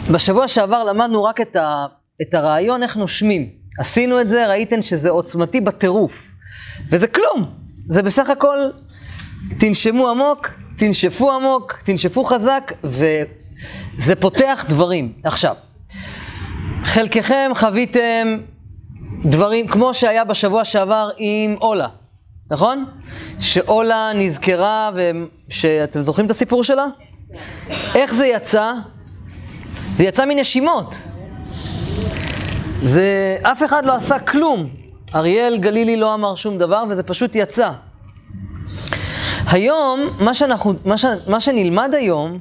בשבוע שעבר למדנו רק את הרעיון איך נושמים. עשינו את זה, ראיתם שזה עוצמתי בטירוף. וזה כלום. זה בסך הכל תנשמו עמוק, תנשפו עמוק, תנשפו חזק, וזה פותח דברים. עכשיו, חלקכם חוויתם דברים כמו שהיה בשבוע שעבר עם אולה, נכון? שאולה נזכרה, שאתם זוכרים את הסיפור שלה? איך זה יצא? זה יצא מנשימות. אף אחד לא עשה כלום. אריאל גלילי לא אמר שום דבר, וזה פשוט יצא. היום, מה שנלמד היום,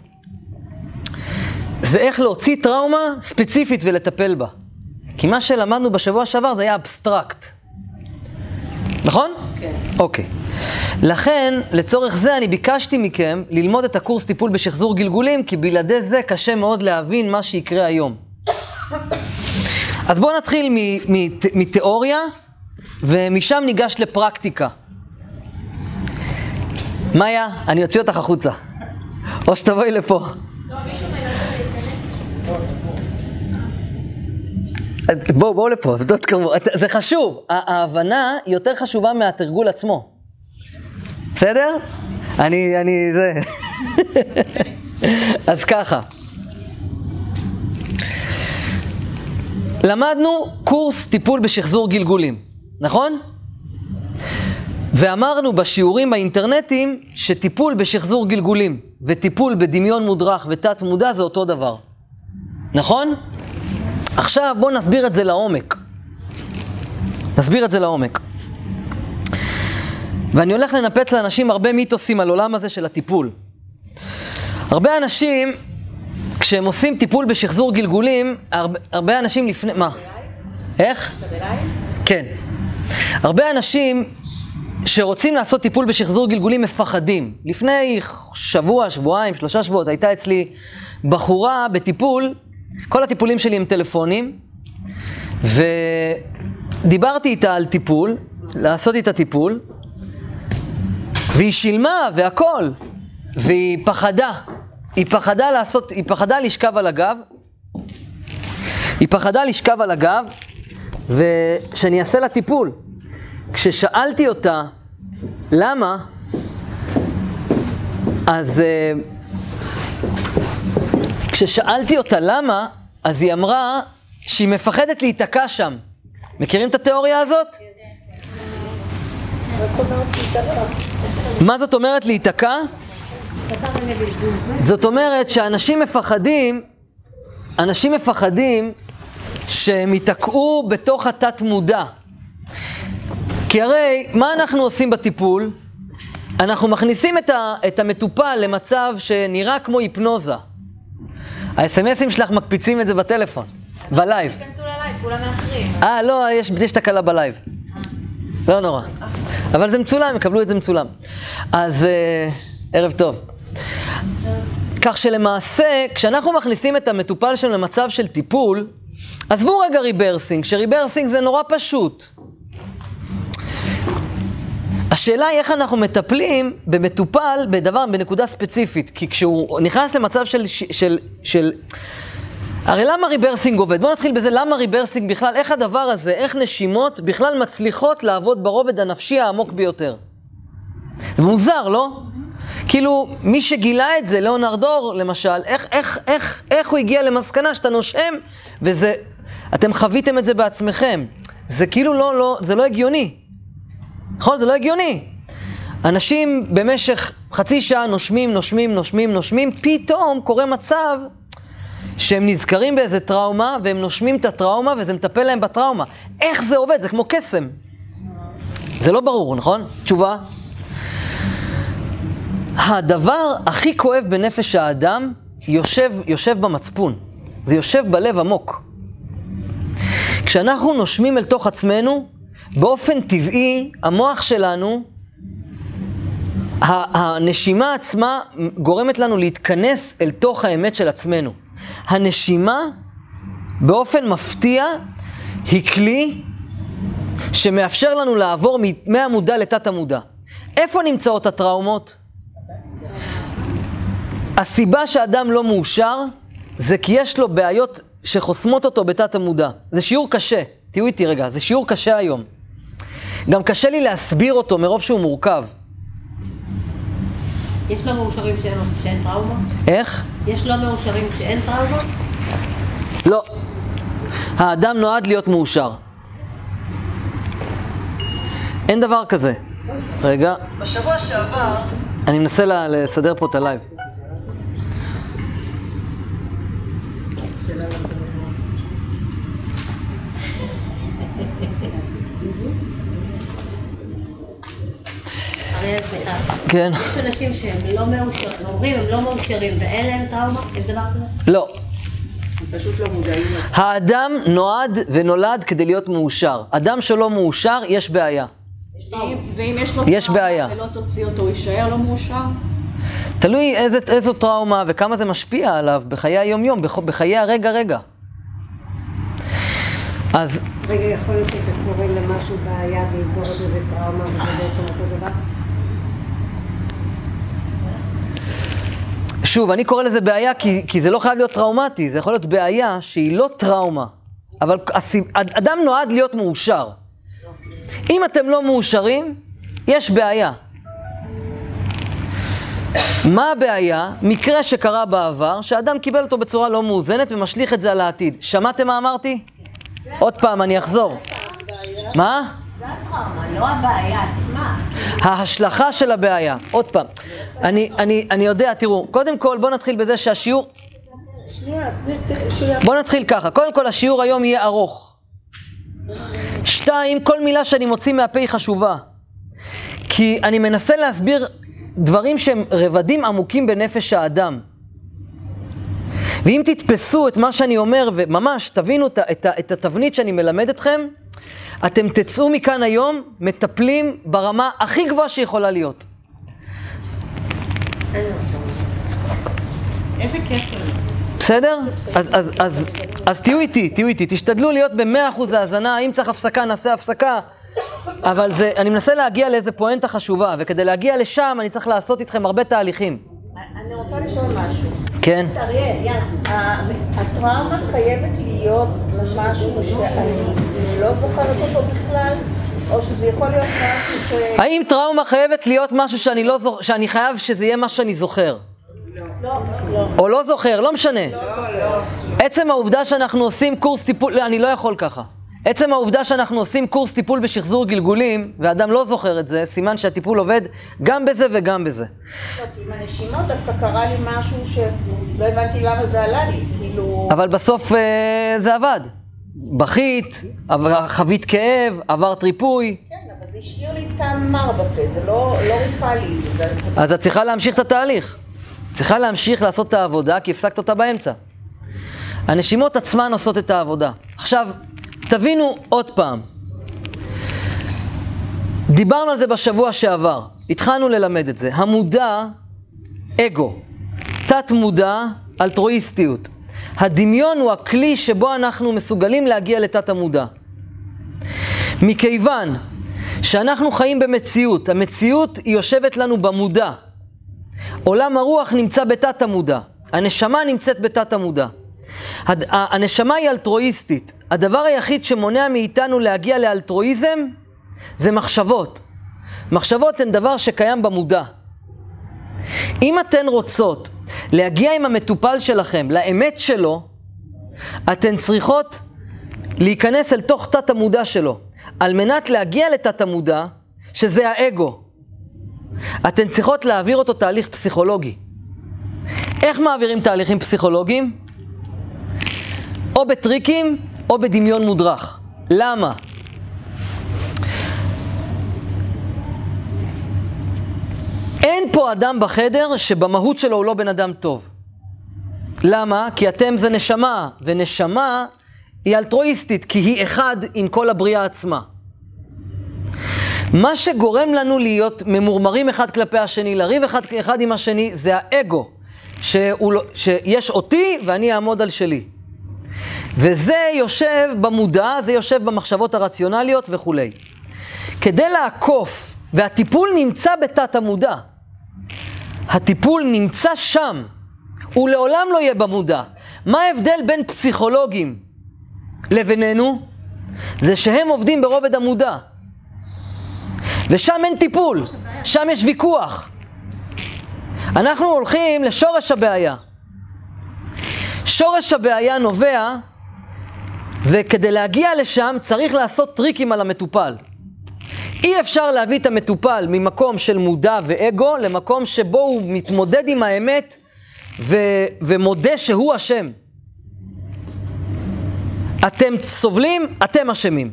זה איך להוציא טראומה ספציפית ולטפל בה. כי מה שלמדנו בשבוע שעבר זה היה אבסטרקט. נכון? כן. אוקיי. לכן, לצורך זה אני ביקשתי מכם ללמוד את הקורס טיפול בשחזור גלגולים, כי בלעדי זה קשה מאוד להבין מה שיקרה היום. אז בואו נתחיל מתיאוריה, ומשם ניגש לפרקטיקה. מאיה, אני אוציא אותך החוצה. או שתבואי לפה. בואו לפה, זה חשוב. ההבנה היא יותר חשובה מהתרגול עצמו. בסדר? זה. אז ככה. למדנו קורס טיפול בשחזור גלגולים, נכון? ואמרנו בשיעורים האינטרנטיים שטיפול בשחזור גלגולים וטיפול בדמיון מודרך ותת מודע זה אותו דבר. נכון? עכשיו בואו נסביר את זה לעומק. ואני הולך לנפץ לאנשים הרבה מיתוסים על עולם הזה של הטיפול. הרבה אנשים, כשהם עושים טיפול בשחזור גלגולים, הרבה אנשים לפני... מה? איך? כן. הרבה אנשים שרוצים לעשות טיפול בשחזור גלגולים מפחדים. לפני שבוע, שבועיים, 3 שבועות, הייתה אצלי בחורה בטיפול, כל הטיפולים שלי הם טלפונים, ודיברתי איתה על טיפול, לעשות איתה טיפול, והיא שילמה והכל, והיא פחדה. היא פחדה לשכב על הגב, ושאני אעשה לה טיפול. כששאלתי אותה למה, אז היא אמרה שהיא מפחדת להיתקע שם. מכירים את התיאוריה הזאת? מה זאת אומרת להיתקע? זאת אומרת שאנשים מפחדים שהם ייתקעו בתוך התת מודע. כי הרי מה אנחנו עושים בטיפול? אנחנו מכניסים את המטופל למצב שנראה כמו היפנוזה. ה-SMSים שלך מקפיצים את זה בטלפון, בלייב. תכנסו ללייב, כולם מאחרים. לא, יש תקלה בלייב. לא נורא. אבל זה מצולם, יקבלו את זה מצולם. אז ערב טוב. כך שלמעשה, כשאנחנו מכניסים את המטופל שלנו למצב של טיפול, עזבו רגע ריברסינג, שריברסינג זה נורא פשוט. השאלה היא איך אנחנו מטפלים במטופל בנקודה ספציפית, כי כשהוא נכנס למצב של הרי למה ריברסינג עובד? בואו נתחיל בזה, למה ריברסינג בכלל, איך הדבר הזה, איך נשימות בכלל מצליחות לעבוד ברובד הנפשי העמוק ביותר. זה מוזר, לא? כאילו, מי שגילה את זה, ליאונרדו למשל, איך הוא הגיע למסקנה שאתה נושם, וזה, אתם חוויתם את זה בעצמכם. זה כאילו זה לא הגיוני. נכון? זה לא הגיוני. אנשים במשך חצי שעה נושמים, פתאום קורה מצב שהם נזכרים באיזה טראומה, והם נושמים את הטראומה, וזה מטפל להם בטראומה. איך זה עובד? זה כמו קסם. זה לא ברור, נכון? תשובה. הדבר הכי כואב בנפש האדם יושב במצפון. זה יושב בלב עמוק. כשאנחנו נושמים אל תוך עצמנו, באופן טבעי, המוח שלנו, הנשימה עצמה גורמת לנו להתכנס אל תוך האמת של עצמנו. הנשימה, באופן מפתיע, היא כלי שמאפשר לנו לעבור מהמודע לתת המודע. איפה נמצאות הטראומות? הסיבה שאדם לא מאושר זה כי יש לו בעיות שחוסמות אותו בתת המודע. זה שיעור קשה, תהיו איתי רגע, זה שיעור קשה היום. גם קשה לי להסביר אותו מרוב שהוא מורכב. יש לא מאושרים כשאין טראומה? איך? יש לא מאושרים כשאין טראומה? לא. האדם נועד להיות מאושר. אין דבר כזה. רגע. בשבוע שעבר... אני מנסה לסדר פה את הלייב. אריאל, סליחה. כן. יש אנשים שהם לא מאושרים, אומרים הם לא מאושרים ואין להם טראומה? יש דבר כזה? לא. הם פשוט לא מודעים. האדם נועד ונולד כדי להיות מאושר. אדם שלא מאושר, יש בעיה. ואם יש לו בעיה. טראומה ולא תוציא אותו, הוא יישאר לא מאושר? תלוי איזו טראומה וכמה זה משפיע עליו בחיי היום-יום, בחיי הרגע-רגע. אז... רגע, יכול להיות שאתה קוראים למשהו בעיה ויגור את איזה טראומה וזה בעצם אותו דבר? שוב, אני קורא לזה בעיה כי זה לא חייב להיות טראומטי, זה יכול להיות בעיה שהיא לא טראומה. אבל אדם נועד להיות מאושר. אם אתם לא מאושרים, יש בעיה. מה הבעיה? מקרה שקרה בעבר, שאדם קיבל אותו בצורה לא מאוזנת ומשליך את זה על העתיד. שמעתם מה אמרתי? עוד פעם, אני אחזור. מה? זה הטראומה, לא הבעיה עצמה. ההשלכה של הבעיה. עוד פעם. אני יודע, תראו, קודם כל בואו נתחיל בזה שהשיעור... בואו נתחיל ככה. קודם כל השיעור היום יהיה ארוך. 2, כל מילה שאני מוציא מהפה היא חשובה. כי אני מנסה להסביר דברים שהם רבדים עמוקים בנפש האדם. ואם תתפסו את מה שאני אומר, וממש תבינו את התבנית שאני מלמד אתכם, אתם תצאו מכאן היום מטפלים ברמה הכי גבוהה שיכולה להיות. איזה קשר? בסדר? אז תהיו איתי, תשתדלו להיות ב100% האזנה, אם צריך הפסקה נעשה הפסקה, אבל אני מנסה להגיע לאיזה פואנטה חשובה, וכדי להגיע לשם אני צריך לעשות איתכם הרבה תהליכים. אני רוצה לשאול משהו. כן. אריאל, יאללה, הטראומה חייבת להיות משהו שאני לא זוכרת אותו בכלל, או שזה יכול להיות משהו ש... האם טראומה חייבת להיות משהו שאני חייב שזה יהיה מה שאני זוכר? לא. או לא זוכר, לא משנה. עצם העובדה שאנחנו עושים קורס טיפול, אני לא יכול ככה. עצם העובדה שאנחנו עושים קורס טיפול בשחזור גלגולים, ואדם לא זוכר את זה, סימן שהטיפול עובד גם בזה וגם בזה. לא, כי עם הנשימות דווקא קרה לי משהו שלא הבנתי למה זה עלה לי, כאילו... אבל בסוף זה עבד. בכית, חווית כאב, עברת ריפוי. כן, אבל זה השאיר לי טעם מר בפה, זה לא ריפה לי. אז את צריכה להמשיך את התהליך. צריכה להמשיך לעשות את העבודה, כי הפסקת אותה באמצע. הנשימות עצמן עושות את העבודה. עכשיו, תבינו עוד פעם. דיברנו על זה בשבוע שעבר. התחלנו ללמד את זה. המודע, אגו. תת מודע, אלטרואיסטיות. הדמיון הוא הכלי שבו אנחנו מסוגלים להגיע לתת המודע. מכיוון שאנחנו חיים במציאות, המציאות היא יושבת לנו במודע. עולם הרוח נמצא בתת המודע. הנשמה נמצאת בתת המודע. הנשמה היא אלטרואיסטית. הדבר היחיד שמונע מאיתנו להגיע לאלטרואיזם זה מחשבות. מחשבות הן דבר שקיים במודע. אם אתן רוצות להגיע עם המטופל שלכם לאמת שלו, אתן צריכות להיכנס אל תוך תת המודע שלו. על מנת להגיע לתת המודע, שזה האגו, אתן צריכות להעביר אותו תהליך פסיכולוגי. איך מעבירים תהליכים פסיכולוגיים? או בטריקים או בדמיון מודרך. למה? אין פה אדם בחדר שבמהות שלו הוא לא בן אדם טוב. למה? כי אתם זה נשמה, ונשמה היא אלטרואיסטית, כי היא אחד עם כל הבריאה עצמה. מה שגורם לנו להיות ממורמרים אחד כלפי השני, לריב אחד עם השני, זה האגו, שיש אותי ואני אעמוד על שלי. וזה יושב במודע, זה יושב במחשבות הרציונליות וכו'. כדי לעקוף, והטיפול נמצא בתת המודע. הטיפול נמצא שם, הוא לעולם לא יהיה במודע. מה ההבדל בין פסיכולוגים לבינינו? זה שהם עובדים ברובד המודע. ושם אין טיפול, שם יש ויכוח. אנחנו הולכים לשורש הבעיה. שורש הבעיה נובע, וכדי להגיע לשם צריך לעשות טריקים על המטופל. אי אפשר להביא את המטופל ממקום של מודע ואגו למקום שבו הוא מתמודד עם האמת ומודה שהוא אשם. אתם סובלים, אתם אשמים.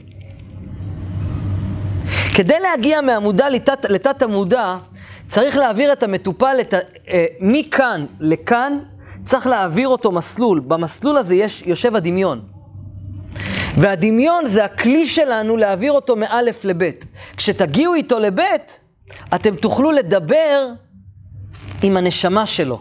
כדי להגיע מהמודע לתת המודע, צריך להעביר את המטופל מכאן לכאן, צריך להעביר אותו מסלול. במסלול הזה יושב הדמיון. והדמיון זה הכלי שלנו להעביר אותו מאלף לבית. כשתגיעו איתו לבית, אתם תוכלו לדבר עם הנשמה שלו.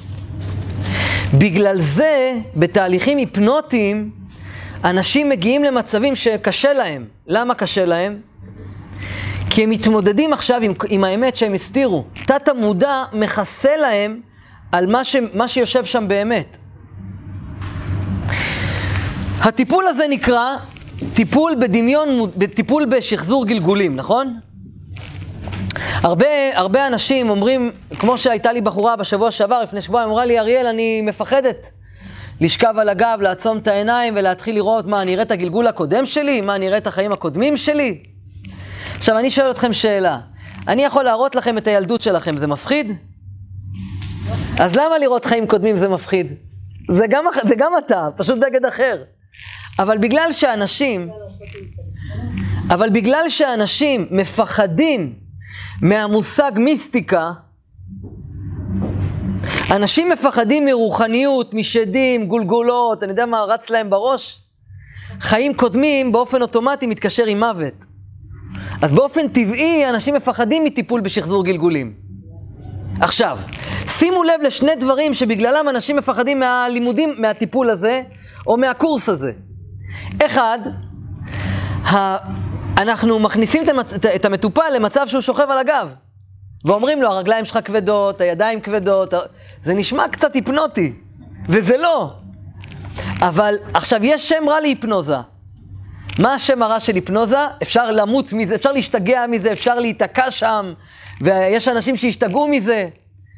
בגלל זה, בתהליכים היפנוטיים, אנשים מגיעים למצבים שקשה להם. למה קשה להם? כי הם מתמודדים עכשיו עם האמת שהם הסתירו. תת המודע מכסה להם על מה שיושב שם באמת. הטיפול הזה נקרא טיפול בדמיון, טיפול בשחזור גלגולים, נכון? הרבה אנשים אומרים, כמו שהייתה לי בחורה בשבוע שעבר, לפני שבועיים, אמרה לי, אריאל, אני מפחדת לשכב על הגב, לעצום את העיניים ולהתחיל לראות מה, אני אראה את הגלגול הקודם שלי? מה, אני אראה את החיים הקודמים שלי? עכשיו, אני שואל אתכם שאלה. אני יכול להראות לכם את הילדות שלכם, זה מפחיד? אז למה לראות חיים קודמים זה מפחיד? זה גם אתה, פשוט נגד אחר. אבל בגלל שאנשים מפחדים מהמושג מיסטיקה, אנשים מפחדים מרוחניות, משדים, גולגולות, אני יודע מה רץ להם בראש, חיים קודמים באופן אוטומטי מתקשר עם מוות. אז באופן טבעי אנשים מפחדים מטיפול בשחזור גלגולים. עכשיו, שימו לב לשני דברים שבגללם אנשים מפחדים מהלימודים, מהטיפול הזה, או מהקורס הזה. אחד, אנחנו מכניסים את המטופל למצב שהוא שוכב על הגב, ואומרים לו, הרגליים שלך כבדות, הידיים כבדות, זה נשמע קצת היפנוטי, וזה לא. אבל עכשיו יש שם רע להיפנוזה. מה השם הרע של היפנוזה? אפשר למות מזה, אפשר להשתגע מזה, אפשר להיתקע שם, ויש אנשים שהשתגעו מזה.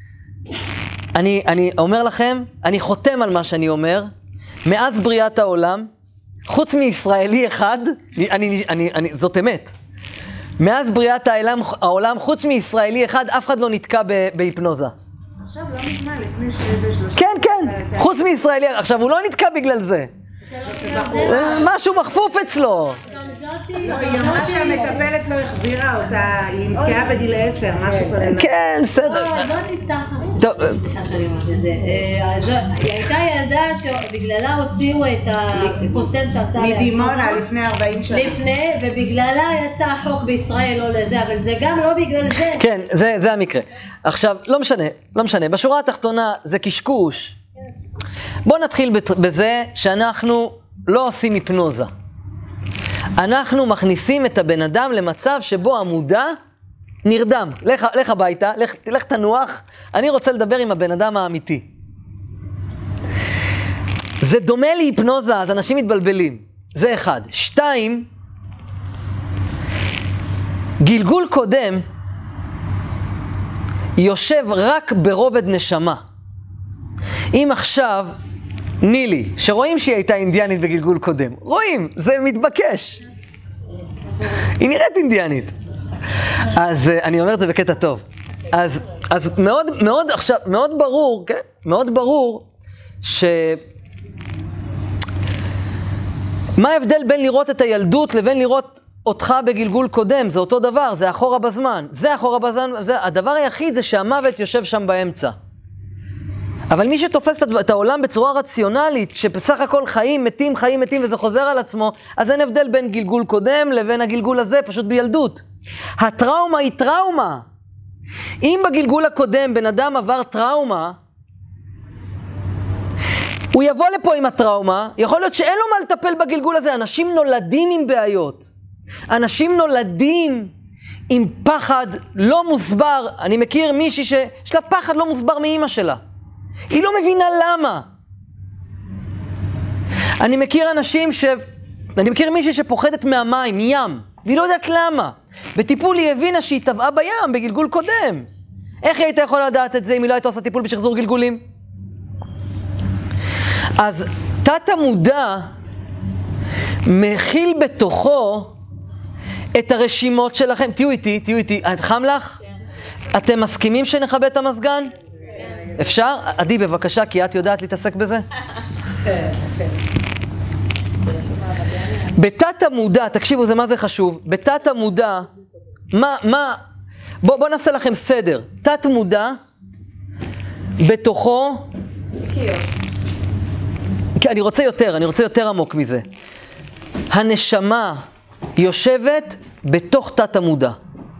אני אומר לכם, אני חותם על מה שאני אומר, מאז בריאת העולם, חוץ מישראלי אחד, זאת אמת. מאז בריאת העולם, חוץ מישראלי אחד, אף אחד לא נתקע בהיפנוזה. עכשיו לא נשמע לפני שזה 30. כן, חוץ מישראלי, עכשיו הוא לא נתקע בגלל זה. משהו מחפוף אצלו. היא אמרה שהמטפלת לא החזירה אותה, היא נתקעה בגיל 10, משהו כזה. כן, בסדר. זאתי סתם סליחה שאני אומרת את זה. היא הייתה ילדה שבגללה הוציאו את הקוסם שעשה עליה. מדימונה לפני 40 שנה. לפני, ובגללה יצא החוק בישראל או לזה, אבל זה גם לא בגלל זה. כן, זה המקרה. עכשיו, לא משנה. בשורה התחתונה זה קשקוש. בואו נתחיל בזה שאנחנו לא עושים היפנוזה. אנחנו מכניסים את הבן אדם למצב שבו המודע נרדם. לך הביתה, לך תנוח, אני רוצה לדבר עם הבן אדם האמיתי. זה דומה להיפנוזה, אז אנשים מתבלבלים. זה אחד. 2, גלגול קודם יושב רק ברובד נשמה. אם עכשיו נילי, שרואים שהיא הייתה אינדיאנית בגלגול קודם, רואים, זה מתבקש. היא נראית אינדיאנית. אז אני אומר את זה בקטע טוב. אז מאוד ברור, כן? מאוד ברור מה ההבדל בין לראות את הילדות לבין לראות אותך בגלגול קודם? זה אותו דבר, זה אחורה בזמן. הדבר היחיד זה שהמוות יושב שם באמצע. אבל מי שתופס את העולם בצורה רציונלית, שבסך הכל חיים מתים וזה חוזר על עצמו, אז אין הבדל בין גלגול קודם לבין הגלגול הזה, פשוט בילדות. הטראומה היא טראומה. אם בגלגול הקודם בן אדם עבר טראומה, הוא יבוא לפה עם הטראומה, יכול להיות שאין לו מה לטפל בגלגול הזה. אנשים נולדים עם בעיות. אנשים נולדים עם פחד לא מוסבר. אני מכיר מישהי שיש לה פחד לא מוסבר מאמא שלה. היא לא מבינה למה. אני מכיר אני מכיר מישהי שפוחדת מהמים, מים, והיא לא יודעת למה. בטיפול היא הבינה שהיא טבעה בים בגלגול קודם. איך היא הייתה יכולה לדעת את זה אם היא לא הייתה עושה טיפול בשחזור גלגולים? אז תת המודע מכיל בתוכו את הרשימות שלכם. תהיו איתי, חם לך? כן. אתם מסכימים שנכבה את המזגן? כן. אפשר? עדי בבקשה, כי את יודעת להתעסק בזה? כן, כן. בתת המודע, תקשיבו, זה מה זה חשוב. בתת המודע, בוא נעשה לכם סדר. תת מודע, בתוכו, אני רוצה יותר עמוק מזה. הנשמה יושבת בתוך תת המודע.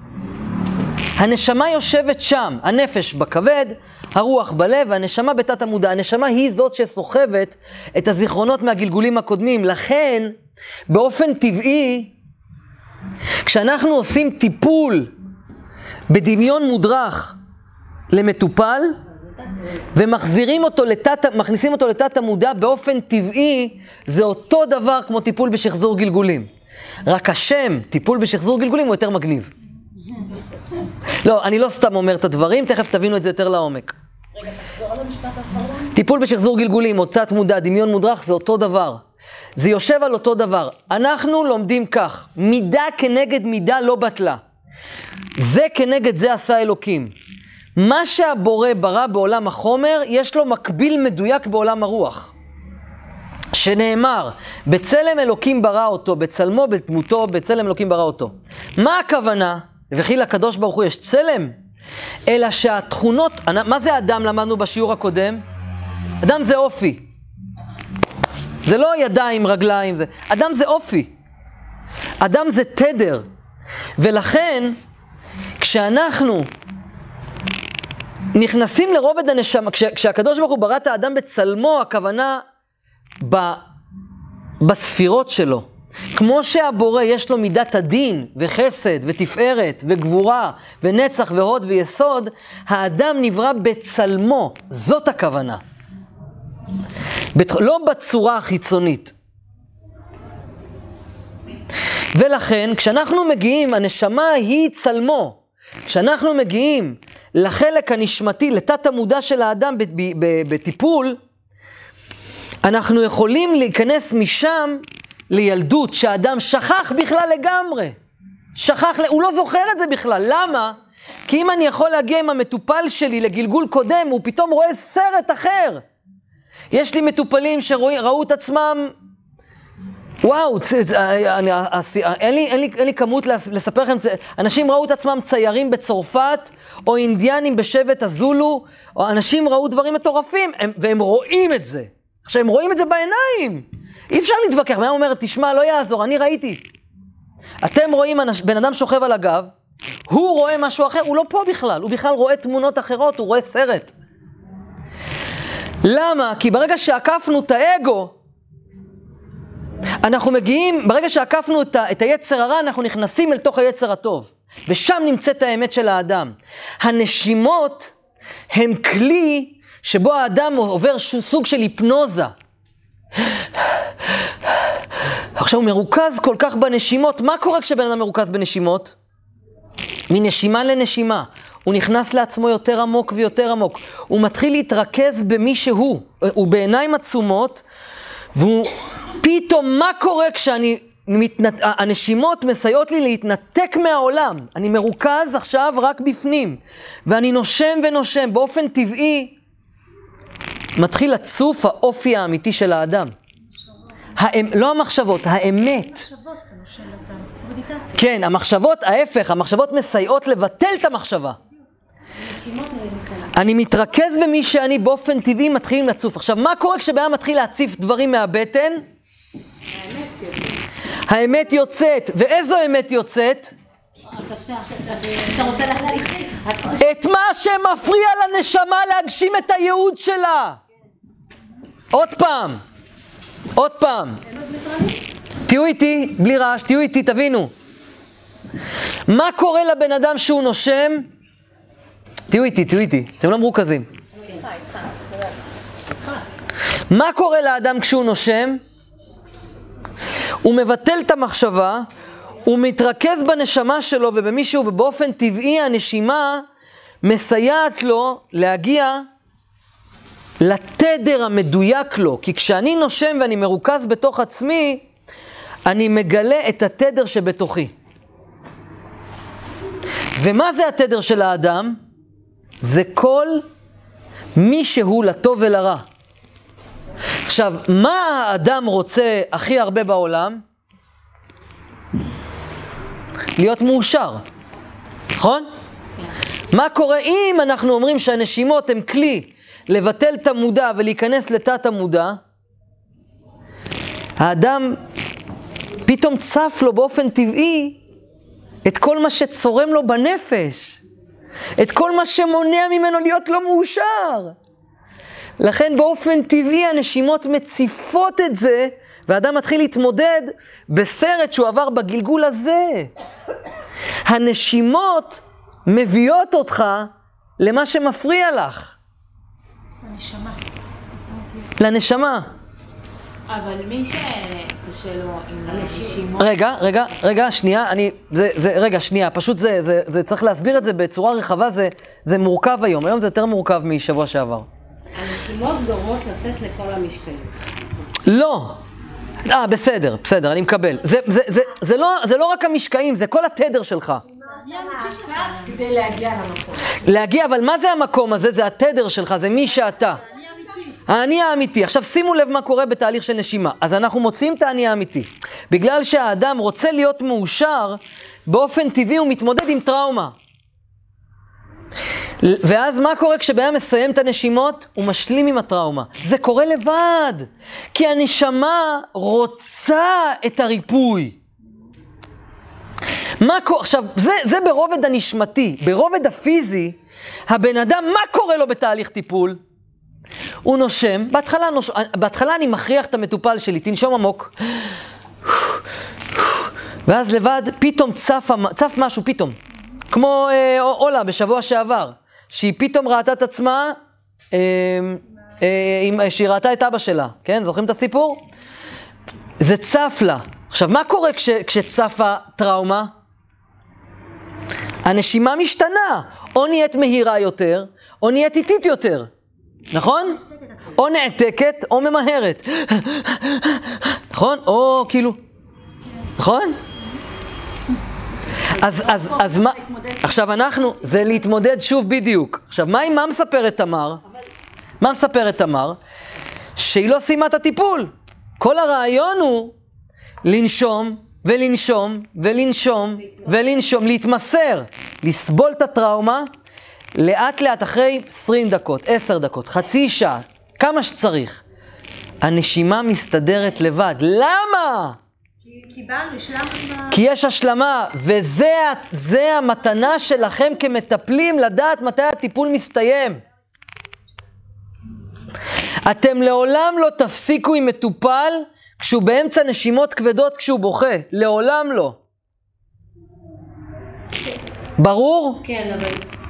הנשמה יושבת שם, הנפש בכבד, הרוח בלב, והנשמה בתת המודע. הנשמה היא זאת שסוחבת את הזיכרונות מהגלגולים הקודמים. לכן, באופן טבעי, כשאנחנו עושים טיפול בדמיון מודרך למטופל, ומכניסים אותו לתת המודע, באופן טבעי, זה אותו דבר כמו טיפול בשחזור גלגולים. רק השם, טיפול בשחזור גלגולים, הוא יותר מגניב. לא, אני לא סתם אומר את הדברים, תכף תבינו את זה יותר לעומק. רגע, תחזור על המשפט האחרון. טיפול בשחזור גלגולים, או תת מודע, דמיון מודרך, זה אותו דבר. זה יושב על אותו דבר. אנחנו לומדים כך, מידה כנגד מידה לא בטלה. זה כנגד זה עשה אלוקים. מה שהבורא ברא בעולם החומר, יש לו מקביל מדויק בעולם הרוח. שנאמר, בצלם אלוקים ברא אותו, בצלמו, בדמותו, בצלם אלוקים ברא אותו. מה הכוונה? וכי לקדוש ברוך הוא יש צלם? אלא שהתכונות, מה זה אדם למדנו בשיעור הקודם? אדם זה אופי. זה לא ידיים, רגליים, אדם זה אופי. אדם זה תדר. ולכן, כשאנחנו נכנסים לרובד הנשמה, כשהקדוש ברוך הוא ברא את האדם בצלמו, הכוונה בספירות שלו. כמו שהבורא יש לו מידת הדין וחסד ותפארת וגבורה ונצח והוד ויסוד, האדם נברא בצלמו, זאת הכוונה. לא בצורה החיצונית. ולכן כשאנחנו מגיעים, הנשמה היא צלמו, כשאנחנו מגיעים לחלק הנשמתי, לתת המודע של האדם בטיפול, אנחנו יכולים להיכנס משם לילדות, שהאדם שכח בכלל לגמרי. הוא לא זוכר את זה בכלל. למה? כי אם אני יכול להגיע עם המטופל שלי לגלגול קודם, הוא פתאום רואה סרט אחר. יש לי מטופלים שראו את עצמם, וואו, אין לי כמות לספר לכם, אנשים ראו את עצמם ציירים בצרפת, או אינדיאנים בשבט הזולו, או אנשים ראו דברים מטורפים, והם רואים את זה. עכשיו, הם רואים את זה בעיניים. אי אפשר להתווכח. מה אומר? תשמע, לא יעזור, אני ראיתי. אתם רואים בן אדם שוכב על הגב, הוא רואה משהו אחר, הוא לא פה בכלל, הוא בכלל רואה תמונות אחרות, הוא רואה סרט. למה? כי ברגע שעקפנו את האגו, אנחנו מגיעים, ברגע שעקפנו את היצר הרע, אנחנו נכנסים אל תוך היצר הטוב. ושם נמצאת האמת של האדם. הנשימות הם כלי שבו האדם עובר סוג של היפנוזה. עכשיו הוא מרוכז כל כך בנשימות. מה קורה כשבן אדם מרוכז בנשימות? מנשימה לנשימה. הוא נכנס לעצמו יותר עמוק ויותר עמוק. הוא מתחיל להתרכז במי שהוא. הוא בעיניים עצומות, והוא פתאום, מה קורה הנשימות מסייעות לי להתנתק מהעולם. אני מרוכז עכשיו רק בפנים. ואני נושם ונושם. באופן טבעי, מתחיל לצוף האופי האמיתי של האדם. לא המחשבות, האמת. כן, המחשבות, ההפך, המחשבות מסייעות לבטל את המחשבה. אני מתרכז במי שאני באופן טבעי מתחילים לצוף. עכשיו, מה קורה כשבן מתחיל להציף דברים מהבטן? האמת יוצאת. ואיזו אמת יוצאת? אתה רוצה להגיד? את מה שמפריע לנשמה להגשים את הייעוד שלה. עוד פעם. תהיו איתי, בלי רעש, תהיו איתי, תבינו. מה קורה לבן אדם שהוא נושם? תהיו איתי, אתם לא מרוכזים. מה קורה לאדם כשהוא נושם? הוא מבטל את המחשבה, הוא מתרכז בנשמה שלו ובמישהו, ובאופן טבעי הנשימה מסייעת לו להגיע לתדר המדויק לו. כי כשאני נושם ואני מרוכז בתוך עצמי, אני מגלה את התדר שבתוכי. ומה זה התדר של האדם? זה כל מי שהוא לטוב ולרע. עכשיו, מה האדם רוצה הכי הרבה בעולם? להיות מאושר, נכון? מה קורה אם אנחנו אומרים שהנשימות הם כלי לבטל את המודע ולהיכנס לתת המודע? האדם פתאום צף לו באופן טבעי את כל מה שצורם לו בנפש, את כל מה שמונע ממנו להיות לא מאושר. לכן באופן טבעי הנשימות מציפות את זה, והאדם מתחיל להתמודד בסרט שהוא עבר בגלגול הזה. הנשימות מביאות אותך למה שמפריע לך. לנשמה. לנשמה. אבל מי שקשה לו עם הנשימות... רגע, שנייה, שנייה, פשוט זה צריך להסביר את זה בצורה רחבה, זה מורכב היום זה יותר מורכב משבוע שעבר. הנשימות גורמות לצאת לכל המשקעים. לא. בסדר, אני מקבל. זה לא רק המשקעים, זה כל התדר שלך. כדי להגיע למקום. להגיע, אבל מה זה המקום הזה? זה התדר שלך, זה מי שאתה. האני האמיתי. עכשיו שימו לב מה קורה בתהליך של נשימה. אז אנחנו מוצאים את האני האמיתי. בגלל שהאדם רוצה להיות מאושר, באופן טבעי הוא מתמודד עם טראומה. ואז מה קורה כשבאדם מסיים את הנשימות? הוא משלים עם הטראומה. זה קורה לבד. כי הנשמה רוצה את הריפוי. עכשיו, זה ברובד הנשמתי. ברובד הפיזי, הבן אדם, מה קורה לו בתהליך טיפול? הוא נושם, בהתחלה אני מכריח את המטופל שלי, תנשום עמוק. ואז לבד, פתאום צף משהו, פתאום. כמו אולה בשבוע שעבר, שהיא פתאום ראתה את עצמה, שהיא ראתה את אבא שלה, כן? זוכרים את הסיפור? זה צף לה. עכשיו, מה קורה כשצפה טראומה? הנשימה משתנה, או נהיית מהירה יותר, או נהיית איטית יותר. נכון? או נעתקת, או ממהרת. נכון? או כאילו... נכון? אז מה... עכשיו אנחנו... זה להתמודד שוב בדיוק. עכשיו, מה מספרת תמר? מה מספרת תמר? שהיא לא סיימה את הטיפול. כל הרעיון הוא לנשום ולנשום ולנשום ולנשום, להתמסר, לסבול את הטראומה, לאט לאט אחרי 20 דקות, 10 דקות, חצי שעה, כמה שצריך. הנשימה מסתדרת לבד. למה? כי יש השלמה, וזה המתנה שלכם כמטפלים, לדעת מתי הטיפול מסתיים. אתם לעולם לא תפסיקו עם מטופל כשהוא באמצע נשימות כבדות כשהוא בוכה. לעולם לא. ברור? כן,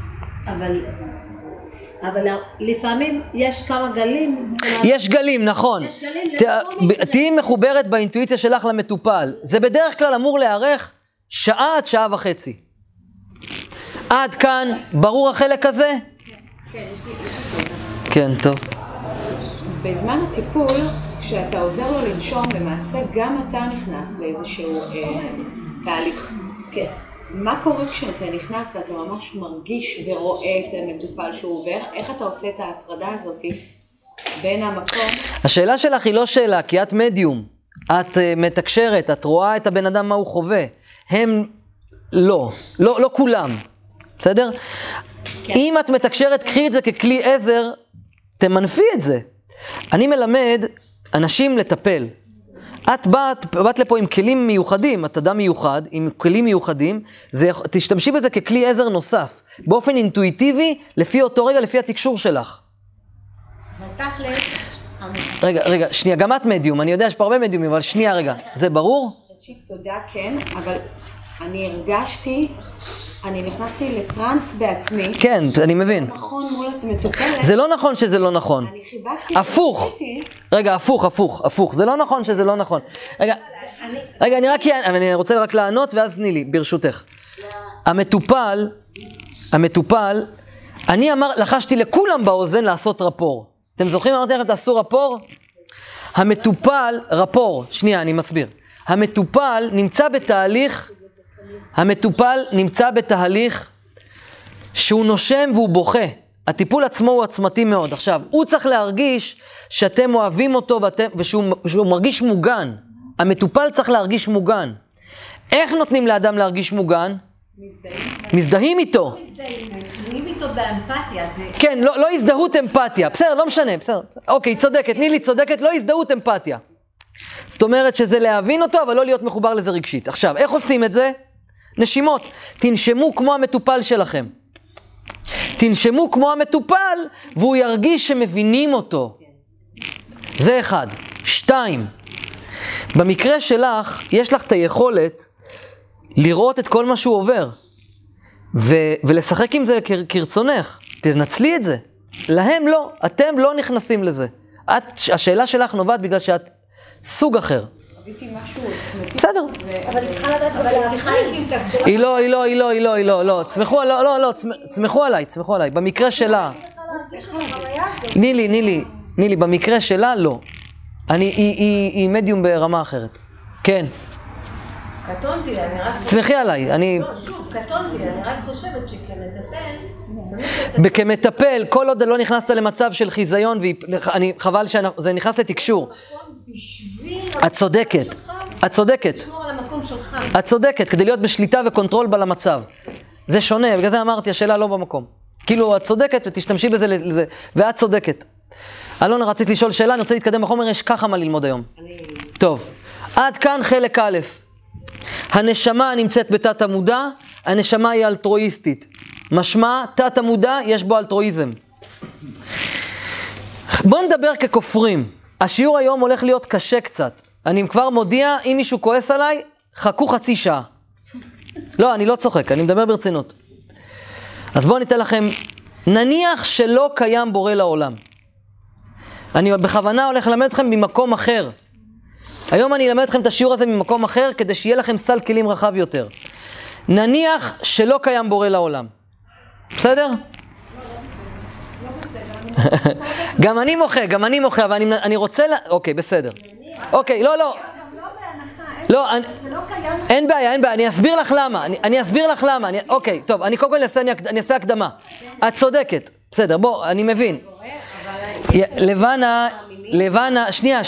אבל לפעמים יש כמה גלים. יש גלים, נכון. יש גלים. תהי מחוברת באינטואיציה שלך למטופל. זה בדרך כלל אמור להיערך שעה עד שעה וחצי. עד כאן, ברור החלק הזה? כן, יש לי שאלה. כן, טוב. בזמן הטיפול, כשאתה עוזר לו לנשום, למעשה גם אתה נכנס לאיזשהו תהליך. כן. מה קורה כשאתה נכנס ואתה ממש מרגיש ורואה את המטופל שהוא עובר? איך אתה עושה את ההפרדה הזאת בין המקום? השאלה שלך היא לא שאלה, כי את מדיום. את מתקשרת, את רואה את הבן אדם מה הוא חווה. הם לא כולם. בסדר? כן. אם את מתקשרת, קחי את זה ככלי עזר, תמנפי את זה. אני מלמד אנשים לטפל. את באת לפה עם כלים מיוחדים, את אדם מיוחד, עם כלים מיוחדים, תשתמשי בזה ככלי עזר נוסף, באופן אינטואיטיבי, לפי אותו רגע, לפי התקשור שלך. רגע, שנייה, גם את מדיום, אני יודע שיש פה הרבה מדיומים, אבל שנייה רגע, זה ברור? ראשית, תודה, כן, אבל אני הרגשתי אני נכנסתי לטרנס בעצמי. כן, אני מבין. נכון מול המטופלת. זה לא נכון שזה לא נכון. אני חיבקתי. הפוך. רגע, הפוך. זה לא נכון שזה לא נכון. רגע, אני רוצה רק לענות ואז תני לי, ברשותך. המטופל, אני לחשתי לכולם באוזן לעשות רפור. אתם זוכרים אמרתי לכם תעשו רפור? רפור, שנייה, אני מסביר. המטופל נמצא בתהליך שהוא נושם והוא בוכה. הטיפול עצמו הוא עצמתי מאוד. עכשיו, הוא צריך להרגיש שאתם אוהבים אותו ושהוא מרגיש מוגן. המטופל צריך להרגיש מוגן. איך נותנים לאדם להרגיש מוגן? מזדהים איתו. מזדהים איתו באמפתיה. כן, לא הזדהות אמפתיה. בסדר, לא משנה, בסדר. אוקיי, צודקת, נילי צודקת, לא הזדהות אמפתיה. זאת אומרת שזה להבין אותו, אבל לא להיות מחובר לזה רגשית. עכשיו, איך עושים את זה? נשימות. תנשמו כמו המטופל שלכם. תנשמו כמו המטופל, והוא ירגיש שמבינים אותו. זה אחד. 2. במקרה שלך, יש לך את היכולת לראות את כל מה שהוא עובר. ולשחק עם זה כרצונך. תנצלי את זה. להם לא. אתם לא נכנסים לזה. השאלה שלך נובעת בגלל שאת סוג אחר. חוויתי משהו עצמתי. בסדר. אבל היא צריכה לדעת, אבל היא צריכה לשים את הגדולה. צמחו עליי. במקרה שלה. נילי, במקרה שלה לא. היא מדיום ברמה אחרת. כן. קטונתי, אני רק... צמחי עליי, אני... לא, שוב, קטונתי, אני רק חושבת שכמטפל... כמטפל, כל עוד לא נכנסת למצב של חיזיון, חבל שזה נכנס לתקשור. את צודקת. לשמור על המקום שלך. את צודקת, כדי להיות בשליטה וקונטרול בה למצב. זה שונה, בגלל זה אמרתי, השאלה לא במקום. כאילו, את צודקת ותשתמשי בזה לזה, ואת צודקת. אלונה, רצית לשאול שאלה, אני רוצה להתקדם בחומר, יש ככה מה ללמוד היום. טוב, עד כאן חלק א'. הנשמה נמצאת בתת המודע, הנשמה היא אלטרואיסטית. משמע, תת המודע יש בו אלטרואיזם. בואו נדבר ככופרים. השיעור היום הולך להיות קשה קצת. אני כבר מודיע, אם מישהו כועס עליי, חכו חצי שעה. לא, אני לא צוחק, אני מדבר ברצינות. אז בואו ניתן לכם, נניח שלא קיים בורא לעולם. אני בכוונה הולך ללמד אתכם ממקום אחר. היום אני אלמד אתכם את השיעור הזה ממקום אחר, כדי שיהיה לכם סל כלים רחב יותר. נניח שלא קיים בורא לעולם. בסדר? גם אני מוחה, אבל אני רוצה... אוקיי, בסדר. אוקיי, לא. לא, אין בעיה, אני אסביר לך למה. אוקיי, טוב, אני קודם כל אעשה הקדמה. את צודקת. בסדר, בוא, אני מבין. לבנה, שנייה.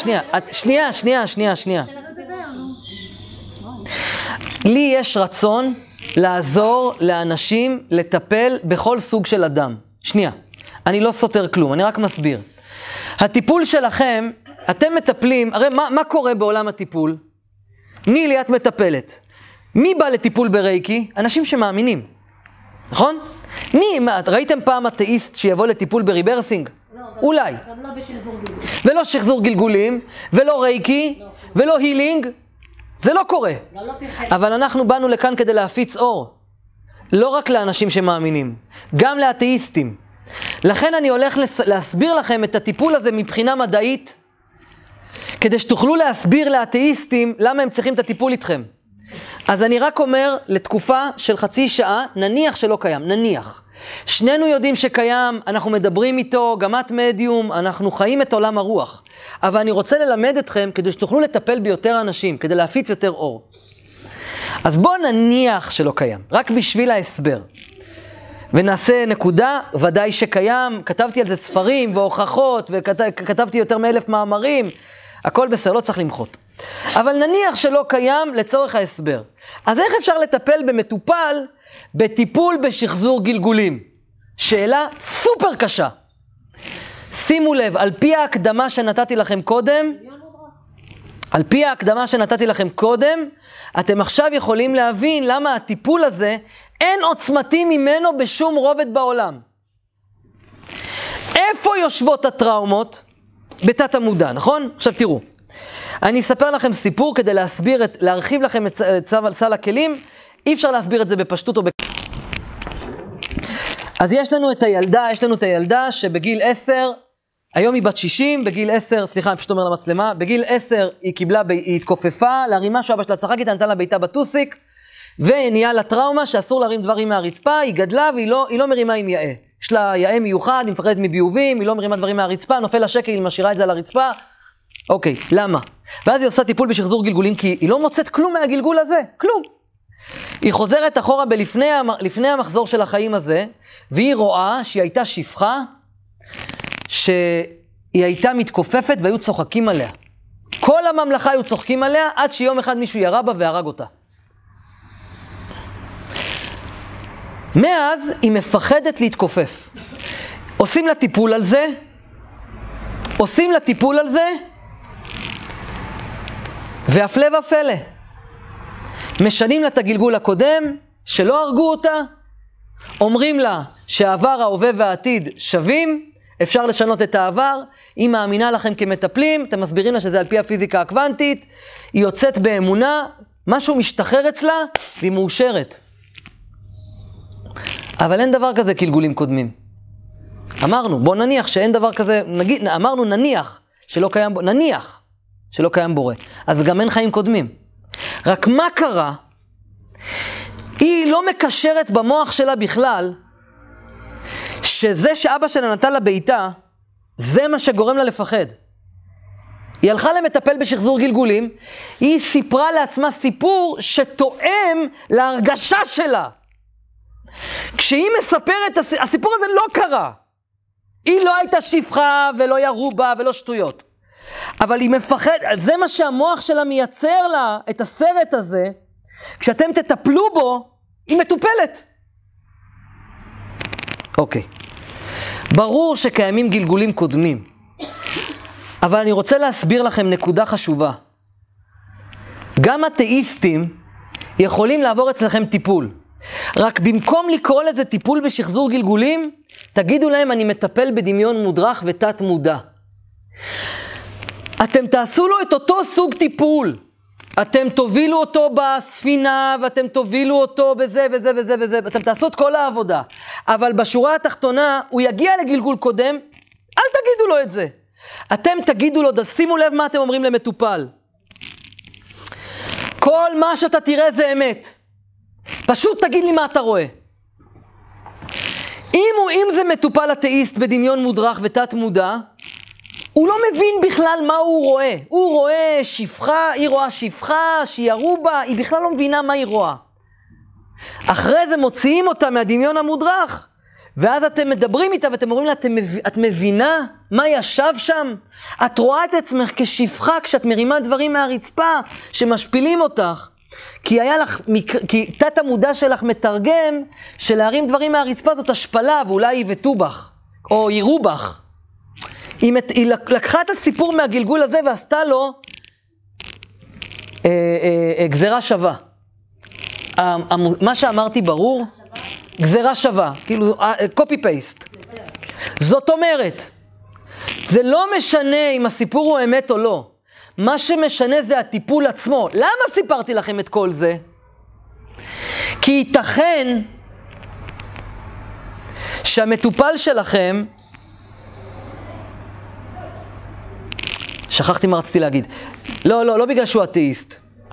לי יש רצון לעזור לאנשים לטפל בכל סוג של אדם. שנייה, אני לא סותר כלום, אני רק מסביר. הטיפול שלכם, אתם מטפלים, הרי מה קורה בעולם הטיפול? נילי, את מטפלת. מי בא לטיפול ברייקי? אנשים שמאמינים. נכון? ראיתם פעם אתאיסט שיבוא לטיפול בריברסינג? אולי. ולא שחזור גלגולים, ולא רייקי, ולא הילינג. זה לא קורה. אבל אנחנו באנו לכאן כדי להפיץ אור. לא רק לאנשים שמאמינים, גם לאתאיסטים. לכן אני הולך להסביר לכם את הטיפול הזה מבחינה מדעית, כדי שתוכלו להסביר לאתאיסטים למה הם צריכים את הטיפול איתכם. אז אני רק אומר, לתקופה של חצי שעה, נניח שלא קיים, נניח. שנינו יודעים שקיים, אנחנו מדברים איתו, גם את מדיום, אנחנו חיים את עולם הרוח. אבל אני רוצה ללמד אתכם כדי שתוכלו לטפל ביותר אנשים, כדי להפיץ יותר אור. אז בואו נניח שלא קיים, רק בשביל ההסבר. ונעשה נקודה, ודאי שקיים, כתבתי על זה ספרים והוכחות, וכתבתי יותר מ1,000 מאמרים, הכל בסדר, לא צריך למחות. אבל נניח שלא קיים לצורך ההסבר. אז איך אפשר לטפל במטופל בטיפול בשחזור גלגולים? שאלה סופר קשה. שימו לב, על פי ההקדמה שנתתי לכם קודם, אתם עכשיו יכולים להבין למה הטיפול הזה אין עוצמתי ממנו בשום רובד בעולם. איפה יושבות הטראומות? בתת המודע, נכון? עכשיו תראו. אני אספר לכם סיפור כדי להרחיב לכם את סל הכלים. אי אפשר להסביר את זה בפשטות או אז יש לנו את הילדה שבגיל 10, היום היא בת 60, בגיל 10, סליחה, אני פשוט אומר למצלמה, בגיל 10 היא התכופפה, להרים משהו, אבא שלה צחק איתה, נתן לה ביתה בטוסיק, ונהיה לה טראומה שאסור להרים דברים מהרצפה, היא גדלה והיא לא מרימה עם יאה. יש לה יאה מיוחד, היא מפחדת מביובים, היא לא מרימה דברים מהרצפה, נופל לשקל, היא משאירה את זה על הרצפה. אוקיי, למה? ואז היא עושה טיפול בשחזור גלגולים, כי היא לא מוצאת כלום מהגלגול הזה, כלום. היא חוזרת אחורה לפני המחזור של החיים הזה, והיא רואה שהיא הייתה שפחה, שהיא הייתה מתכופפת והיו צוחקים עליה. כל הממלכה היו צוחקים עליה, עד שיום אחד מישהו ירה בה והרג אותה. מאז היא מפחדת להתכופף. עושים לה טיפול על זה, והפלא ופלא. משנים לה את הגלגול הקודם, שלא הרגו אותה, אומרים לה שהעבר, ההווה והעתיד שווים, אפשר לשנות את העבר, היא מאמינה לכם כמטפלים, אתם מסבירים לה שזה על פי הפיזיקה הקוונטית, היא יוצאת באמונה, משהו משתחרר אצלה, והיא מאושרת. אבל אין דבר כזה גלגולים קודמים. אמרנו, בוא נניח שאין דבר כזה, אמרנו נניח שלא קיים בורא, אז גם אין חיים קודמים. רק מה קרה? היא לא מקשרת במוח שלה בכלל, שזה שאבא שלה נתן לה ביתה, זה מה שגורם לה לפחד. היא הלכה למטפל בשחזור גלגולים, היא סיפרה לעצמה סיפור שתואם להרגשה שלה. כשהיא מספרת, הסיפור הזה לא קרה. היא לא הייתה שפחה ולא ירו בה ולא שטויות. אבל היא מפחדת, זה מה שהמוח שלה מייצר לה, את הסרט הזה, כשאתם תטפלו בו, היא מטופלת. אוקיי. ברור שקיימים גלגולים קודמים. אבל אני רוצה להסביר לכם נקודה חשובה. גם אתאיסטים יכולים לעבור אצלכם טיפול. רק במקום לקרוא לזה טיפול בשחזור גלגולים, תגידו להם אני מטפל בדמיון מודרך ותת מודע. אתם תעשו לו את אותו סוג טיפול. אתם תובילו אותו בספינה, ואתם תובילו אותו בזה וזה וזה וזה. אתם תעשו את כל העבודה. אבל בשורה התחתונה, הוא יגיע לגלגול קודם, אל תגידו לו את זה. אתם תגידו לו, שימו לב מה אתם אומרים למטופל. כל מה שאתה תראה זה אמת. פשוט תגיד לי מה אתה רואה. אם זה מטופל אתאיסט בדמיון מודרך ותת מודע, הוא לא מבין בכלל מה הוא רואה. הוא רואה שפחה, היא רואה שפחה, שירו בה, היא בכלל לא מבינה מה היא רואה. אחרי זה מוציאים אותה מהדמיון המודרך, ואז אתם מדברים איתה ואתם אומרים לה, את מבינה מה ישב שם? את רואה את עצמך כשפחה כשאת מרימה דברים מהרצפה שמשפילים אותך. כי תת המודע שלך מתרגם שלהרים דברים מהרצפה זאת השפלה, ואולי היא ותובך, או ירו בך. היא לקחה את הסיפור מהגלגול הזה ועשתה לו גזרה שווה. מה שאמרתי ברור? גזרה שווה, כאילו copy paste. זאת אומרת, זה לא משנה אם הסיפור הוא אמת או לא. מה שמשנה זה הטיפול עצמו. למה סיפרתי לכם את כל זה? כי ייתכן שהמטופל שלכם, שכחתי מה רציתי להגיד. לא בגלל שהוא אתאיסט.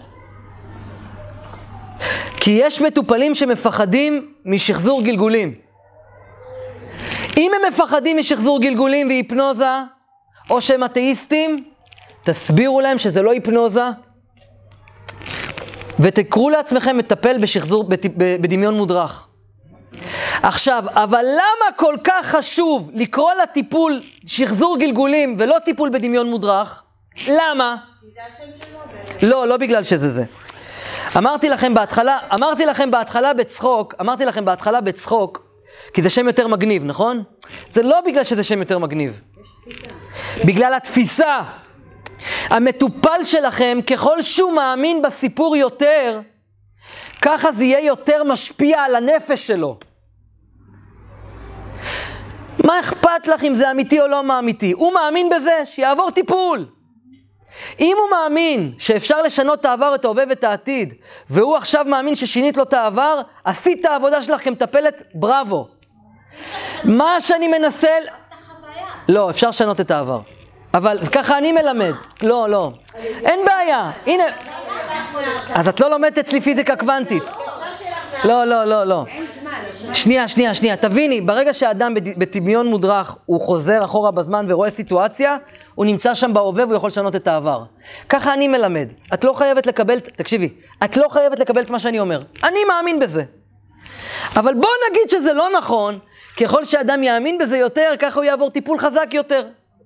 כי יש מטופלים שמפחדים משחזור גלגולים. אם הם מפחדים משחזור גלגולים והיפנוזה, או שהם אתאיסטים, תסבירו להם שזה לא היפנוזה, ותקראו לעצמכם מטפל בדמיון מודרך. עכשיו, אבל למה כל כך חשוב לקרוא לטיפול שחזור גלגולים ולא טיפול בדמיון מודרך? למה? לא בגלל שזה זה. אמרתי לכם בהתחלה בצחוק, כי זה שם יותר מגניב, נכון? זה לא בגלל שזה שם יותר מגניב. יש תפיסה. בגלל התפיסה. המטופל שלכם, ככל שהוא מאמין בסיפור יותר, ככה זה יהיה יותר משפיע על הנפש שלו. מה אכפת לך אם זה אמיתי או לא אמיתי? הוא מאמין בזה, שיעבור טיפול. אם הוא מאמין שאפשר לשנות את העבר, את ההווה ואת העתיד, והוא עכשיו מאמין ששינית לו את העבר, עשית את העבודה שלך כמטפלת, בראבו. מה שאני מנסה... לא, אפשר לשנות את העבר. אבל ככה אני מלמד. לא, לא. אין בעיה. הנה. אז את לא לומדת אצלי פיזיקה קוונטית. לא, לא, לא, לא. שנייה. תביני, ברגע שהאדם בדמיון מודרך, הוא חוזר אחורה בזמן ורואה סיטואציה, הוא נמצא שם בהווה והוא יכול לשנות את העבר. ככה אני מלמד. את לא חייבת לקבל, תקשיבי, את לא חייבת לקבל את מה שאני אומר. אני מאמין בזה. אבל בוא נגיד שזה לא נכון, ככל שאדם יאמין בזה יותר, ככה הוא יעבור טיפול חזק יותר.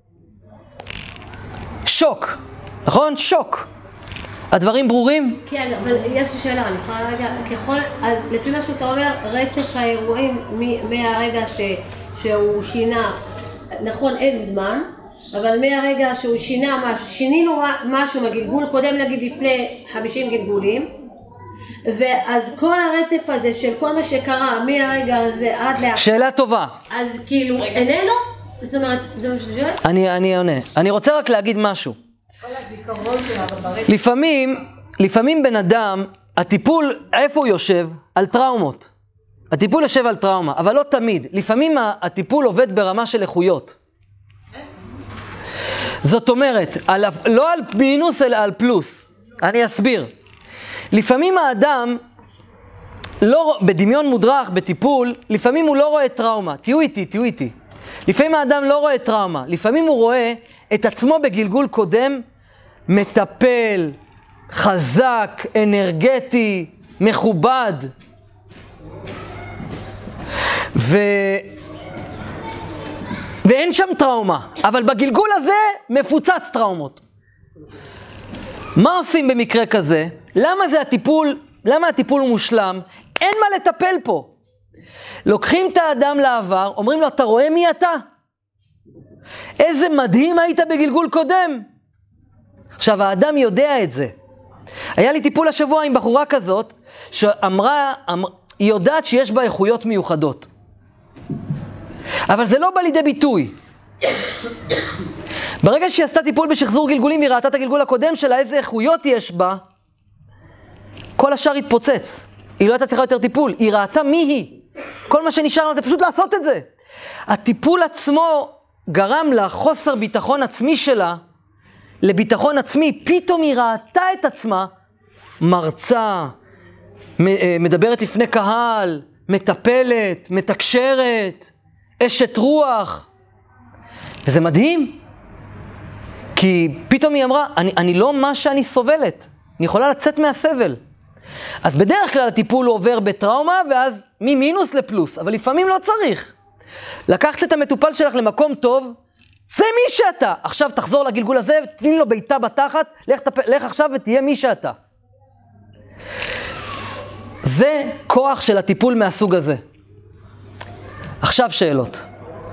שוק, נכון? שוק. הדברים ברורים? כן, אבל יש לי שאלה, אני יכולה רגע, אז לפי מה שאתה אומר, רצף האירועים מהרגע שהוא שינה, נכון אין זמן, אבל מהרגע שהוא שינה משהו, שינינו משהו מגלגול קודם נגיד לפני 50 גלגולים, ואז כל הרצף הזה של כל מה שקרה מהרגע הזה עד לאחר... שאלה טובה. אז כאילו, איננו? זאת אומרת, זה מה שאתה שואל? אני עונה. אני רוצה רק להגיד משהו. לפעמים בן אדם, הטיפול, איפה הוא יושב? על טראומות. הטיפול יושב על טראומה, אבל לא תמיד. לפעמים הטיפול עובד ברמה של איכויות. זאת אומרת, לא על מינוס אלא על פלוס. אני אסביר. לפעמים האדם, בדמיון מודרך, בטיפול, לפעמים הוא לא רואה טראומה. תהיו איתי. לפעמים האדם לא רואה טראומה. לפעמים הוא רואה את עצמו בגלגול קודם, מטפל, חזק, אנרגטי, מכובד. ואין שם טראומה, אבל בגלגול הזה מפוצץ טראומות. מה עושים במקרה כזה? למה הטיפול הוא מושלם? אין מה לטפל פה. לוקחים את האדם לעבר, אומרים לו, אתה רואה מי אתה? איזה מדהים היית בגלגול קודם. עכשיו, האדם יודע את זה. היה לי טיפול השבוע עם בחורה כזאת, שאמרה, היא יודעת שיש בה איכויות מיוחדות. אבל זה לא בא לידי ביטוי. ברגע שהיא עשתה טיפול בשחזור גלגולים, היא ראתה את הגלגול הקודם שלה, איזה איכויות יש בה, כל השאר התפוצץ. היא לא הייתה צריכה יותר טיפול, היא ראתה מי היא. כל מה שנשאר לה זה פשוט לעשות את זה. הטיפול עצמו גרם לחוסר ביטחון עצמי שלה, לביטחון עצמי, פתאום היא ראתה את עצמה, מרצה, מדברת לפני קהל, מטפלת, מתקשרת, אשת רוח. וזה מדהים, כי פתאום היא אמרה, אני לא מה שאני סובלת, אני יכולה לצאת מהסבל. אז בדרך כלל הטיפול הוא עובר בטראומה, ואז ממינוס לפלוס, אבל לפעמים לא צריך. לקחת את המטופל שלך למקום טוב, זה מי שאתה. עכשיו תחזור לגלגול הזה, תני לו ביתה בתחת, לך עכשיו ותהיה מי שאתה. זה כוח של הטיפול מהסוג הזה. עכשיו שאלות.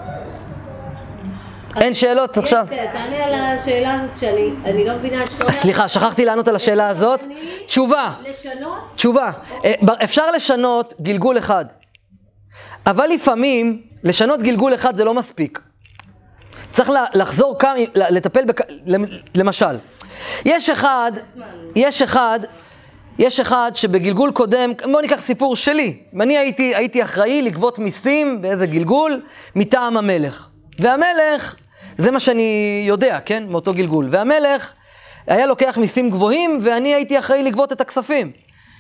אין שאלות עכשיו? תענה על השאלה הזאת שאני לא מבינה את שאלה. סליחה, שכחתי לענות על השאלה הזאת. תשובה. לשנות? תשובה. אפשר לשנות גלגול אחד. אבל לפעמים, לשנות גלגול אחד זה לא מספיק. צריך לחזור כמה, לטפל למשל. יש אחד שבגלגול קודם, בואו ניקח סיפור שלי. אני הייתי אחראי לגבות מיסים באיזה גלגול מטעם המלך. והמלך, זה מה שאני יודע, כן? מאותו גלגול. והמלך היה לוקח מיסים גבוהים, ואני הייתי אחראי לגבות את הכספים.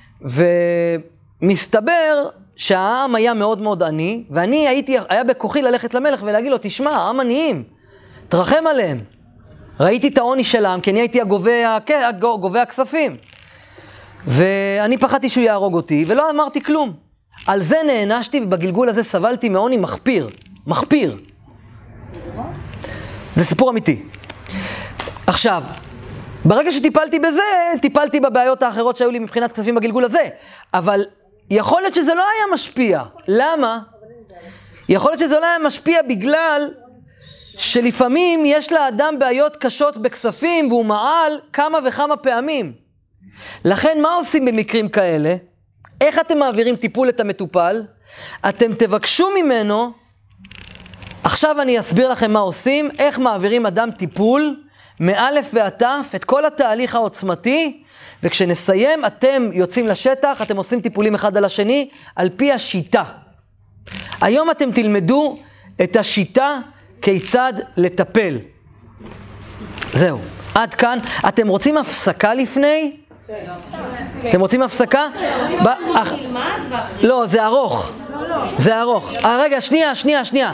ומסתבר שהעם היה מאוד מאוד עני, ואני היה בכוחי ללכת למלך ולהגיד לו, תשמע, העם עניים, תרחם עליהם. ראיתי את העוני של העם, כי אני הייתי הגובה הכספים. ואני פחדתי שהוא יהרוג אותי, ולא אמרתי כלום. על זה נענשתי, ובגלגול הזה סבלתי מעוני מחפיר. זה סיפור אמיתי. עכשיו, ברגע שטיפלתי בזה, טיפלתי בבעיות האחרות שהיו לי מבחינת כספים בגלגול הזה. אבל יכול להיות שזה לא היה משפיע. למה? יכול להיות שזה לא היה משפיע בגלל שלפעמים יש לאדם בעיות קשות בכספים, והוא מעל כמה וכמה פעמים. לכן מה עושים במקרים כאלה? איך אתם מעבירים טיפול את המטופל? אתם תבקשו ממנו, עכשיו אני אסביר לכם מה עושים, איך מעבירים אדם טיפול, מאלף ועד תף, את כל התהליך העוצמתי, וכשנסיים אתם יוצאים לשטח, אתם עושים טיפולים אחד על השני, על פי השיטה. היום אתם תלמדו את השיטה כיצד לטפל. זהו, עד כאן. אתם רוצים הפסקה לפני? אתם רוצים הפסקה? לא, זה ארוך. זה ארוך. רגע, שנייה.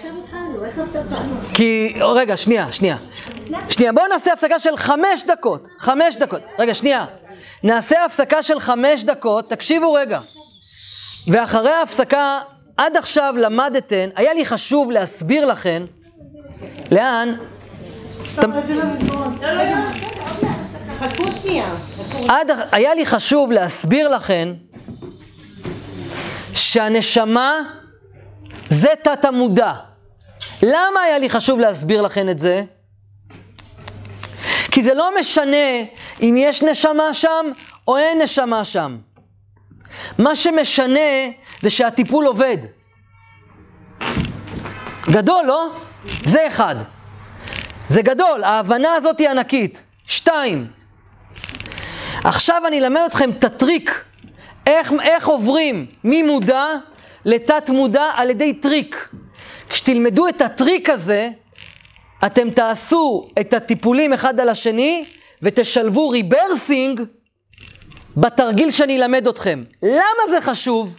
כי, רגע, שנייה. בואו נעשה הפסקה של 5 דקות. 5 דקות. רגע, שנייה. נעשה הפסקה של 5 דקות. תקשיבו רגע. ואחרי ההפסקה, עד עכשיו למדתן, היה לי חשוב להסביר לכן, לאן? חכו שנייה. היה לי חשוב להסביר לכן, שהנשמה זה תת המודע. למה היה לי חשוב להסביר לכן את זה? כי זה לא משנה אם יש נשמה שם או אין נשמה שם. מה שמשנה זה שהטיפול עובד. גדול, לא? זה 1. זה גדול, ההבנה הזאת היא ענקית. 2. עכשיו אני אלמד אתכם את הטריק. איך עוברים ממודע לתת מודע על ידי טריק. כשתלמדו את הטריק הזה, אתם תעשו את הטיפולים אחד על השני, ותשלבו ריברסינג בתרגיל שאני אלמד אתכם. למה זה חשוב?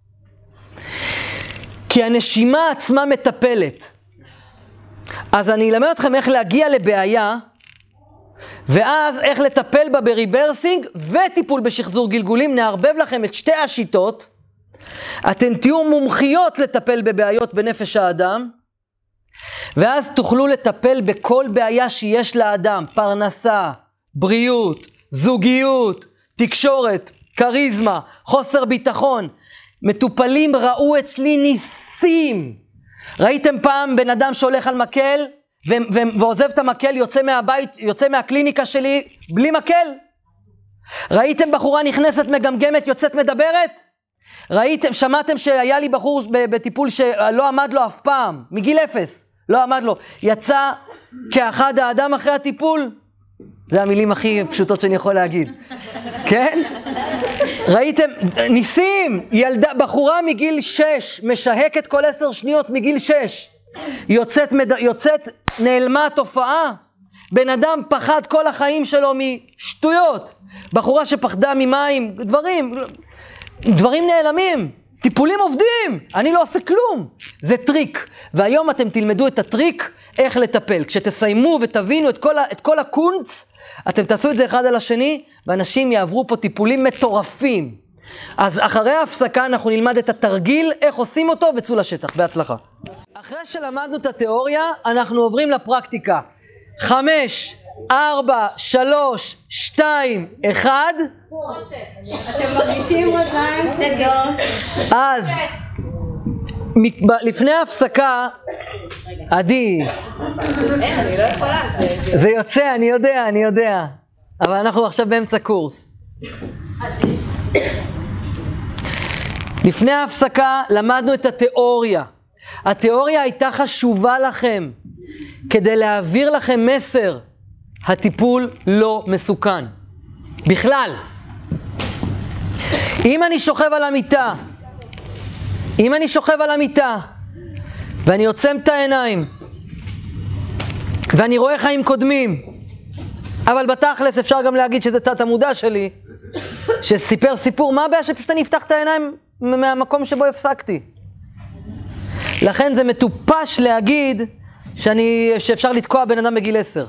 כי הנשימה עצמה מטפלת. אז אני אלמד אתכם איך להגיע לבעיה, ואז איך לטפל בה בריברסינג וטיפול בשחזור גלגולים. נערבב לכם את שתי השיטות. אתן תהיו מומחיות לטפל בבעיות בנפש האדם, ואז תוכלו לטפל בכל בעיה שיש לאדם. פרנסה, בריאות, זוגיות, תקשורת, קריזמה, חוסר ביטחון. מטופלים ראו אצלי ניסים. ראיתם פעם בן אדם שהולך על מקל ועוזב את המקל, יוצא מהבית, יוצא מהקליניקה שלי בלי מקל? ראיתם בחורה נכנסת מגמגמת, יוצאת מדברת? ראיתם, שמעתם שהיה לי בחור בטיפול שלא עמד לו אף פעם, מגיל 0, לא עמד לו, יצא כאחד האדם אחרי הטיפול? זה המילים הכי פשוטות שאני יכול להגיד. כן? ראיתם, ניסים, בחורה מגיל 6, משהקת כל 10 שניות מגיל 6, יוצאת, נעלמה התופעה. בן אדם פחד כל החיים שלו משטויות, בחורה שפחדה ממים, דברים נעלמים, טיפולים עובדים, אני לא עושה כלום. זה טריק, והיום אתם תלמדו את הטריק איך לטפל. כשתסיימו ותבינו את כל הקונץ, אתם תעשו את זה אחד על השני, ואנשים יעברו פה טיפולים מטורפים. אז אחרי ההפסקה אנחנו נלמד את התרגיל, איך עושים אותו, וצאו לשטח, בהצלחה. אחרי שלמדנו את התיאוריה, אנחנו עוברים לפרקטיקה. 5, 4, 3, 2, 1. אתם מרגישים רגליים שקט. אז, לפני ההפסקה, עדי, אני לא יכולה, זה יוצא, אני יודע. אבל אנחנו עכשיו באמצע קורס. לפני ההפסקה למדנו את התיאוריה. התיאוריה הייתה חשובה לכם, כדי להעביר לכם מסר. הטיפול לא מסוכן. בכלל. אם אני שוכב על המיטה, ואני עוצם את העיניים, ואני רואה חיים קודמים, אבל בתכלס אפשר גם להגיד שזה תת המודע שלי, שסיפר סיפור, מה הבעיה שפשוט אני אפתח את העיניים מהמקום שבו הפסקתי? לכן זה מטופש להגיד שאפשר לתקוע בן אדם בגיל 10.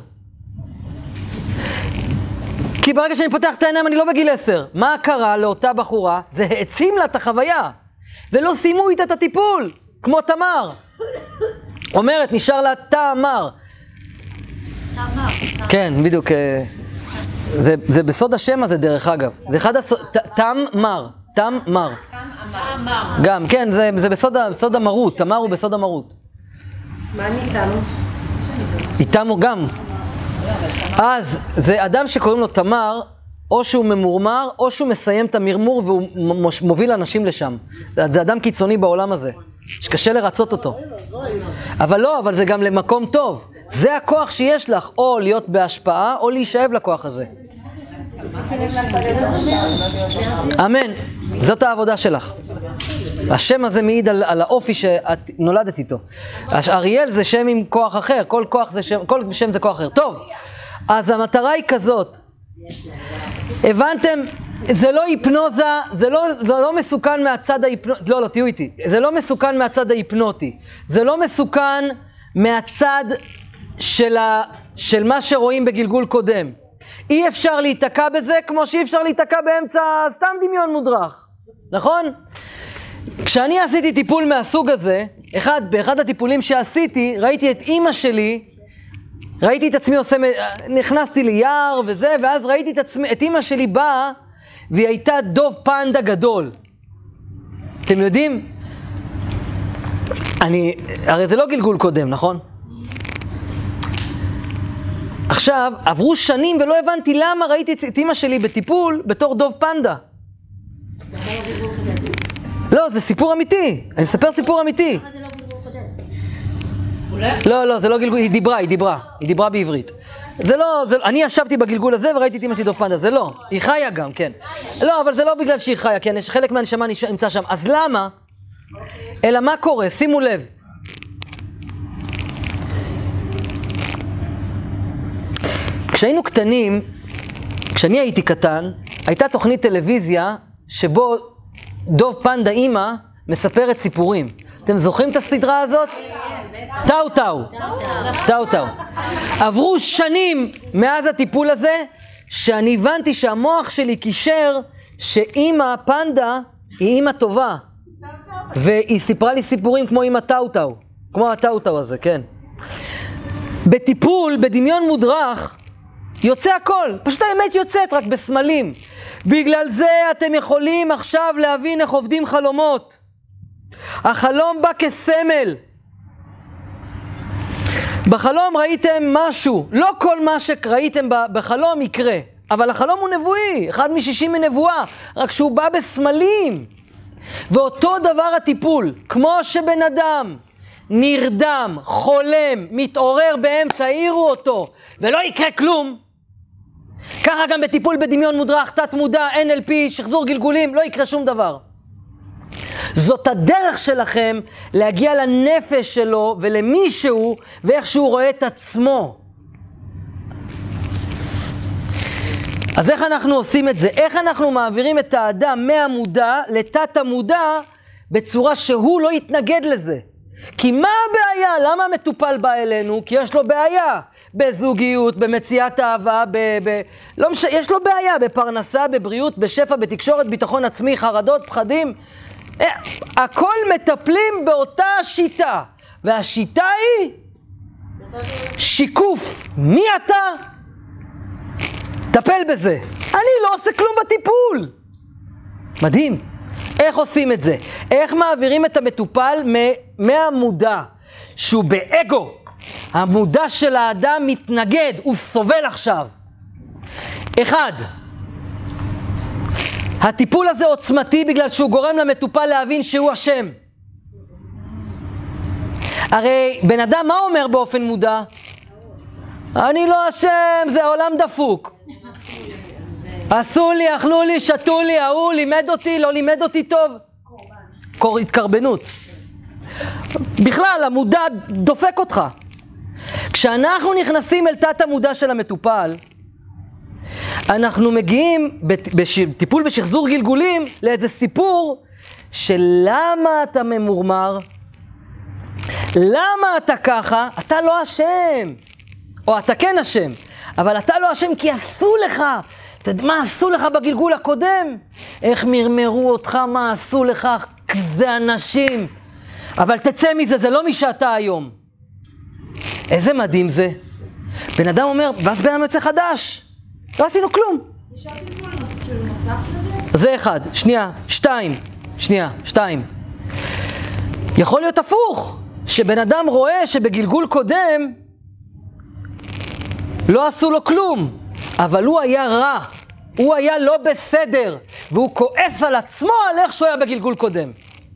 כי ברגע שאני פותח את העיניים אני לא בגיל 10. מה קרה לאותה בחורה? זה העצים לה את החוויה. ולא סיימו איתה את הטיפול, כמו תמר. אומרת, נשאר לה תמר. כן, בדיוק. זה בסוד השם הזה דרך אגב. זה אחד תמר. גם, כן, זה בסוד המרות. תמר הוא בסוד המרות. מה ניתנו? איתנו גם. אז זה אדם שקוראים לו תמר, או שהוא ממורמר, או שהוא מסיים את המרמור והוא מוביל אנשים לשם. זה אדם קיצוני בעולם הזה, שקשה לרצות אותו. אבל זה גם למקום טוב. זה הכוח שיש לך, או להיות בהשפעה, או להישאב לכוח הזה. אמן. זאת העבודה שלך. השם הזה מעיד על האופי שאת נולדת איתו. אריאל זה שם עם כוח אחר, כל שם זה כוח אחר. טוב, אז המטרה היא כזאת. הבנתם? זה לא היפנוזה, זה לא מסוכן מהצד ההיפנוטי, לא, תהיו איתי. זה לא מסוכן מהצד ההיפנוטי. זה לא מסוכן מהצד של מה שרואים בגלגול קודם. אי אפשר להיתקע בזה כמו שאי אפשר להיתקע באמצע סתם דמיון מודרך. נכון? כשאני עשיתי טיפול מהסוג הזה, באחד הטיפולים שעשיתי, ראיתי את אמא שלי, ראיתי את עצמי נכנסתי ליער וזה, ואז ראיתי את אמא שלי באה, והיא הייתה דוב פנדה גדול. אתם יודעים? הרי זה לא גלגול קודם, נכון? עכשיו, עברו שנים ולא הבנתי למה ראיתי את אמא שלי בטיפול בתור דוב פנדה. לא, זה סיפור אמיתי. אני מספר סיפור אמיתי. לא, זה לא גלגול, היא דיברה בעברית. זה לא, אני ישבתי בגלגול הזה וראיתי את אמא שלי דוב פנדה, זה לא. היא חיה גם, כן. לא, אבל זה לא בגלל שהיא חיה, כן, חלק מהנשמה נמצא שם. אז למה? אלא מה קורה? שימו לב. כשהיינו קטנים, כשאני הייתי קטן, הייתה תוכנית טלוויזיה שבו דוב פנדה אמא מספרת סיפורים. אתם זוכרים את הסדרה הזאת? טאו. עברו שנים מאז הטיפול הזה, שאני הבנתי שהמוח שלי קישר שאמא פנדה היא אמא טובה. והיא סיפרה לי סיפורים כמו אמא טאו. כמו הטאו הזה, כן. בטיפול, בדמיון מודרך, יוצא הכל. פשוט האמת יוצאת, רק בסמלים. בגלל זה אתם יכולים עכשיו להבין איך עובדים חלומות. החלום בא כסמל. בחלום ראיתם משהו. לא כל מה שראיתם בחלום יקרה. אבל החלום הוא נבואי. 1 מ-60 מנבואה. רק שהוא בא בסמלים. ואותו דבר הטיפול. כמו שבן אדם נרדם, חולם, מתעורר באמצע, העירו אותו, ולא יקרה כלום. ככה גם בטיפול בדמיון מודרך, תת מודע, NLP, שחזור גלגולים, לא יקרה שום דבר. זאת הדרך שלכם להגיע לנפש שלו ולמישהו ואיך שהוא רואה את עצמו. אז איך אנחנו עושים את זה? איך אנחנו מעבירים את האדם מהמודע לתת המודע בצורה שהוא לא יתנגד לזה? כי מה הבעיה? למה המטופל בא אלינו? כי יש לו בעיה בזוגיות, במציאת אהבה, לא יש לו בעיה בפרנסה, בבריאות, בשפע, בתקשורת, ביטחון עצמי, חרדות, פחדים. הכל מטפלים באותה שיטה. והשיטה היא שיקוף. מי אתה? טפל בזה. אני לא עושה כלום בטיפול. מדהים. איך עושים את זה? איך מעבירים את המטופל מהמודע, שהוא באגו, המודע של האדם מתנגד, הוא סובל עכשיו. 1. הטיפול הזה עוצמתי בגלל שהוא גורם למטופל להבין שהוא אשם. הרי בן אדם מה אומר באופן מודע? אני לא אשם, זה העולם דפוק. עשו לי, אכלו לי, שתו לי, ההוא לימד אותי, לא לימד אותי טוב. התקרבנות. בכלל, המודע דופק אותך. כשאנחנו נכנסים אל תת המודע של המטופל, אנחנו מגיעים בטיפול בשחזור גלגולים לאיזה סיפור של למה אתה ממורמר, למה אתה ככה, אתה לא אשם, או אתה כן אשם, אבל אתה לא אשם כי עשו לך. אתה יודע מה עשו לך בגלגול הקודם? איך מרמרו אותך, מה עשו לך, כזה אנשים. אבל תצא מזה, זה לא מי שאתה היום. איזה מדהים זה. בן אדם אומר, ואז בן אדם יוצא חדש. לא עשינו כלום. זה 1. שנייה, 2. יכול להיות הפוך. שבן אדם רואה שבגלגול קודם לא עשו לו כלום. אבל הוא היה רע, הוא היה לא בסדר, והוא כועס על עצמו על איך שהוא היה בגלגול קודם.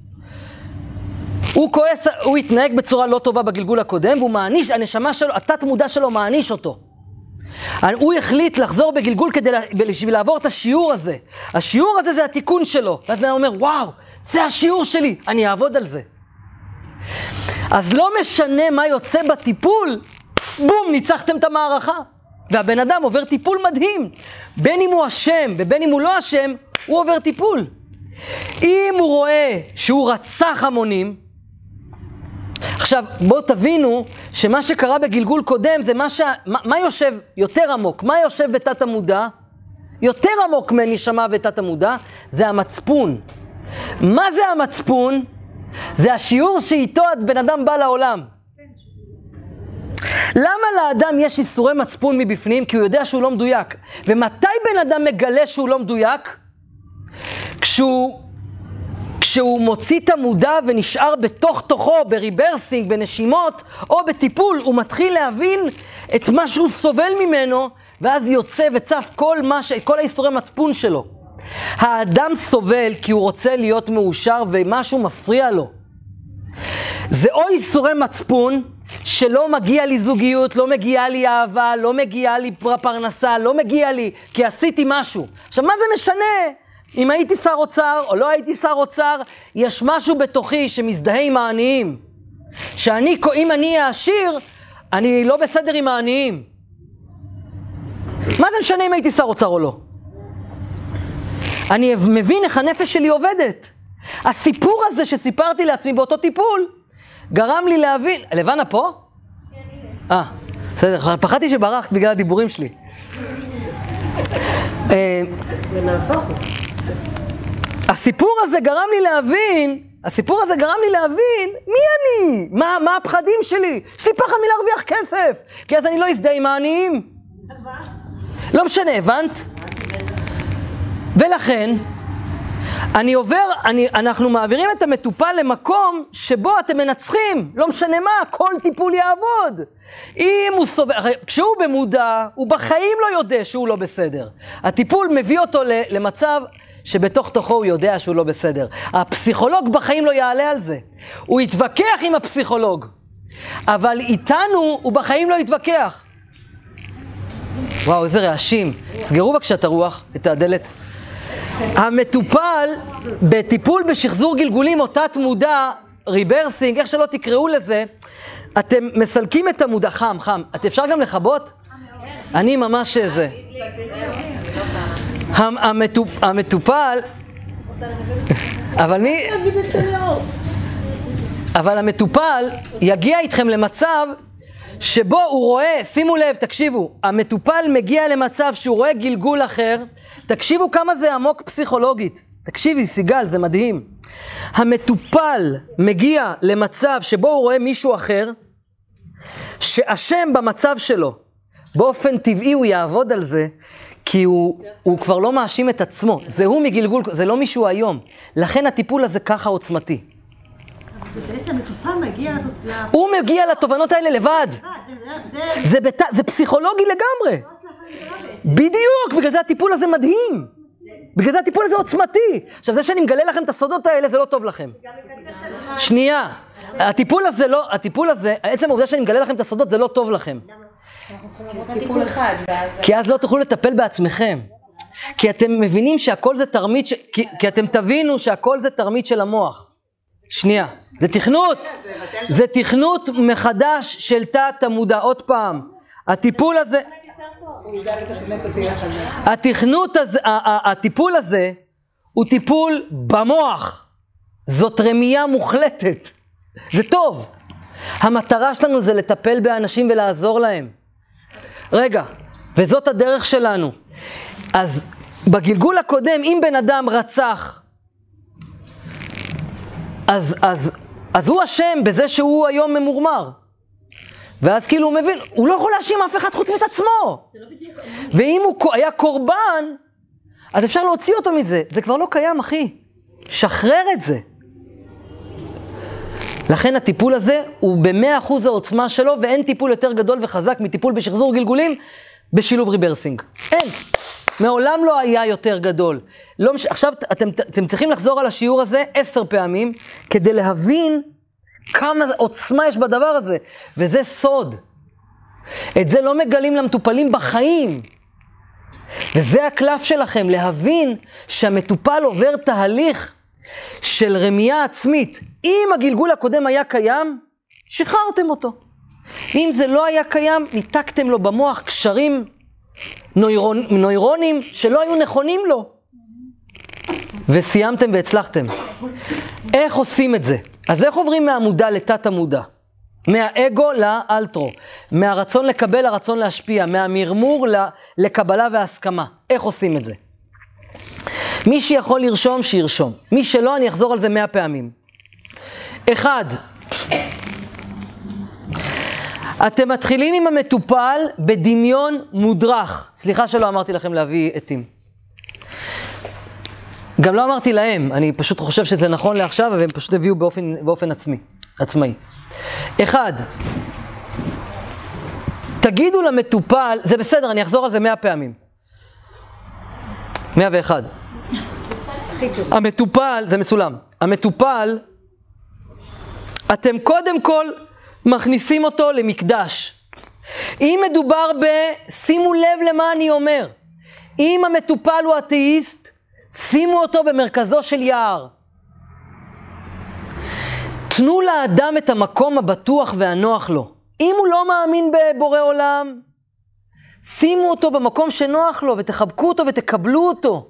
הוא התנהג בצורה לא טובה בגלגול הקודם, והוא מעניש, הנשמה שלו, התת מודע שלו מעניש אותו. הוא החליט לחזור בגלגול בשביל לעבור את השיעור הזה. השיעור הזה זה התיקון שלו. ואז הוא אומר, וואו, זה השיעור שלי, אני אעבוד על זה. אז לא משנה מה יוצא בטיפול, בום, ניצחתם את המערכה. והבן אדם עובר טיפול מדהים. בין אם הוא אשם ובין אם הוא לא אשם, הוא עובר טיפול. אם הוא רואה שהוא רצח המונים, עכשיו בואו תבינו שמה שקרה בגלגול קודם זה מה יושב יותר עמוק, מה יושב בתת המודע, יותר עמוק מנשמה ותת המודע, זה המצפון. מה זה המצפון? זה השיעור שאיתו בן אדם בא לעולם. למה לאדם יש איסורי מצפון מבפנים? כי הוא יודע שהוא לא מדויק. ומתי בן אדם מגלה שהוא לא מדויק? כשהוא מוציא את המודע ונשאר בתוך תוכו, בריברסינג, בנשימות, או בטיפול, הוא מתחיל להבין את מה שהוא סובל ממנו, ואז יוצא וצף כל האיסורי מצפון שלו. האדם סובל כי הוא רוצה להיות מאושר ומשהו מפריע לו. זה או איסורי מצפון שלא מגיע לי זוגיות, לא מגיע לי אהבה, לא מגיע לי פרנסה, לא מגיע לי כי עשיתי משהו. עכשיו מה זה משנה? אם הייתי שר אוצר או לא הייתי שר אוצר, יש משהו בתוכי שמזדהה עם העניים. אם אני אהיה עשיר, אני לא בסדר עם העניים. מה זה משנה אם הייתי שר אוצר או לא? אני מבין איך הנפש שלי עובדת. הסיפור הזה שסיפרתי לעצמי באותו טיפול, גרם לי להבין... לבנה פה? בסדר, פחדתי שברחת בגלל הדיבורים שלי. הסיפור הזה גרם לי להבין מי אני? מה הפחדים שלי? יש לי פחד מלהרוויח כסף, כי אז אני לא אזדהה עם העניים. לא משנה, הבנת? ולכן, אנחנו מעבירים את המטופל למקום שבו אתם מנצחים, לא משנה מה, כל טיפול יעבוד. אם הוא כשהוא במודע, הוא בחיים לא יודע שהוא לא בסדר. הטיפול מביא אותו למצב שבתוך תוכו הוא יודע שהוא לא בסדר. הפסיכולוג בחיים לא יעלה על זה. הוא יתווכח עם הפסיכולוג, אבל איתנו הוא בחיים לא יתווכח. וואו, איזה רעשים. סגרו בבקשה את הרוח, את הדלת. המטופל בטיפול בשחזור גלגולים או תת מודע, ריברסינג, איך שלא תקראו לזה, אתם מסלקים את המודע, חם, אפשר גם לחבות? אני ממש זה. המטופל, אבל המטופל יגיע איתכם למצב שבו הוא רואה, שימו לב, תקשיבו, המטופל מגיע למצב שהוא רואה גלגול אחר, תקשיבו כמה זה עמוק פסיכולוגית, תקשיבי סיגל, זה מדהים. המטופל מגיע למצב שבו הוא רואה מישהו אחר, שאשם במצב שלו, באופן טבעי הוא יעבוד על זה, כי הוא כבר לא מאשים את עצמו, זה הוא מגלגול, זה לא מישהו היום, לכן הטיפול הזה ככה עוצמתי. זה בעצם מטופל מגיע לתוצאה. הוא מגיע לתובנות האלה לבד. זה פסיכולוגי לגמרי. בדיוק, בגלל זה הטיפול הזה מדהים. בגלל זה הטיפול הזה עוצמתי. עכשיו, זה שאני מגלה לכם את הסודות האלה, זה לא טוב לכם. שנייה, הטיפול הזה, עצם העובדה שאני מגלה לכם את הסודות, זה לא טוב לכם. טיפול אחד, כי אז לא תוכלו לטפל בעצמכם. כי אתם מבינים שהכל זה תרמית, כי אתם תבינו שהכל זה תרמית של המוח. שנייה, זה תכנות מחדש של תת המודע. עוד פעם, הטיפול הזה, הטיפול הזה הוא טיפול במוח, זאת רמייה מוחלטת, זה טוב. המטרה שלנו זה לטפל באנשים ולעזור להם. רגע, וזאת הדרך שלנו. אז בגלגול הקודם, אם בן אדם רצח, אז הוא אשם בזה שהוא היום ממורמר. ואז כאילו הוא מבין, הוא לא יכול להאשים אף אחד חוץ מאת עצמו. ואם הוא היה קורבן, אז אפשר להוציא אותו מזה. זה כבר לא קיים, אחי. שחרר את זה. לכן הטיפול הזה הוא ב100% העוצמה שלו, ואין טיפול יותר גדול וחזק מטיפול בשחזור גלגולים בשילוב ריברסינג. אין. מעולם לא היה יותר גדול. עכשיו אתם צריכים לחזור על השיעור הזה 10 פעמים, כדי להבין כמה עוצמה יש בדבר הזה. וזה סוד. את זה לא מגלים למטופלים בחיים. וזה הקלף שלכם, להבין שהמטופל עובר תהליך של רמייה עצמית. אם הגלגול הקודם היה קיים, שחררתם אותו. אם זה לא היה קיים, ניתקתם לו במוח קשרים נוירונים שלא היו נכונים לו. וסיימתם והצלחתם. איך עושים את זה? אז איך עוברים מהמודע לתת המודע? מהאגו לאלטרו. מהרצון לקבל לרצון להשפיע. מהמרמור לקבלה והסכמה. איך עושים את זה? מי שיכול לרשום, שירשום. מי שלא, אני אחזור על זה 100 פעמים. 1. אתם מתחילים עם המטופל בדמיון מודרך. סליחה שלא אמרתי לכם להביא עתים. גם לא אמרתי להם, אני פשוט חושב שזה נכון לעכשיו, והם פשוט הביאו באופן עצמאי. 1. תגידו למטופל, זה בסדר, אני אחזור על זה 100 פעמים. 101. המטופל, זה מצולם. המטופל, אתם קודם כל מכניסים אותו למקדש. אם מדובר שימו לב למה אני אומר. אם המטופל הוא אתאיסט, שימו אותו במרכזו של יער. תנו לאדם את המקום הבטוח והנוח לו. אם הוא לא מאמין בבורא עולם, שימו אותו במקום שנוח לו ותחבקו אותו ותקבלו אותו.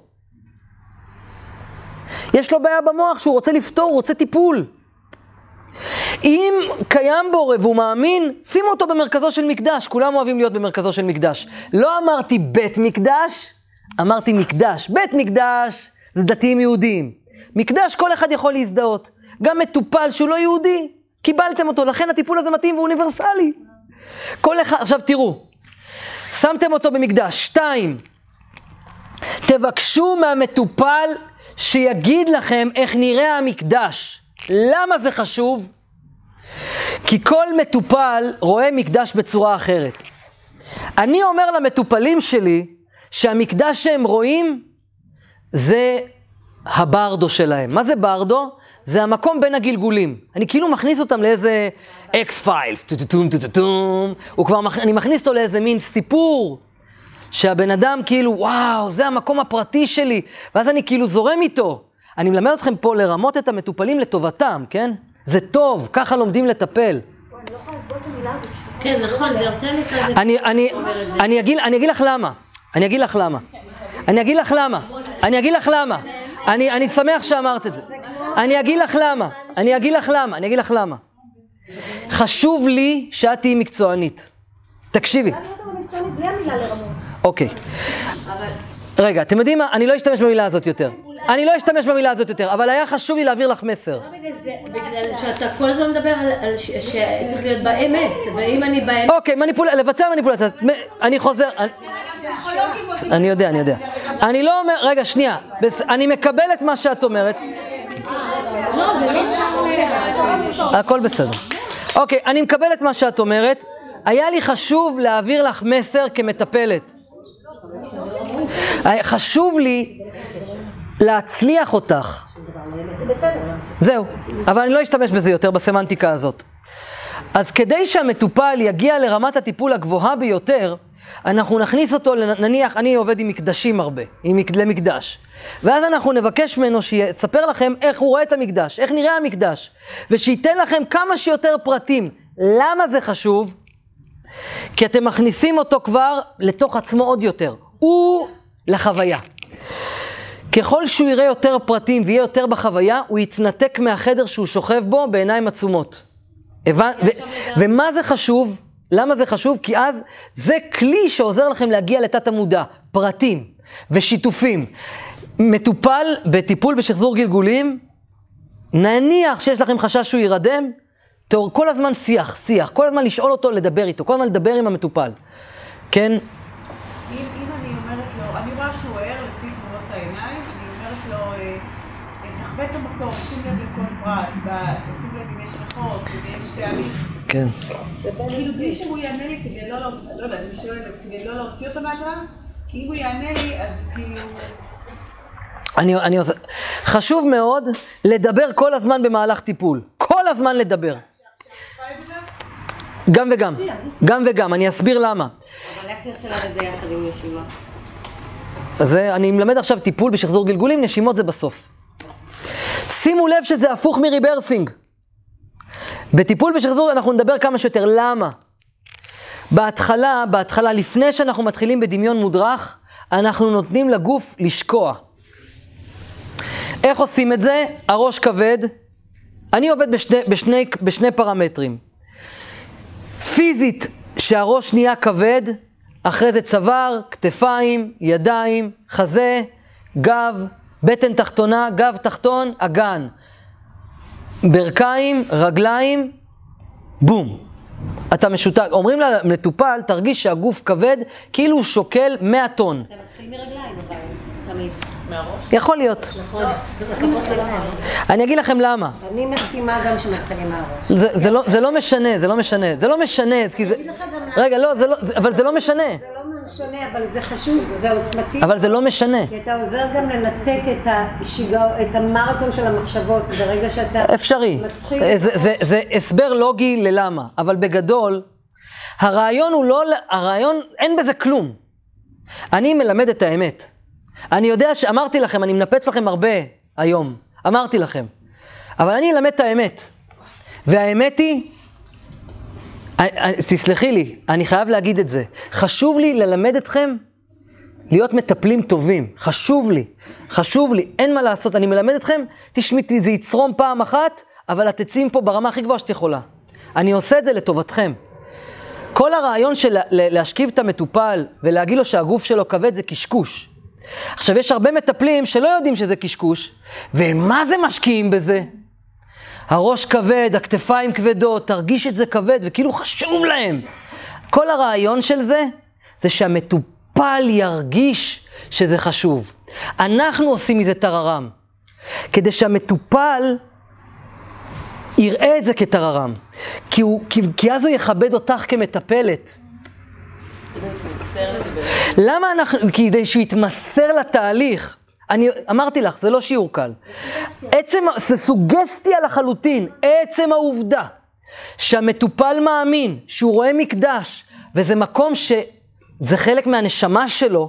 יש לו בעיה במוח שהוא רוצה לפתור, הוא רוצה טיפול. אם קיים בורא והוא מאמין, שימו אותו במרכזו של מקדש. כולם אוהבים להיות במרכזו של מקדש. לא אמרתי בית מקדש, אמרתי מקדש. בית מקדש זה דתיים יהודיים. מקדש כל אחד יכול להזדהות. גם מטופל שהוא לא יהודי, קיבלתם אותו. לכן הטיפול הזה מתאים ואוניברסלי. כל אחד, עכשיו תראו. שמתם אותו במקדש. 2. תבקשו מהמטופל שיגיד לכם איך נראה המקדש. למה זה חשוב? כי כל מטופל רואה מקדש בצורה אחרת. אני אומר למטופלים שלי שהמקדש שהם רואים זה הברדו שלהם. מה זה ברדו? זה המקום בין הגלגולים. אני כאילו מכניס אותם לאיזה X-Files, אני מכניס אותו לאיזה מין סיפור שהבן אדם כאילו וואו זה המקום הפרטי שלי, ואז אני כאילו זורם איתו. אני מלמד אתכם פה לרמות את המטופלים לטובתם, כן? זה טוב, ככה לומדים לטפל. אני לא יכולה לסבול את המילה הזאת. כן, נכון, זה עושה לי כזה. אני אגיד לך למה. אני שמח שאמרת את זה. אני אגיד לך למה. חשוב לי שאת תהיי מקצוענית. תקשיבי. בלי המילה לרמות. אוקיי. רגע, אתם יודעים מה? אני לא אשתמש במילה הזאת יותר. אבל היה חשוב לי להעביר לך מסר. בגלל שאתה כל הזמן מדבר על שצריך להיות באמת, ואם אני באמת... אוקיי, לבצע מניפולציה. אני חוזר... אני יודע. אני לא אומר... רגע, שנייה. אני מקבל את מה שאת אומרת. לא, זה לא אפשר... הכל בסדר. אוקיי, אני מקבל את מה שאת אומרת. היה לי חשוב להעביר לך מסר כמטפלת. חשוב לי להצליח אותך. זהו, אבל אני לא אשתמש בזה יותר בסמנטיקה הזאת. אז כדי שהמטופל יגיע לרמת הטיפול הגבוהה ביותר, אנחנו נכניס אותו, נניח, אני עובד עם מקדשים הרבה, למקדש. ואז אנחנו נבקש ממנו שיספר לכם איך הוא רואה את המקדש, איך נראה המקדש. ושייתן לכם כמה שיותר פרטים. למה זה חשוב? כי אתם מכניסים אותו כבר לתוך עצמו עוד יותר. הוא לחוויה. ככל שהוא יראה יותר פרטים ויהיה יותר בחוויה, הוא יתנתק מהחדר שהוא שוכב בו בעיניים עצומות. ומה זה חשוב? למה זה חשוב? כי אז זה כלי שעוזר לכם להגיע לתת המודע, פרטים ושיתופים. מטופל בטיפול בשחזור גלגולים, נניח שיש לכם חשש שהוא ירדם, כל הזמן שיח, כל הזמן לשאול אותו, לדבר איתו, כל הזמן לדבר עם המטופל. כן? אם אני אומרת לו, אני רואה שהוא ער לפי תמונות העיניים, אני אומרת לו, תחווה את המקום, שים לב לכל פרט, תשים לב אם יש ריחות, אם יש טעמים. כן. כאילו בלי שהוא יענה לי כדי לא להוציא, לא יודע, אני שואלת, כדי לא להוציא אותו מהטרנס, כי אם הוא יענה לי, אז כאילו... חשוב מאוד לדבר כל הזמן במהלך טיפול. כל הזמן לדבר. גם וגם, אני אסביר למה. אבל איך נשאלה את זה יחד עם נשימה? אז אני מלמד עכשיו טיפול בשחזור גלגולים, נשימות זה בסוף. שימו לב שזה הפוך מריברסינג. בטיפול בשחזור אנחנו נדבר כמה שיותר. למה? בהתחלה, לפני שאנחנו מתחילים בדמיון מודרך, אנחנו נותנים לגוף לשקוע. איך עושים את זה? הראש כבד. אני עובד בשני פרמטרים. פיזית, שהראש נהיה כבד, אחרי זה צוואר, כתפיים, ידיים, חזה, גב, בטן תחתונה, גב תחתון, אגן. ברכיים, רגליים, בום. אתה משותק. אומרים למטופל, תרגיש שהגוף כבד, כאילו הוא שוקל 100 טון. אתה מתחיל מרגליים, אבל תמיד. מהראש? יכול להיות. נכון, בכבוד שלהם. אני אגיד לכם למה. אני מסכימה גם שמתחילים מהראש. זה לא משנה, כי זה... רגע, לא, אבל זה לא משנה. זה לא משנה, אבל זה חשוב, זה עוצמתי. אבל זה לא משנה. כי אתה עוזר גם לנתק את המרתון של המחשבות, ברגע שאתה אפשרי. מתחיל... זה הסבר לוגי ללמה, אבל בגדול, הרעיון הוא לא... הרעיון, אין בזה כלום. אני מלמד את האמת. אני יודע שאמרתי לכם, אני מנפץ לכם הרבה היום. אמרתי לכם. אבל אני אלמד את האמת. והאמת היא... תסלחי לי, אני חייב להגיד את זה. חשוב לי ללמד אתכם להיות מטפלים טובים. חשוב לי, אין מה לעשות. אני מלמד אתכם, תשמעי, זה יצרום פעם אחת, אבל את תצאים פה ברמה הכי גבוהה שאת יכולה. אני עושה את זה לטובתכם. כל הרעיון של להשכיב את המטופל ולהגיד לו שהגוף שלו כבד זה קשקוש. עכשיו, יש הרבה מטפלים שלא יודעים שזה קשקוש, ומה זה משקיעים בזה? הראש כבד, הכתפיים כבדות, תרגיש את זה כבד, וכאילו חשוב להם. כל הרעיון של זה שהמטופל ירגיש שזה חשוב. אנחנו עושים מזה טררם, כדי שהמטופל יראה את זה כטררם, כי אז הוא יכבד אותך כמטפלת. למה אנחנו, כדי שהוא יתמסר לתהליך. אני אמרתי לך, זה לא שיעור קל. זה סוגסטיה לחלוטין. עצם העובדה שהמטופל מאמין, שהוא רואה מקדש, וזה מקום שזה חלק מהנשמה שלו,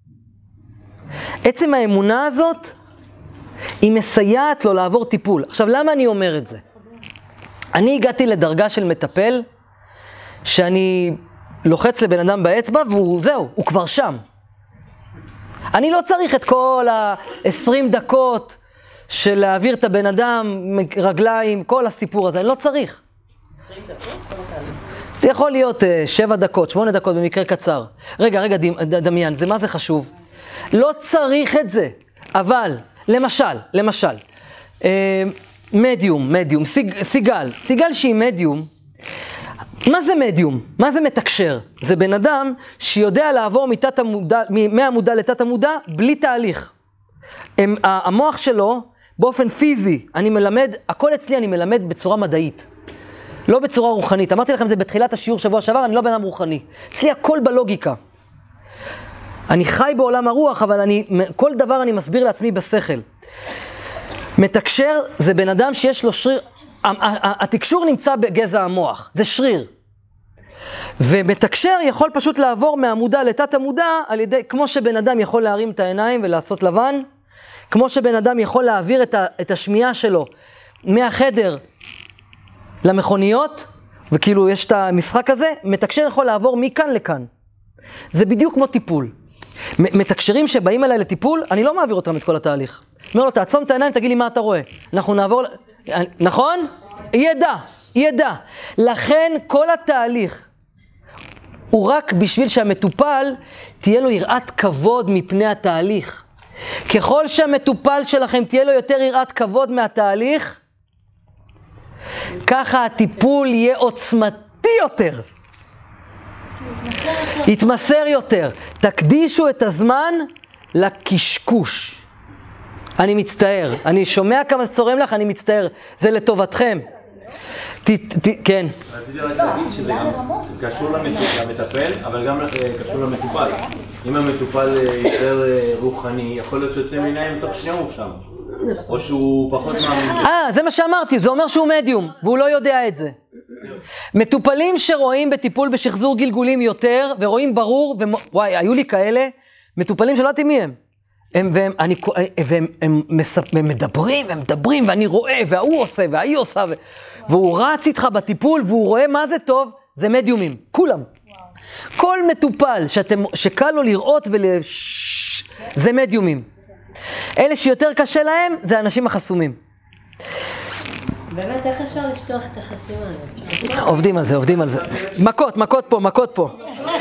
עצם האמונה הזאת, היא מסייעת לו לעבור טיפול. עכשיו, למה אני אומר את זה? אני הגעתי לדרגה של מטפל, שאני לוחץ לבן אדם באצבע, זהו, הוא כבר שם. אני לא צריך את כל ה-20 דקות של להעביר את הבן אדם, רגליים, כל הסיפור הזה, אני לא צריך. 20 דקות? זה יכול להיות 7 דקות, 8 דקות במקרה קצר. רגע, דמיין, מה זה חשוב? לא צריך את זה, אבל, למשל, מדיום, סיגל שהיא מדיום, מה זה מדיום? מה זה מתקשר? זה בן אדם שיודע לעבור מהמודע לתת המודע בלי תהליך. המוח שלו, באופן פיזי, אני מלמד, הכל אצלי אני מלמד בצורה מדעית. לא בצורה רוחנית. אמרתי לכם זה בתחילת השיעור שבוע שעבר, אני לא בן אדם רוחני. אצלי הכל בלוגיקה. אני חי בעולם הרוח, אבל כל דבר אני מסביר לעצמי בשכל. מתקשר זה בן אדם שיש לו שריר, התקשור נמצא בגזע המוח, זה שריר. ומתקשר יכול פשוט לעבור מהמודע לתת המודע, על ידי, כמו שבן אדם יכול להרים את העיניים ולעשות לבן, כמו שבן אדם יכול להעביר את השמיעה שלו מהחדר למכוניות, וכאילו יש את המשחק הזה, מתקשר יכול לעבור מכאן לכאן. זה בדיוק כמו טיפול. מתקשרים שבאים אליי לטיפול, אני לא מעביר אותם את כל התהליך. אומר לו, תעצום את העיניים, תגיד לי מה אתה רואה. אנחנו נעבור... נכון? ידע. לכן כל התהליך הוא רק בשביל שהמטופל תהיה לו יראת כבוד מפני התהליך. ככל שהמטופל שלכם תהיה לו יותר יראת כבוד מהתהליך, ככה הטיפול יהיה עוצמתי יותר. יתמסר יותר. תקדישו את הזמן לקשקוש. אני מצטער. אני שומע כמה זה צורם לך, אני מצטער. זה לטובתכם. כן. רציתי רק להגיד שזה גם קשור למטפל, אבל גם קשור למטופל. אם המטופל יותר רוחני, יכול להיות שיוצא מעיניים תוך שנייה הוא שם. או שהוא פחות מאמין. זה מה שאמרתי, זה אומר שהוא מדיום, והוא לא יודע את זה. מטופלים שרואים בטיפול בשחזור גלגולים יותר, ורואים ברור, וואי, היו לי כאלה, מטופלים שלא יודעים מי הם. הם מדברים, ואני רואה, והוא עושה, והיא עושה, והוא רץ איתך בטיפול, והוא רואה מה זה טוב, זה מדיומים, כולם. כל מטופל שקל לו לראות זה מדיומים. אלה שיותר קשה להם, זה האנשים החסומים. באמת, איך אפשר לשטוח את החסימה הזאת? עובדים על זה. מכות פה.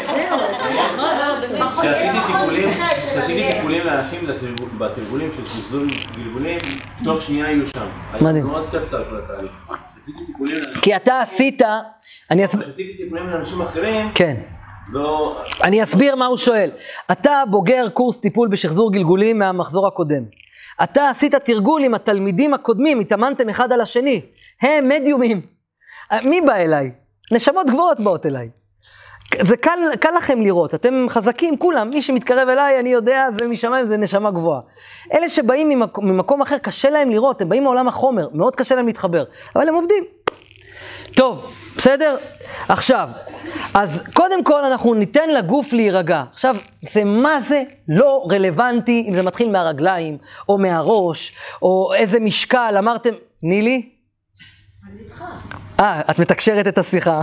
כשעשיתי טיפולים לאנשים בתרגולים של זלזול גלגולים, תוך שנייה היו שם. מדהים. היה מאוד קצר של התהליך. עשיתי טיפולים לאנשים... כי אתה עשית... עשיתי טיפולים לאנשים אחרים... כן. לא... אני אסביר מה הוא שואל. אתה בוגר קורס טיפול בשחזור גלגולים מהמחזור הקודם. אתה עשית תרגול עם התלמידים הקודמים, התאמנתם אחד על השני. הם מדיומים. מי בא אליי? נשמות גבוהות באות אליי. זה קל לכם לראות, אתם חזקים כולם, מי שמתקרב אליי, אני יודע, זה משמיים, זה נשמה גבוהה. אלה שבאים ממקום אחר, קשה להם לראות, הם באים מעולם החומר, מאוד קשה להם להתחבר, אבל הם עובדים. טוב, בסדר? עכשיו, אז קודם כל אנחנו ניתן לגוף להירגע. עכשיו, זה מה זה לא רלוונטי, אם זה מתחיל מהרגליים, או מהראש, או איזה משקל, אמרתם, נילי? אני איתך. את מתקשרת את השיחה.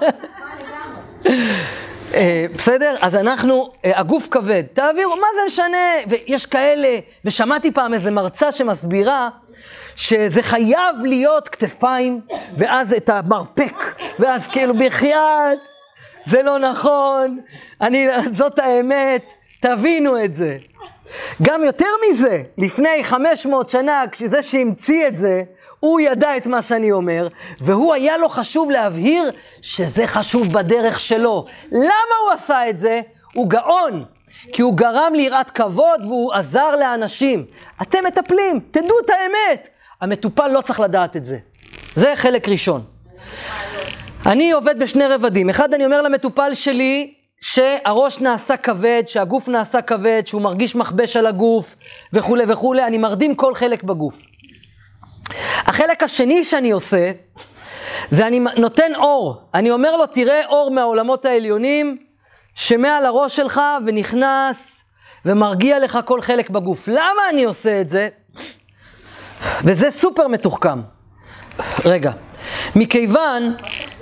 בסדר? אז אנחנו, הגוף כבד, תעבירו, מה זה משנה? ויש כאלה, ושמעתי פעם איזה מרצה שמסבירה, שזה חייב להיות כתפיים, ואז את המרפק, ואז כאילו בחייאת, זה לא נכון, זאת האמת, תבינו את זה. גם יותר מזה, לפני 500 שנה, כשזה שהמציא את זה, הוא ידע את מה שאני אומר, והוא היה לו חשוב להבהיר שזה חשוב בדרך שלו. למה הוא עשה את זה? הוא גאון, כי הוא גרם ליראת כבוד והוא עזר לאנשים. אתם מטפלים, תדעו את האמת. המטופל לא צריך לדעת את זה. זה חלק ראשון. אני עובד בשני רבדים. אחד, אני אומר למטופל שלי שהראש נעשה כבד, שהגוף נעשה כבד, שהוא מרגיש מכבש על הגוף וכו' וכו'. אני מרדים כל חלק בגוף. החלק השני שאני עושה, זה אני נותן אור. אני אומר לו, תראה אור מהעולמות העליונים, שמעל הראש שלך ונכנס ומרגיע לך כל חלק בגוף. למה אני עושה את זה? וזה סופר מתוחכם. רגע, מכיוון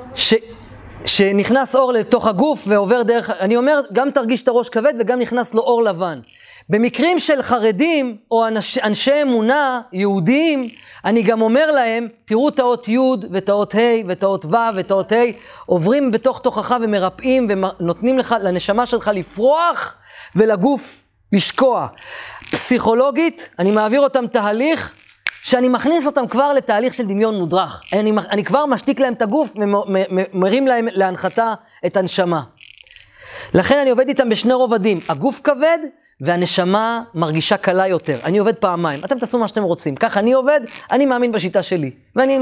שנכנס אור לתוך הגוף ועובר דרך, אני אומר, גם תרגיש את הראש כבד וגם נכנס לו אור לבן. במקרים של חרדים או אנשי אמונה יהודיים, אני גם אומר להם, תראו את האות י' ואת האות ה' ואת האות ו' ואת האות ה', עוברים בתוך תוכך ומרפאים ונותנים לך, לנשמה שלך לפרוח ולגוף לשקוע. פסיכולוגית, אני מעביר אותם תהליך, שאני מכניס אותם כבר לתהליך של דמיון מודרך. אני כבר משתיק להם את הגוף ומרים להם להנחתה את הנשמה. לכן אני עובד איתם בשני רובדים, הגוף כבד, והנשמה מרגישה קלה יותר. אני עובד פעמיים. אתם תעשו מה שאתם רוצים. כך אני עובד, אני מאמין בשיטה שלי.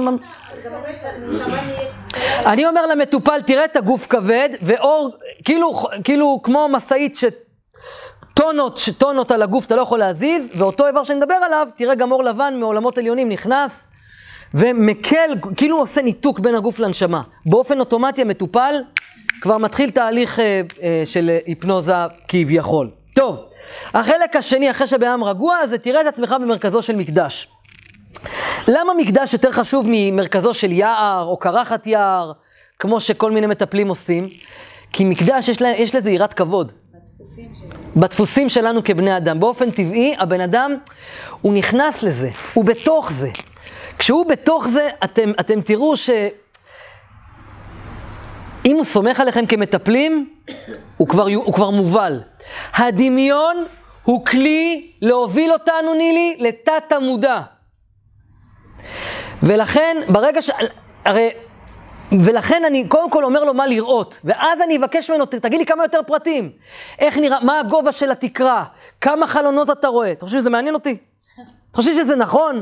אני אומר למטופל, תראה את הגוף כבד, ואור, כאילו כמו מסעית טונות על הגוף אתה לא יכול להזיז, ואותו איבר שאני מדבר עליו, תראה גם אור לבן מעולמות עליונים נכנס, ומקל, כאילו עושה ניתוק בין הגוף לנשמה. באופן אוטומטי המטופל כבר מתחיל תהליך של היפנוזה כביכול. טוב, החלק השני, אחרי שבעם רגוע, זה תראה את עצמך במרכזו של מקדש. למה מקדש יותר חשוב ממרכזו של יער או קרחת יער, כמו שכל מיני מטפלים עושים? כי מקדש יש לזה יראת כבוד. בדפוסים שלנו כבני אדם. באופן טבעי, הבן אדם, הוא נכנס לזה, הוא בתוך זה. כשהוא בתוך זה, אתם תראו ש... אם הוא סומך עליכם כמטפלים, הוא כבר מובל. הדמיון הוא כלי להוביל אותנו, נילי, לתת המודע. ולכן, ולכן אני קודם כל אומר לו מה לראות, ואז אני אבקש ממנו, תגיד לי כמה יותר פרטים. איך נראה, מה הגובה של התקרה, כמה חלונות אתה רואה. אתה חושב שזה מעניין אותי? אתה חושב שזה נכון?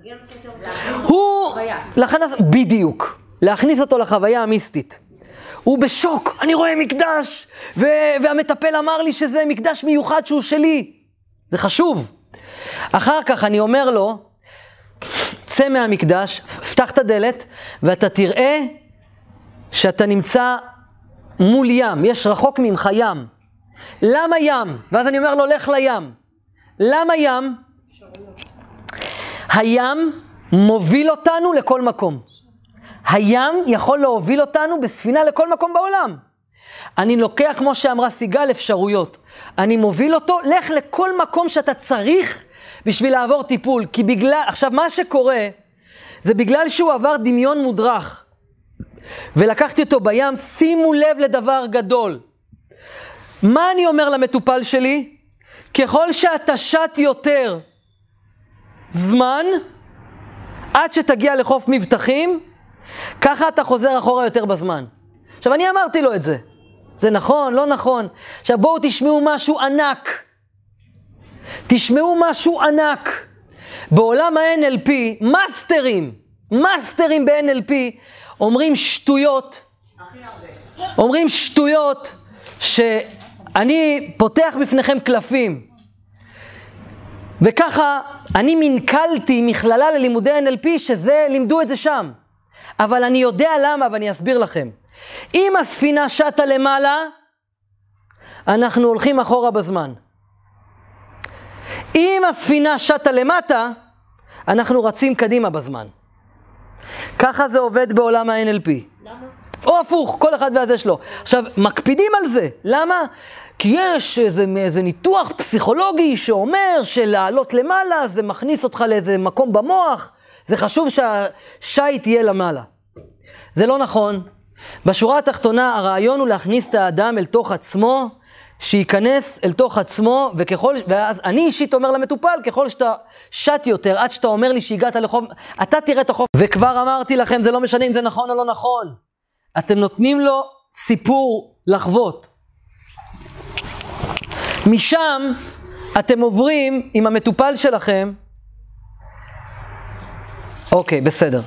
בדיוק, להכניס אותו לחוויה המיסטית. הוא בשוק, אני רואה מקדש, והמטפל אמר לי שזה מקדש מיוחד שהוא שלי. זה חשוב. אחר כך אני אומר לו, צא מהמקדש, פתח את הדלת, ואתה תראה שאתה נמצא מול ים, יש רחוק ממך ים. למה ים? ואז אני אומר לו, לך לים. למה ים? הים מוביל אותנו לכל מקום. הים יכול להוביל אותנו בספינה לכל מקום בעולם. אני לוקח, כמו שאמרה סיגל, אפשרויות. אני מוביל אותו, לך לכל מקום שאתה צריך בשביל לעבור טיפול. כי בגלל, עכשיו מה שקורה, זה בגלל שהוא עבר דמיון מודרך. ולקחתי אותו בים, שימו לב לדבר גדול. מה אני אומר למטופל שלי? ככל שאתה שט יותר זמן, עד שתגיע לחוף מבטחים, ככה אתה חוזר אחורה יותר בזמן. עכשיו אני אמרתי לו את זה. זה נכון, לא נכון. עכשיו בואו תשמעו משהו ענק. תשמעו משהו ענק. בעולם ה-NLP, מאסטרים ב-NLP, אומרים שטויות שאני פותח בפניכם קלפים. וככה אני מנכלתי מכללה ללימודי NLP שזה, לימדו את זה שם. אבל אני יודע למה ואני אסביר לכם. אם הספינה שטה למעלה, אנחנו הולכים אחורה בזמן. אם הספינה שטה למטה, אנחנו רצים קדימה בזמן. ככה זה עובד בעולם ה-NLP. למה? או הפוך, כל אחד והזה שלו. עכשיו, מקפידים על זה. למה? כי יש איזה ניתוח פסיכולוגי שאומר שלעלות למעלה זה מכניס אותך לאיזה מקום במוח. זה חשוב שהשי תהיה למעלה. זה לא נכון. בשורה התחתונה הרעיון הוא להכניס את האדם אל תוך עצמו, שייכנס אל תוך עצמו, ואז אני אישית אומר למטופל, ככל שאתה שט יותר, עד שאתה אומר לי שהגעת לחוף, אתה תראה את החוף. וכבר אמרתי לכם, זה לא משנה אם זה נכון או לא נכון. אתם נותנים לו סיפור לחוות. משם אתם עוברים עם המטופל שלכם. אוקיי, בסדר.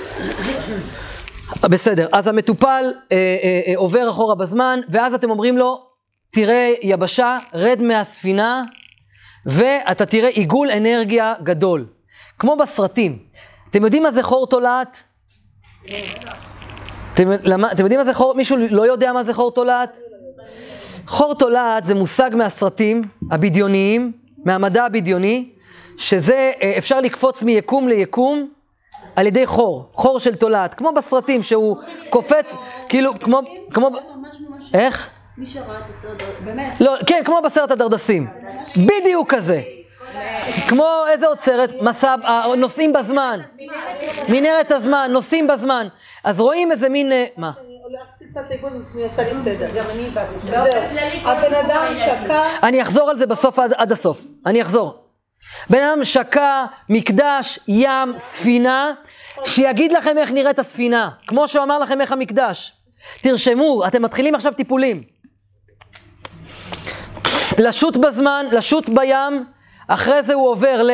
בסדר, אז המטופל עובר אחורה בזמן, ואז אתם אומרים לו, תראה יבשה, רד מהספינה, ואתה תראה עיגול אנרגיה גדול. כמו בסרטים. אתם יודעים מה זה חור תולעת? אתם יודעים מה זה חור? מישהו לא יודע מה זה חור תולעת? חור תולעת זה מושג מהסרטים הבדיוניים, מהמדע הבדיוני, שזה אפשר לקפוץ מיקום ליקום, על ידי חור של תולעת, כמו בסרטים שהוא קופץ, כאילו, כמו, איך? מי שראה את הסרט, באמת? לא, כן, כמו בסרט הדרדסים, בדיוק כזה. כמו איזה עוד סרט? נוסעים בזמן, מנהרת הזמן, נוסעים בזמן. אז רואים איזה מין, מה? הולכתי קצת לאיבוד לפני עשה לי סדר. גם אני באתי. זהו, הבן אדם שקע. אני אחזור על זה בסוף עד הסוף, אני אחזור. בן אדם שקע, מקדש, ים, ספינה, שיגיד לכם איך נראית הספינה, כמו שהוא אמר לכם איך המקדש. תרשמו, אתם מתחילים עכשיו טיפולים. לשוט בזמן, לשוט בים, אחרי זה הוא עובר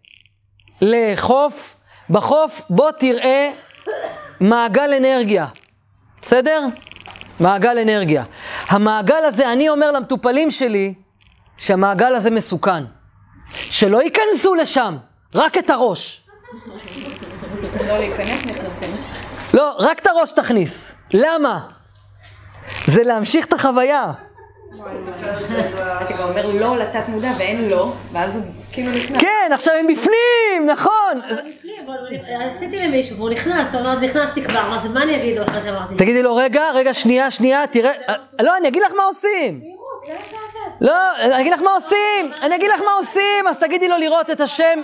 לחוף, בחוף בוא תראה מעגל אנרגיה, בסדר? מעגל אנרגיה. המעגל הזה, אני אומר למטופלים שלי, שהמעגל הזה מסוכן. שלא ייכנסו לשם, רק את הראש. לא להיכנס, נכנסים. לא, רק את הראש תכניס. למה? זה להמשיך את החוויה. אתה גם אומר לא לתת מודע ואין לא, ואז הוא כאילו נכנס. כן, עכשיו הם בפנים, נכון. עשיתי למישהו, והוא נכנס, הוא אומר, נכנסתי כבר, אז מה אני אגיד לו אחרי שאמרתי? תגידי לו, רגע, שנייה, תראה. לא, אני אגיד לך מה עושים. לא, אני אגיד לך מה עושים, אז תגידי לו לראות את השם.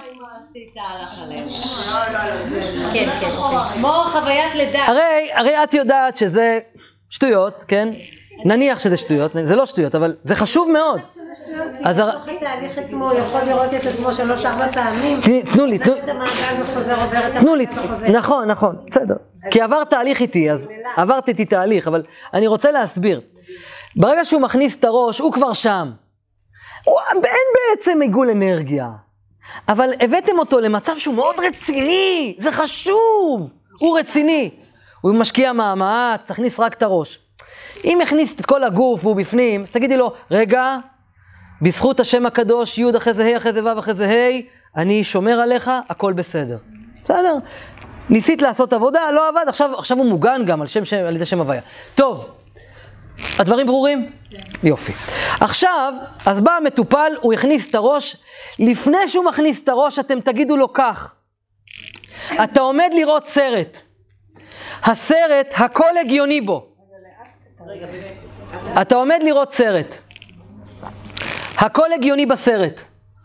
כן, כמו חוויית לידה. הרי את יודעת שזה שטויות, כן? נניח שזה שטויות, זה לא שטויות, אבל זה חשוב מאוד. אז התהליך עצמו יכול לראות את עצמו 3-4 פעמים. תנו לי. את המעגל וחוזר עובר את תנו לי, נכון, בסדר. כי עבר תהליך איתי, אז עברתי איתי תהליך, אבל אני רוצה להסביר. ברגע שהוא מכניס את הראש, הוא כבר שם. אין בעצם עיגול אנרגיה. אבל הבאתם אותו למצב שהוא מאוד רציני, זה חשוב. הוא רציני. הוא משקיע מאמץ, תכניס רק את הראש. אם יכניס את כל הגוף והוא בפנים, אז תגידי לו, רגע, בזכות השם הקדוש, י' אחרי זה ה' אחרי זה ו' אחרי זה ה', אני שומר עליך, הכל בסדר. בסדר? ניסית לעשות עבודה, לא עבד, עכשיו הוא מוגן גם על ידי שם הוויה. טוב, הדברים ברורים? יופי. עכשיו, אז בא המטופל, הוא הכניס את הראש, לפני שהוא מכניס את הראש, אתם תגידו לו כך, אתה עומד לראות סרט, הסרט, הכל הגיוני בו. אתה עומד לראות סרט, הכל הגיוני בסרט.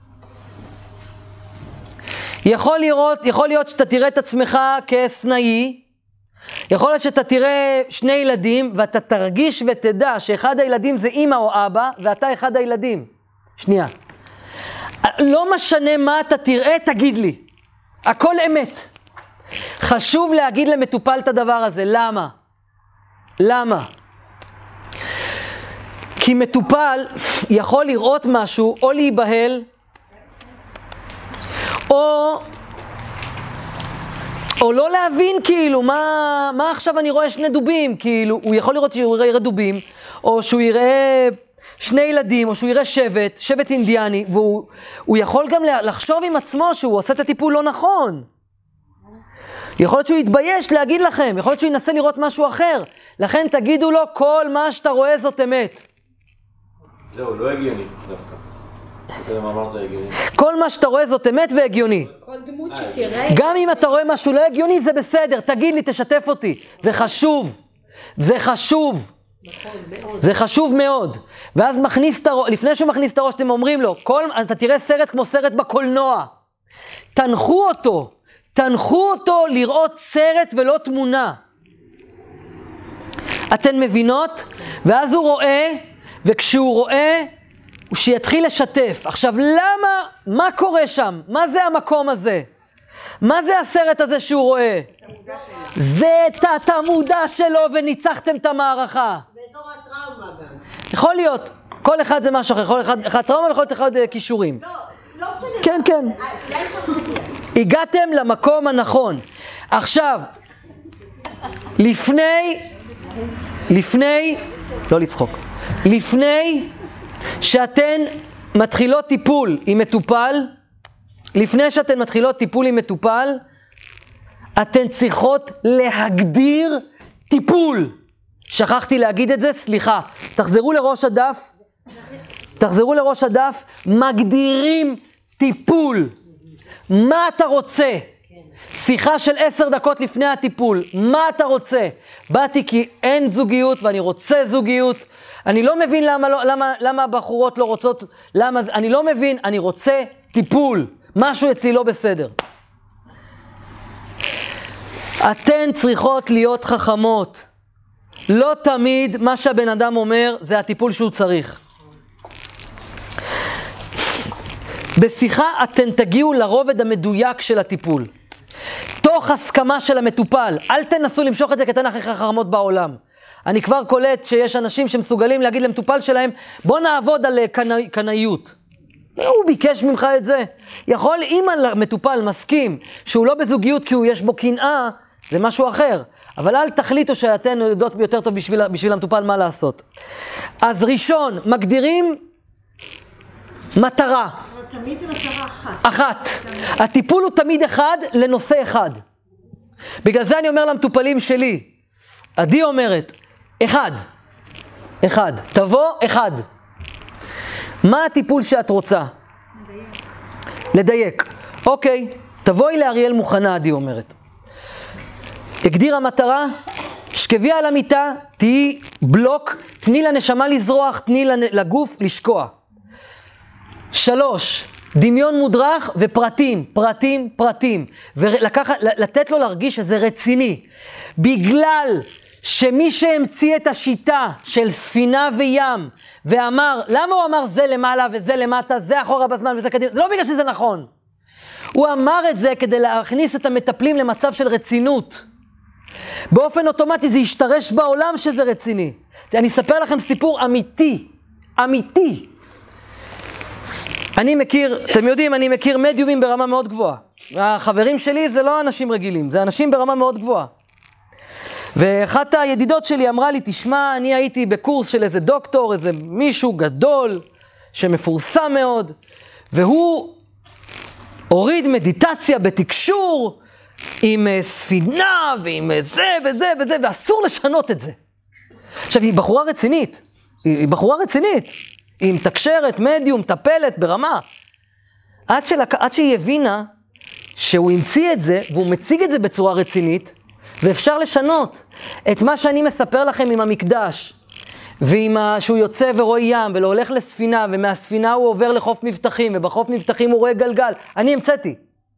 יכול להיות שאתה תראה את עצמך כסנאי, יכול להיות שאתה תראה שני ילדים, ואתה תרגיש ותדע שאחד הילדים זה אמא או אבא, ואתה אחד הילדים. שנייה. לא משנה מה אתה תראה, תגיד לי. הכל אמת. חשוב להגיד למטופל את הדבר הזה. למה? למה? כי מטופל יכול לראות משהו, או להיבהל, או לא להבין כאילו, מה עכשיו אני רואה שני דובים, כאילו, הוא יכול לראות שהוא יראה דובים, או שהוא יראה שני ילדים, או שהוא יראה שבט אינדיאני, והוא יכול גם לחשוב עם עצמו שהוא עושה את הטיפול לא נכון. יכול להיות שהוא יתבייש להגיד לכם, יכול להיות שהוא ינסה לראות משהו אחר, לכן תגידו לו, כל מה שאתה רואה זאת אמת. זהו, לא הגיוני דווקא. כל מה שאתה רואה זאת אמת והגיוני. כל דמות שתראה... גם אם אתה רואה משהו לא הגיוני זה בסדר, תגיד לי, תשתף אותי. זה חשוב. זה חשוב. זה חשוב מאוד. ואז מכניס את הראש, לפני שהוא מכניס את הראש, אתם אומרים לו, אתה תראה סרט כמו סרט בקולנוע. תנחו אותו לראות סרט ולא תמונה. אתן מבינות? ואז הוא רואה, וכשהוא רואה, הוא שיתחיל לשתף. עכשיו, מה קורה שם? מה זה המקום הזה? מה זה הסרט הזה שהוא רואה? זה תת המודע שלו וניצחתם את המערכה. באזור הטראומה גם. יכול להיות, כל אחד זה משהו אחר, יכול להיות אחד טראומה ויכול להיות אחד כישורים. לא משנה. כן, כן. הגעתם למקום הנכון. עכשיו, לא לצחוק. לפני שאתן מתחילות טיפול עם מטופל, אתן צריכות להגדיר טיפול. שכחתי להגיד את זה, סליחה. תחזרו לראש הדף, מגדירים טיפול. מה אתה רוצה? שיחה של 10 דקות לפני הטיפול, מה אתה רוצה? באתי כי אין זוגיות ואני רוצה זוגיות, אני לא מבין למה הבחורות לא רוצות, אני לא מבין, אני רוצה טיפול, משהו אצלי לא בסדר. אתן צריכות להיות חכמות, לא תמיד מה שהבן אדם אומר זה הטיפול שהוא צריך. בשיחה אתן תגיעו לרובד המדויק של הטיפול. תוך הסכמה של המטופל, אל תנסו למשוך את זה כתן הכי חכמות בעולם. אני כבר קולט שיש אנשים שמסוגלים להגיד למטופל שלהם, בוא נעבוד על קנאיות. הוא ביקש ממך את זה. יכול, אם המטופל מסכים שהוא לא בזוגיות כי יש בו קנאה, זה משהו אחר. אבל אל תחליטו שאתן יודעות יותר טוב בשביל המטופל מה לעשות. אז ראשון, מגדירים מטרה. תמיד זה מטרה אחת. הטיפול הוא תמיד אחד לנושא אחד. בגלל זה אני אומר למטופלים שלי, עדי אומרת, אחד. תבוא, אחד. מה הטיפול שאת רוצה? לדייק. אוקיי, תבואי לאריאל מוכנה, עדי אומרת. הגדירה מטרה, שכבי על המיטה, תהי בלוק, תני לנשמה לזרוח, תני לגוף לשקוע. 3, דמיון מודרך ופרטים. ולתת לו להרגיש שזה רציני. בגלל שמי שהמציא את השיטה של ספינה וים, ואמר, למה הוא אמר זה למעלה וזה למטה, זה אחורה בזמן וזה קדימה? זה לא בגלל שזה נכון. הוא אמר את זה כדי להכניס את המטפלים למצב של רצינות. באופן אוטומטי זה ישתרש בעולם שזה רציני. אני אספר לכם סיפור אמיתי. אתם יודעים, אני מכיר מדיומים ברמה מאוד גבוהה. החברים שלי זה לא אנשים רגילים, זה אנשים ברמה מאוד גבוהה. ואחת הידידות שלי אמרה לי, תשמע, אני הייתי בקורס של איזה דוקטור, איזה מישהו גדול, שמפורסם מאוד, והוא הוריד מדיטציה בתקשור, עם ספינה ועם זה וזה וזה, ואסור לשנות את זה. עכשיו, היא בחורה רצינית. היא בחורה רצינית. היא מתקשרת, מדיום, טפלת, ברמה. עד שהיא הבינה שהוא המציא את זה, והוא מציג את זה בצורה רצינית, ואפשר לשנות את מה שאני מספר לכם עם המקדש, שהוא יוצא ורואה ים, ולא הולך לספינה, ומהספינה הוא עובר לחוף מבטחים, ובחוף מבטחים הוא רואה גלגל. אני המצאתי.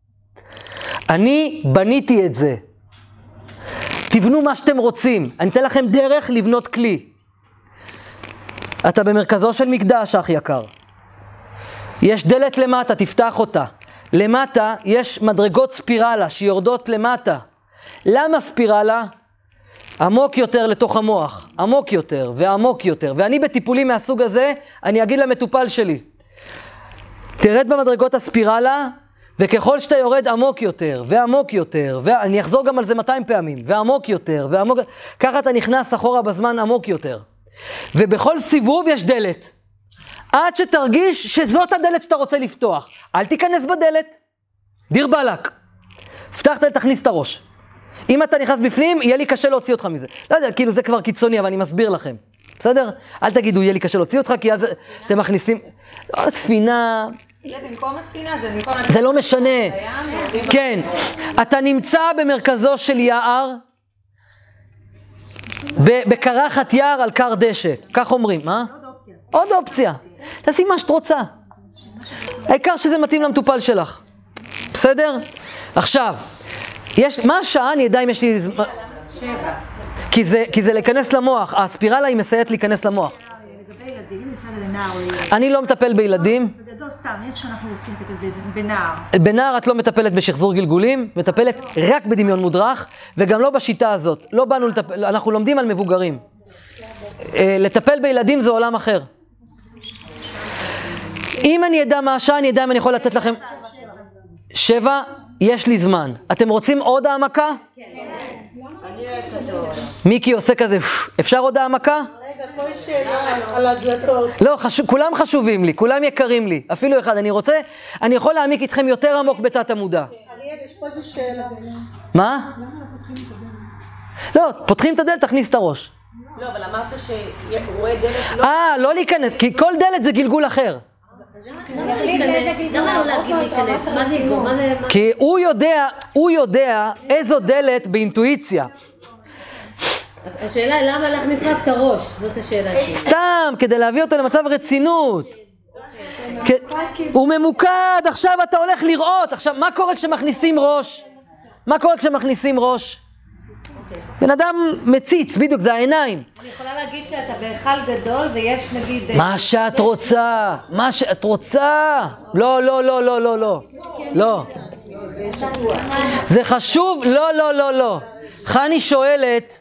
אני בניתי את זה. תבנו מה שאתם רוצים. אני אתן לכם דרך לבנות כלי. אתה במרכזו של מקדש, אח יקר. יש דלת למטה, תפתח אותה. למטה יש מדרגות ספירלה שיורדות למטה. למה ספירלה? עמוק יותר לתוך המוח. עמוק יותר ועמוק יותר. ואני בטיפולים מהסוג הזה, אני אגיד למטופל שלי, תרד במדרגות הספירלה, וככל שאתה יורד עמוק יותר, ועמוק יותר, ואני אחזור גם על זה 200 פעמים, ועמוק יותר, ועמוק, ככה אתה נכנס אחורה בזמן עמוק יותר. ובכל סיבוב יש דלת. עד שתרגיש שזאת הדלת שאתה רוצה לפתוח. אל תיכנס בדלת. דיר בלק. פתח את הדלת, תכניס את הראש. אם אתה נכנס בפנים, יהיה לי קשה להוציא אותך מזה. לא יודע, כאילו זה כבר קיצוני, אבל אני מסביר לכם. בסדר? אל תגידו, יהיה לי קשה להוציא אותך, כי אז אתם מכניסים... לא, ספינה... זה במקום הספינה, זה במקום... זה לא משנה. כן. אתה נמצא במרכזו של יער, בקרחת יער על קר דשא. כך אומרים, מה? עוד אופציה. תעשי מה שאת רוצה. העיקר שזה מתאים למטופל שלך. בסדר? עכשיו, מה השעה? אני יודע אם יש לי... 7. כי זה להיכנס למוח. הספירלה היא מסייעת להיכנס למוח. לגבי ילדים, משרד לנער... אני לא מטפל בילדים. בגדול סתם, איך שאנחנו רוצים לטפל בנער. בנער את לא מטפלת בשחזור גלגולים, מטפלת רק בדמיון מודרך, וגם לא בשיטה הזאת. לא באנו לטפל, אנחנו לומדים על מבוגרים. לטפל בילדים זה עולם אחר. אם אני ידע מה השעה, אני ידע אם אני יכול לתת לכם... 7, יש לי זמן. אתם רוצים עוד העמקה? כן. מיקי עושה כזה, אפשר עוד העמקה? רגע, פה יש שאלה על הדלתות. לא, כולם חשובים לי, כולם יקרים לי. אפילו אחד, אני יכול להעמיק איתכם יותר עמוק בתת המודע. אריאל, יש פה איזו שאלה. מה? לא, פותחים את הדלת, תכניס את הראש. לא, אבל אמרת שהוא רואה דלת... לא להיכנס, כי כל דלת זה גלגול אחר. כי הוא יודע איזו דלת באינטואיציה. השאלה היא למה להכניס רק את הראש, זאת השאלה שלי. סתם, כדי להביא אותו למצב רצינות. הוא ממוקד, עכשיו אתה הולך לראות. עכשיו, מה קורה כשמכניסים ראש? מה קורה כשמכניסים ראש? בן אדם מציץ, בדיוק, זה העיניים. אני יכולה להגיד שאתה בהיכל גדול ויש נגיד... מה שאת רוצה, מה שאת רוצה. לא, לא, לא, לא, לא, לא. לא. זה חשוב, לא, לא, לא, לא. חני שואלת...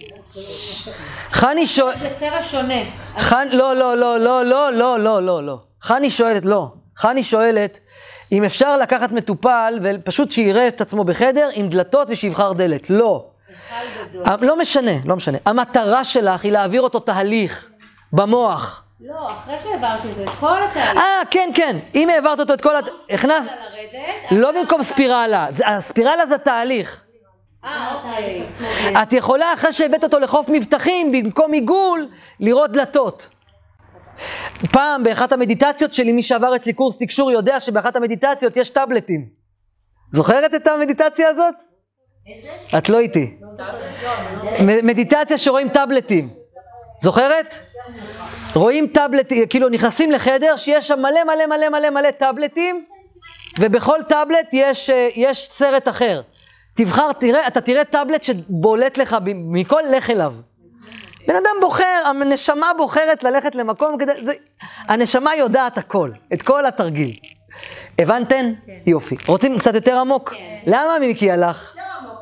חני שואלת... זה צבע שונה. לא, לא, לא, לא, לא, לא, לא, לא, לא. חני שואלת, אם אפשר לקחת מטופל ופשוט שיראה את עצמו בחדר עם דלתות ושיבחר דלת. לא. לא משנה, לא משנה. המטרה שלך היא להעביר אותו תהליך במוח. לא, אחרי שהעברתי את זה, את כל התהליך. כן, כן. אם העברת אותו את כל הכנס... לא במקום ספירלה. הספירלה זה תהליך. אוקיי. את יכולה אחרי שהבאת אותו לחוף מבטחים, במקום עיגול, לראות דלתות. פעם באחת המדיטציות שלי, מי שעבר אצלי קורס תקשור יודע שבאחת המדיטציות יש טאבלטים. זוכרת את המדיטציה הזאת? את לא איתי. מדיטציה שרואים טאבלטים. זוכרת? רואים טאבלטים, כאילו נכנסים לחדר שיש שם מלא מלא מלא מלא מלא טאבלטים, ובכל טאבלט יש סרט אחר. תבחר, אתה תראה טאבלט שבולט לך מכל, לך אליו. בן אדם בוחר, הנשמה בוחרת ללכת למקום כדי, הנשמה יודעת הכל, את כל התרגיל. הבנתן? כן. יופי. רוצים קצת יותר עמוק? כן. למה מיקי הלך?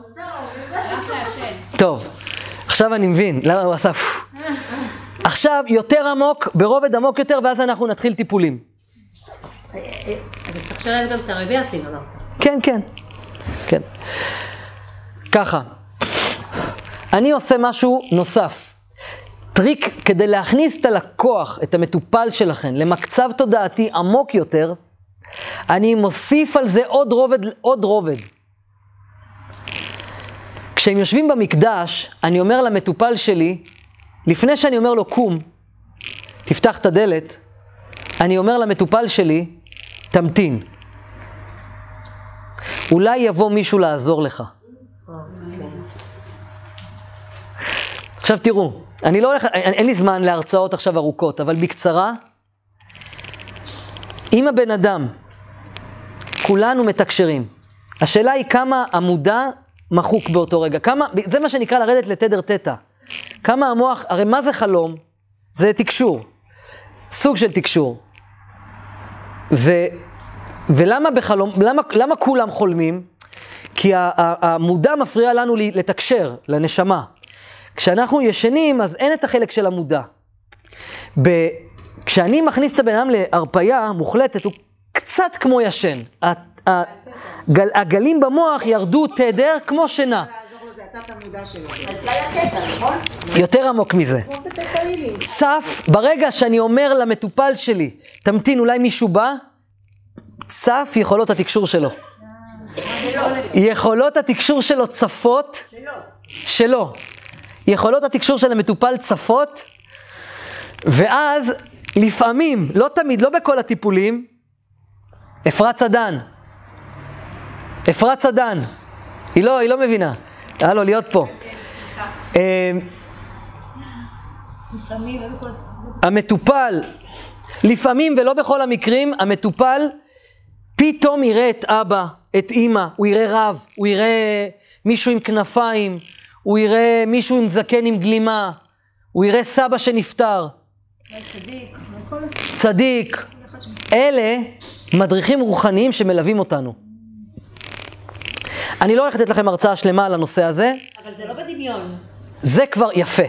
טוב, עכשיו אני מבין, למה הוא עשה? עכשיו יותר עמוק, ברובד עמוק יותר, ואז אנחנו נתחיל טיפולים. אז צריך שלב גם את הרביאסים, אמרת. כן, כן. כן. ככה. אני עושה משהו נוסף. טריק כדי להכניס את הלקוח, את המטופל שלכם, למקצב תודעתי עמוק יותר, אני מוסיף על זה עוד רובד. כשהם יושבים במקדש, אני אומר למטופל שלי, לפני שאני אומר לו קום, תפתח את הדלת, אני אומר למטופל שלי, תמתין. אולי יבוא מישהו לעזור לך. עכשיו תראו, אני לא הולך, אין לי זמן להרצאות עכשיו ארוכות, אבל בקצרה, אם הבן אדם, כולנו מתקשרים. השאלה היא כמה המודע מחוק באותו רגע. זה מה שנקרא לרדת לתדר תטא. כמה המוח, הרי מה זה חלום? זה תקשור. סוג של תקשור. ולמה בחלום, למה כולם חולמים? כי המודע מפריע לנו לתקשר, לנשמה. כשאנחנו ישנים, אז אין את החלק של המודע. כשאני מכניס את הבן אדם להרפיה מוחלטת, הוא קצת כמו ישן. הגלים במוח ירדו תדר כמו שינה. יותר עמוק מזה. צף, ברגע שאני אומר למטופל שלי, תמתין, אולי מישהו בא, צף יכולות התקשור שלו. יכולות התקשור שלו צפות. שלו. יכולות התקשור של המטופל צפות, ואז לפעמים, לא תמיד, לא בכל הטיפולים, אפרת צדן, היא לא מבינה, הלו, להיות פה. המטופל, לפעמים ולא בכל המקרים, המטופל פתאום יראה את אבא, את אמא, הוא יראה רב, הוא יראה מישהו עם כנפיים, הוא יראה מישהו עם זקן עם גלימה, הוא יראה סבא שנפטר. צדיק. אלה מדריכים רוחניים שמלווים אותנו. אני לא הולך לתת לכם הרצאה שלמה על הנושא הזה. אבל זה לא בדמיון. זה כבר יפה.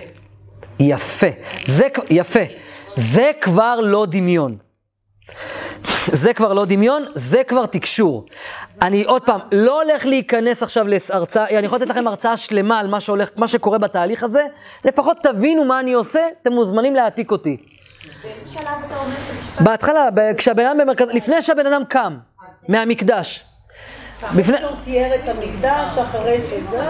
זה כבר לא דמיון. זה כבר לא דמיון, זה כבר תקשור. אני עוד פעם, לא הולך להיכנס עכשיו להרצאה, אני יכול לתת לכם הרצאה שלמה על מה שקורה בתהליך הזה, לפחות תבינו מה אני עושה, אתם מוזמנים להעתיק אותי. באיזה שלב אתה אומר את המשפט? בהתחלה, כשהבן אדם במרכז, לפני שהבן אדם קם, מהמקדש. אחרי שהוא תיאר את המקדש, אחרי שזה...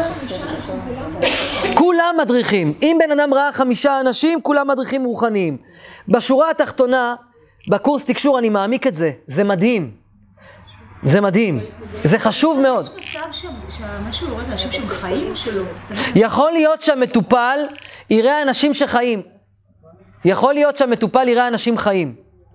כולם מדריכים. אם בן אדם ראה 5 אנשים, כולם מדריכים רוחניים. בשורה התחתונה, בקורס תקשור אני מעמיק את זה. זה מדהים. זה מדהים. זה חשוב מאוד. יש מצב שמשהו יורד לאנשים שהם חיים שלו. יכול להיות שהמטופל יראה אנשים שחיים. יכול להיות שהמטופל יראה אנשים חיים.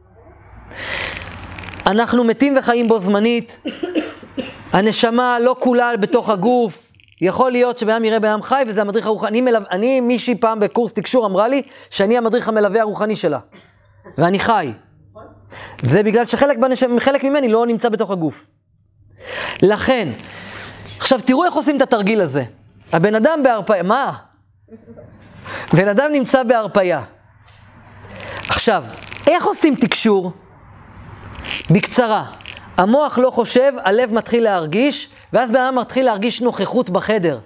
אנחנו מתים וחיים בו זמנית. הנשמה לא כולה בתוך הגוף. יכול להיות שבן יראה בן אדם חי, וזה המדריך הרוחני. אני מישהי פעם בקורס תקשור אמרה לי שאני המדריך המלווה הרוחני שלה. ואני חי. זה בגלל שחלק ממני לא נמצא בתוך הגוף. לכן, עכשיו תראו איך עושים את התרגיל הזה. הבן אדם בהרפיה, מה? בן אדם נמצא בהרפיה. עכשיו, איך עושים תקשור? בקצרה. המוח לא חושב, הלב מתחיל להרגיש, ואז בן אדם מתחיל להרגיש נוכחות בחדר.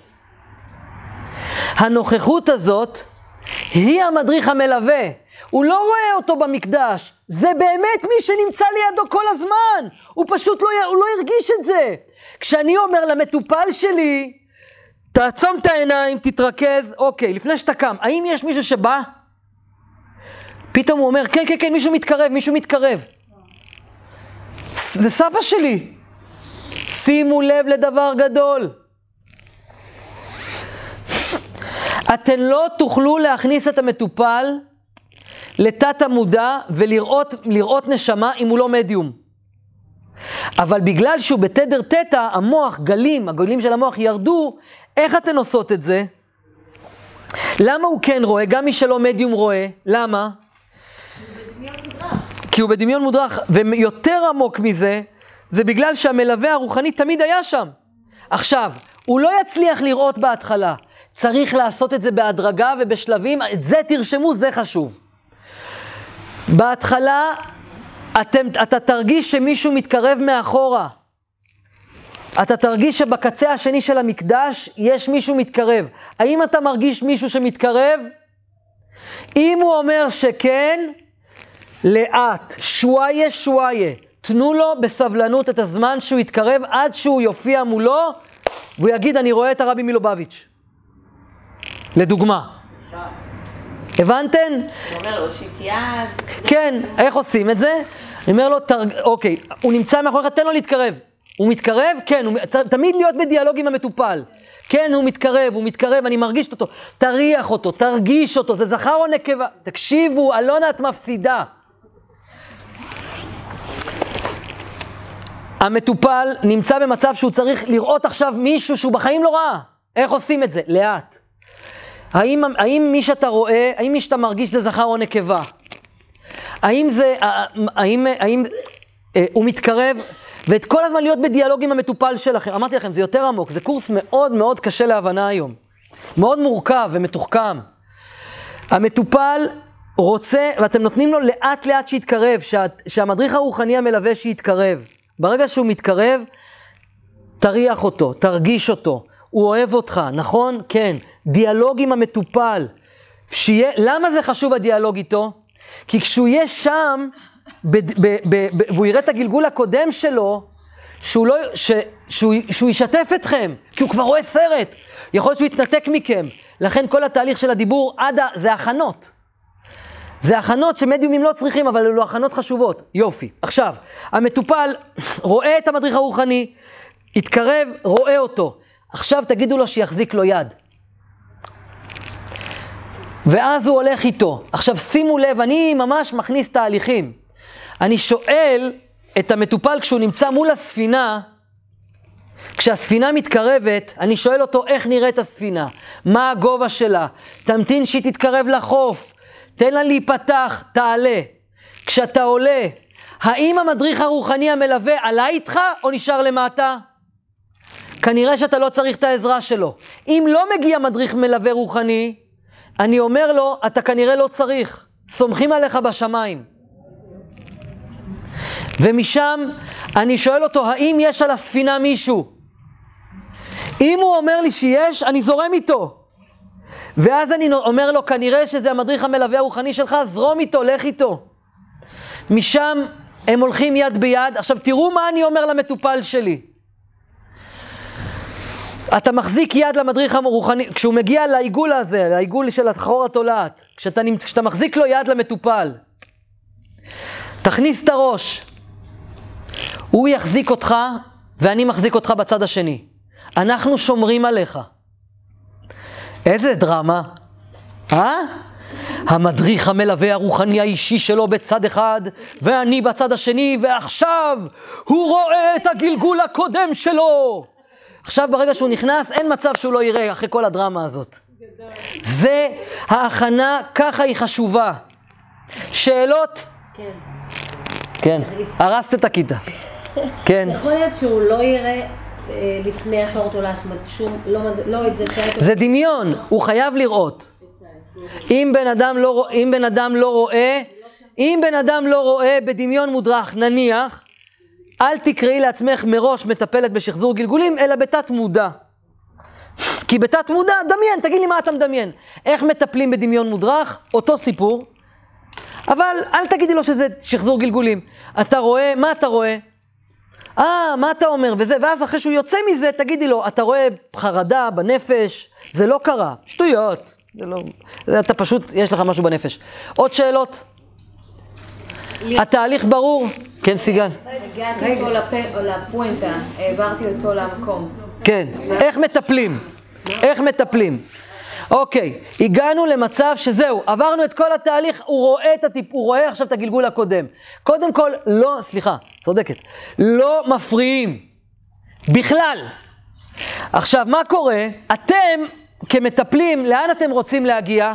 הנוכחות הזאת היא המדריך המלווה. הוא לא רואה אותו במקדש, זה באמת מי שנמצא לידו כל הזמן. הוא פשוט הוא לא הרגיש את זה. כשאני אומר למטופל שלי, תעצום את העיניים, תתרכז, אוקיי, לפני שאתה קם, האם יש מישהו שבא? פתאום הוא אומר, כן, כן, כן, מישהו מתקרב. זה סבא שלי. שימו לב לדבר גדול. אתן לא תוכלו להכניס את המטופל לתת המודע ולראות נשמה אם הוא לא מדיום. אבל בגלל שהוא בתדר תטא, הגלים של המוח ירדו, איך אתן עושות את זה? למה הוא כן רואה? גם מי שלא מדיום רואה. למה? כי הוא בדמיון מודרך, ויותר עמוק מזה, זה בגלל שהמלווה הרוחני תמיד היה שם. עכשיו, הוא לא יצליח לראות בהתחלה. צריך לעשות את זה בהדרגה ובשלבים, את זה תרשמו, זה חשוב. בהתחלה, אתה תרגיש שמישהו מתקרב מאחורה. אתה תרגיש שבקצה השני של המקדש יש מישהו מתקרב. האם אתה מרגיש מישהו שמתקרב? אם הוא אומר שכן, לאט, שוואיה. תנו לו בסבלנות את הזמן שהוא יתקרב עד שהוא יופיע מולו, והוא יגיד, אני רואה את הרבי מלובביץ'. לדוגמה. הבנתם? הוא אומר לו, הושיט יד. כן, איך עושים את זה? אני אומר לו, אוקיי, הוא נמצא מאחוריך, תן לו להתקרב. הוא מתקרב? כן, תמיד להיות בדיאלוג עם המטופל. כן, הוא מתקרב, אני מרגיש אותו. תריח אותו, תרגיש אותו, זה זכר או נקבה. תקשיבו, אלונה, את מפסידה. המטופל נמצא במצב שהוא צריך לראות עכשיו מישהו שהוא בחיים לא ראה. איך עושים את זה? לאט. האם מי שאתה רואה, האם מי שאתה מרגיש זה זכר או נקבה? האם הוא מתקרב, ואת כל הזמן להיות בדיאלוג עם המטופל שלכם. אמרתי לכם, זה יותר עמוק, זה קורס מאוד מאוד קשה להבנה היום. מאוד מורכב ומתוחכם. המטופל רוצה, ואתם נותנים לו לאט לאט שיתקרב, שהמדריך הרוחני המלווה שיתקרב. ברגע שהוא מתקרב, תריח אותו, תרגיש אותו. הוא אוהב אותך, נכון? כן. דיאלוג עם המטופל. למה זה חשוב הדיאלוג איתו? כי כשהוא יהיה שם, והוא יראה את הגלגול הקודם שלו, שהוא ישתף אתכם, כי הוא כבר רואה סרט. יכול להיות שהוא יתנתק מכם. לכן כל התהליך של הדיבור זה הכנות. זה הכנות שמדיומים לא צריכים, אבל אלו הכנות חשובות. יופי. עכשיו, המטופל רואה את המדריך הרוחני, יתקרב, רואה אותו. עכשיו תגידו לו שיחזיק לו יד. ואז הוא הולך איתו. עכשיו שימו לב, אני ממש מכניס תהליכים. אני שואל את המטופל כשהוא נמצא מול הספינה, כשהספינה מתקרבת, אני שואל אותו איך נראית הספינה, מה הגובה שלה, תמתין שהיא תתקרב לחוף, תן לה להיפתח, תעלה. כשאתה עולה, האם המדריך הרוחני המלווה עלה איתך או נשאר למטה? כנראה שאתה לא צריך את העזרה שלו. אם לא מגיע מדריך מלווה רוחני, אני אומר לו, אתה כנראה לא צריך. סומכים עליך בשמיים. ומשם אני שואל אותו, האם יש על הספינה מישהו? אם הוא אומר לי שיש, אני זורם איתו. ואז אני אומר לו, כנראה שזה המדריך המלווה הרוחני שלך, זרום איתו, לך איתו. משם הם הולכים יד ביד. עכשיו תראו מה אני אומר למטופל שלי. אתה מחזיק יד למדריך הרוחני, כשהוא מגיע לעיגול הזה, לעיגול של החור התולעת, כשאתה מחזיק לו יד למטופל, תכניס את הראש, הוא יחזיק אותך ואני מחזיק אותך בצד השני. אנחנו שומרים עליך. איזה דרמה, המדריך המלווה הרוחני האישי שלו בצד אחד, ואני בצד השני, ועכשיו הוא רואה את הגלגול הקודם שלו. עכשיו ברגע שהוא נכנס, אין מצב שהוא לא יראה אחרי כל הדרמה הזאת. זה ההכנה, ככה היא חשובה. שאלות? כן. כן, הרסת את הכיתה. כן. יכול להיות שהוא לא יראה לפני החור תולעת, לא את זה שהיה... זה דמיון, הוא חייב לראות. אם בן אדם לא רואה בדמיון מודרך, נניח, אל תקראי לעצמך מראש מטפלת בשחזור גלגולים, אלא בתת מודע. כי בתת מודע, דמיין, תגיד לי מה אתה מדמיין. איך מטפלים בדמיון מודרך? אותו סיפור. אבל אל תגידי לו שזה שחזור גלגולים. אתה רואה, מה אתה רואה? מה אתה אומר? וזה, ואז אחרי שהוא יוצא מזה, תגידי לו, אתה רואה חרדה בנפש, זה לא קרה. שטויות. אתה פשוט, יש לך משהו בנפש. עוד שאלות? התהליך ברור? כן, סיגל. הגעתי אותו לפואנטה, העברתי אותו למקום. כן, איך מטפלים? אוקיי, הגענו למצב שזהו, עברנו את כל התהליך, הוא רואה עכשיו את הגלגול הקודם. קודם כל, צודקת, לא מפריעים, בכלל. עכשיו, מה קורה? אתם כמטפלים, לאן אתם רוצים להגיע?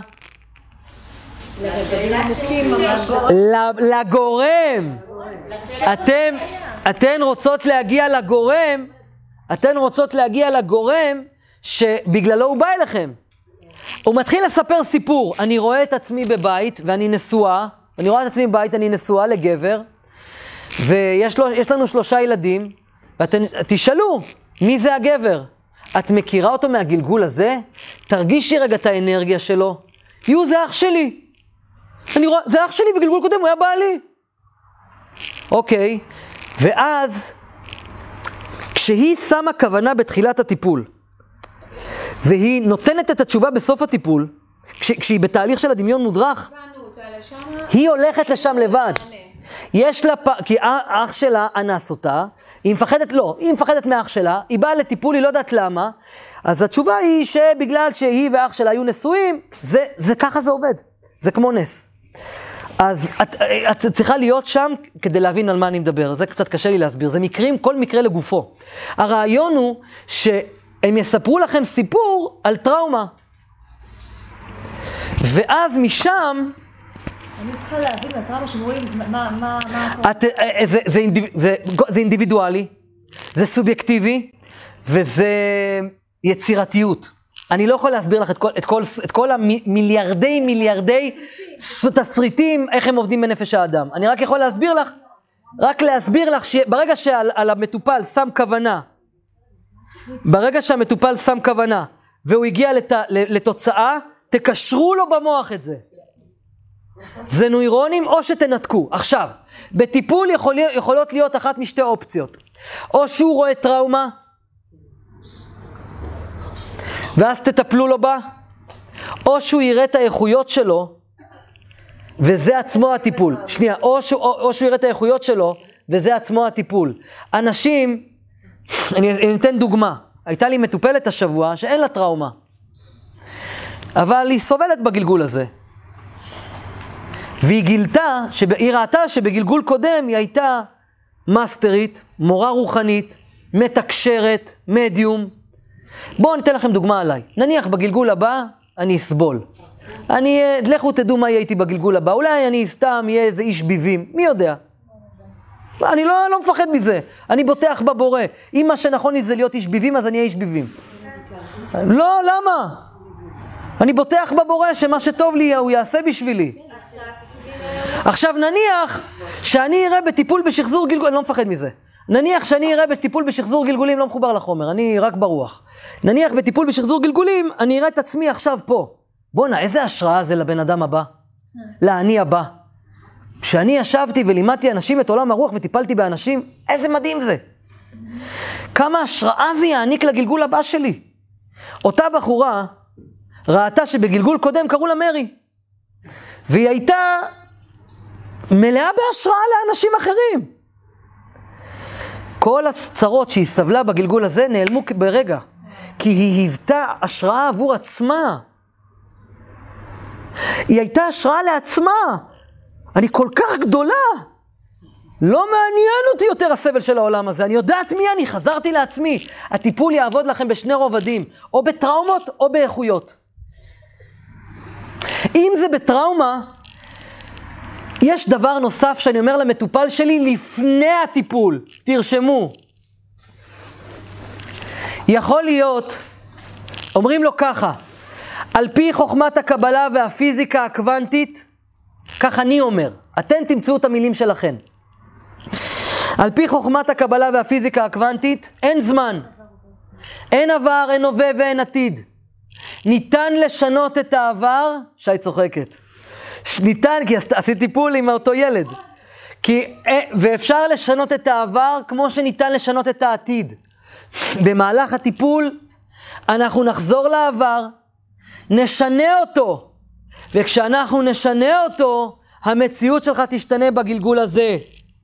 לגורם. אתן רוצות להגיע לגורם, שבגללו הוא בא אליכם. הוא מתחיל לספר סיפור. אני רואה את עצמי בבית ואני נשואה, אני נשואה לגבר, ויש לנו 3 ילדים, ואתם תשאלו, מי זה הגבר? את מכירה אותו מהגלגול הזה? תרגישי רגע את האנרגיה שלו. זה אח שלי. זה אח שלי בגלגול קודם, הוא היה בעלי. אוקיי, ואז, כשהיא שמה כוונה בתחילת הטיפול, והיא נותנת את התשובה בסוף הטיפול, כשהיא בתהליך של הדמיון מודרך, היא הולכת לשם לבד. יש לה, כי אח שלה אנס אותה, היא מפחדת, לא, היא מפחדת מאח שלה, היא באה לטיפול, היא לא יודעת למה, אז התשובה היא שבגלל שהיא ואח שלה היו נשואים, ככה זה עובד, זה כמו נס. אז את צריכה להיות שם כדי להבין על מה אני מדבר, זה קצת קשה לי להסביר, זה מקרים, כל מקרה לגופו. הרעיון הוא שהם יספרו לכם סיפור על טראומה, ואז משם, אני צריכה להבין מהטראומה שרואים מה... זה אינדיבידואלי, זה סובייקטיבי, וזה יצירתיות. אני לא יכול להסביר לך את כל המיליארדי תסריטים, איך הם עובדים בנפש האדם. אני רק יכול להסביר לך שברגע שעל המטופל שם כוונה, ברגע שהמטופל שם כוונה, והוא הגיע לתוצאה, תקשרו לו במוח את זה. זה נוירונים או שתנתקו. עכשיו, בטיפול יכולות להיות אחת משתי אופציות. או שהוא רואה טראומה, ואז תטפלו לו בה, או שהוא יראה את האיכויות שלו, וזה עצמו הטיפול. שנייה, או שהוא יראה את האיכויות שלו, וזה עצמו הטיפול. אנשים, אני אתן דוגמה. הייתה לי מטופלת השבוע שאין לה טראומה, אבל היא סובלת בגלגול הזה. והיא גילתה, היא ראתה שבגלגול קודם היא הייתה מאסטרית, מורה רוחנית, מתקשרת, מדיום. בואו ניתן לכם דוגמה עליי. נניח בגלגול הבא אני אסבול. לכו תדעו מה יהיה איתי בגלגול הבא. אולי אני סתם יהיה איזה איש ביבים, מי יודע. אני לא מפחד מזה. אני בוטח בבורא. אם מה שנכון לי זה להיות איש ביבים, אז אני אהיה איש ביבים. לא, למה? אני בוטח בבורא שמה שטוב לי הוא יעשה בשבילי. עכשיו נניח שאני אראה בטיפול בשחזור גלגולים, אני לא מפחד מזה. נניח שאני אראה בטיפול בשחזור גלגולים, לא מחובר לחומר, אני רק ברוח. נניח בטיפול בשחזור גלגולים, אני אראה את עצמי עכשיו פה. בוא'נה, איזה השראה זה לבן אדם הבא? לאני הבא. כשאני ישבתי ולימדתי אנשים את עולם הרוח וטיפלתי באנשים, איזה מדהים זה. כמה השראה זה יעניק לגלגול הבא שלי. אותה בחורה ראתה שבגלגול קודם קראו לה מרי. והיא הייתה מלאה בהשראה לאנשים אחרים. כל הצרות שהיא סבלה בגלגול הזה נעלמו ברגע. כי היא היוותה השראה עבור עצמה. היא הייתה השראה לעצמה. אני כל כך גדולה. לא מעניין אותי יותר הסבל של העולם הזה. אני יודעת מי אני, חזרתי לעצמי. הטיפול יעבוד לכם בשני רובדים. או בטראומות או באיכויות. אם זה בטראומה, יש דבר נוסף שאני אומר למטופל שלי לפני הטיפול. תרשמו. יכול להיות, אומרים לו ככה, על פי חוכמת הקבלה והפיזיקה הקוונטית, כך אני אומר, אתן תמצאו את המילים שלכם. על פי חוכמת הקבלה והפיזיקה הקוונטית, אין זמן, אין עבר, אין הווה ואין עתיד. ניתן לשנות את העבר, שי צוחקת. ניתן, כי עשיתי טיפול עם אותו ילד. ואפשר לשנות את העבר כמו שניתן לשנות את העתיד. במהלך הטיפול, אנחנו נחזור לעבר, נשנה אותו. וכשאנחנו נשנה אותו, המציאות שלך תשתנה בגלגול הזה.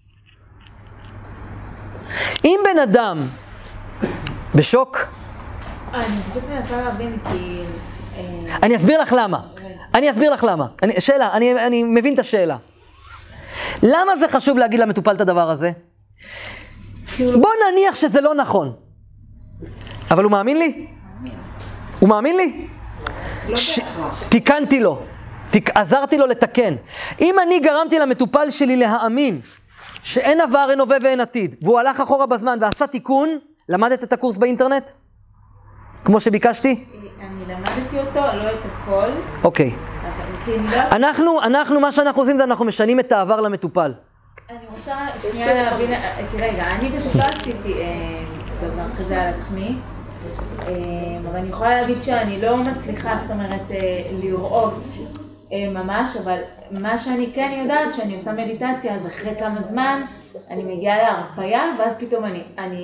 אם בן אדם בשוק, אני פשוט מנסה להבין כי... אני אסביר לך למה. שאלה, אני מבין את השאלה. למה זה חשוב להגיד למטופל את הדבר הזה? בוא נניח שזה לא נכון. אבל הוא מאמין לי? הוא מאמין לי? תיקנתי לו. עזרתי לו לתקן. אם אני גרמתי למטופל שלי להאמין שאין עבר, אין הווה ואין עתיד, והוא הלך אחורה בזמן ועשה תיקון, למדת את הקורס באינטרנט? כמו שביקשתי? אני למדתי אותו, לא את הכל. אוקיי. אנחנו, מה שאנחנו עושים זה אנחנו משנים את העבר למטופל. אני רוצה שנייה להבין, רגע, אני פשוט לא עשיתי דבר כזה על עצמי, אבל אני יכולה להגיד שאני לא מצליחה, זאת אומרת, לראות ממש, אבל מה שאני כן יודעת, שאני עושה מדיטציה, אז אחרי כמה זמן אני מגיעה להרפאיה, ואז פתאום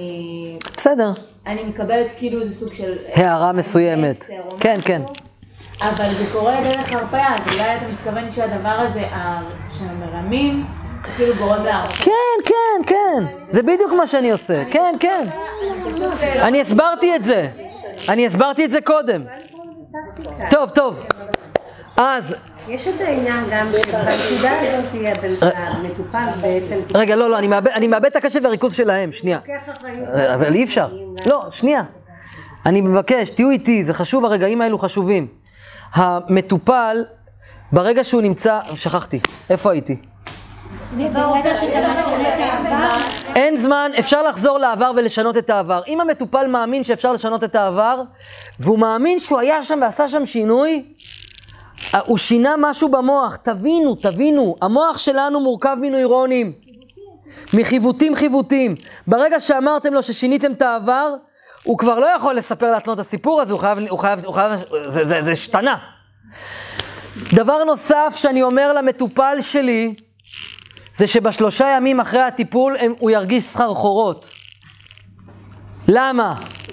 בסדר. אני מקבלת כאילו איזה סוג של... הערה מסוימת. כן, כן. אבל זה קורה דרך הרפאיה, אז אולי אתה מתכוון שהדבר הזה, שהמרמים, כאילו גורם להרפאיה. כן, זה בדיוק מה שאני עושה, כן. אני הסברתי את זה קודם. טוב. אז... יש עוד העניין גם שבנקודה הזאת המטופל בעצם... רגע, לא, אני מאבד את הקשב והריכוז שלהם, שנייה. אבל אי אפשר. לא, שנייה. אני מבקש, תהיו איתי, זה חשוב, הרגעים האלו חשובים. המטופל, ברגע שהוא נמצא... שכחתי, איפה הייתי? ברגע שאתה משנה את העבר... אין זמן, אפשר לחזור לעבר ולשנות את העבר. אם המטופל מאמין שאפשר לשנות את העבר, והוא מאמין שהוא היה שם ועשה שם שינוי, הוא שינה משהו במוח. תבינו, המוח שלנו מורכב מנוירונים, מחיווטים. ברגע שאמרתם לו ששיניתם את העבר, הוא כבר לא יכול לספר לעצמו את הסיפור הזה, הוא חייב, זה השתנה. דבר נוסף שאני אומר למטופל שלי, זה שב3 ימים אחרי הטיפול הוא ירגיש סחרחורות. למה?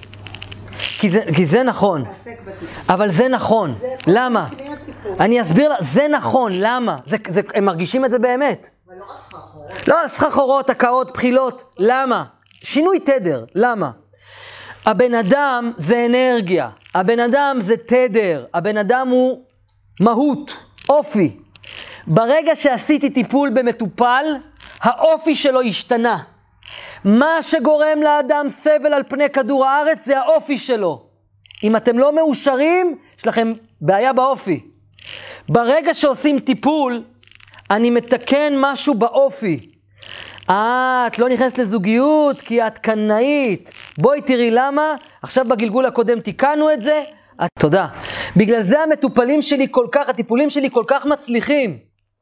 כי זה נכון. אבל זה נכון. למה? אני אסביר לה, זה נכון, למה? הם מרגישים את זה באמת. לא, סחרחורות, הקאות, בחילות. למה? שינוי תדר. למה? הבן אדם זה אנרגיה. הבן אדם זה תדר. הבן אדם הוא מהות, אופי. ברגע שעשיתי טיפול במטופל, האופי שלו השתנה. מה שגורם לאדם סבל על פני כדור הארץ זה האופי שלו. אם אתם לא מאושרים, יש לכם בעיה באופי. ברגע שעושים טיפול, אני מתקן משהו באופי. את לא נכנסת לזוגיות כי את קנאית. בואי תראי למה. עכשיו בגלגול הקודם תיקנו את זה. תודה. בגלל זה הטיפולים שלי כל כך מצליחים.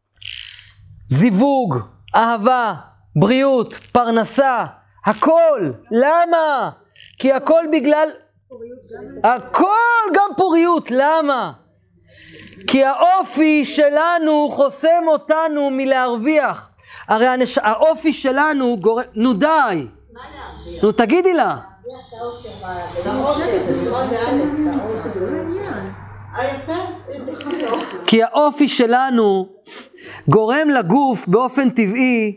זיווג, אהבה, בריאות, פרנסה, הכל. למה? כי הכל בגלל... הכל גם פוריות. למה? כי האופי שלנו חוסם אותנו מלהרוויח. הרי האופי שלנו גורם... נו די. נו תגידי לה. כי האופי שלנו גורם לגוף באופן טבעי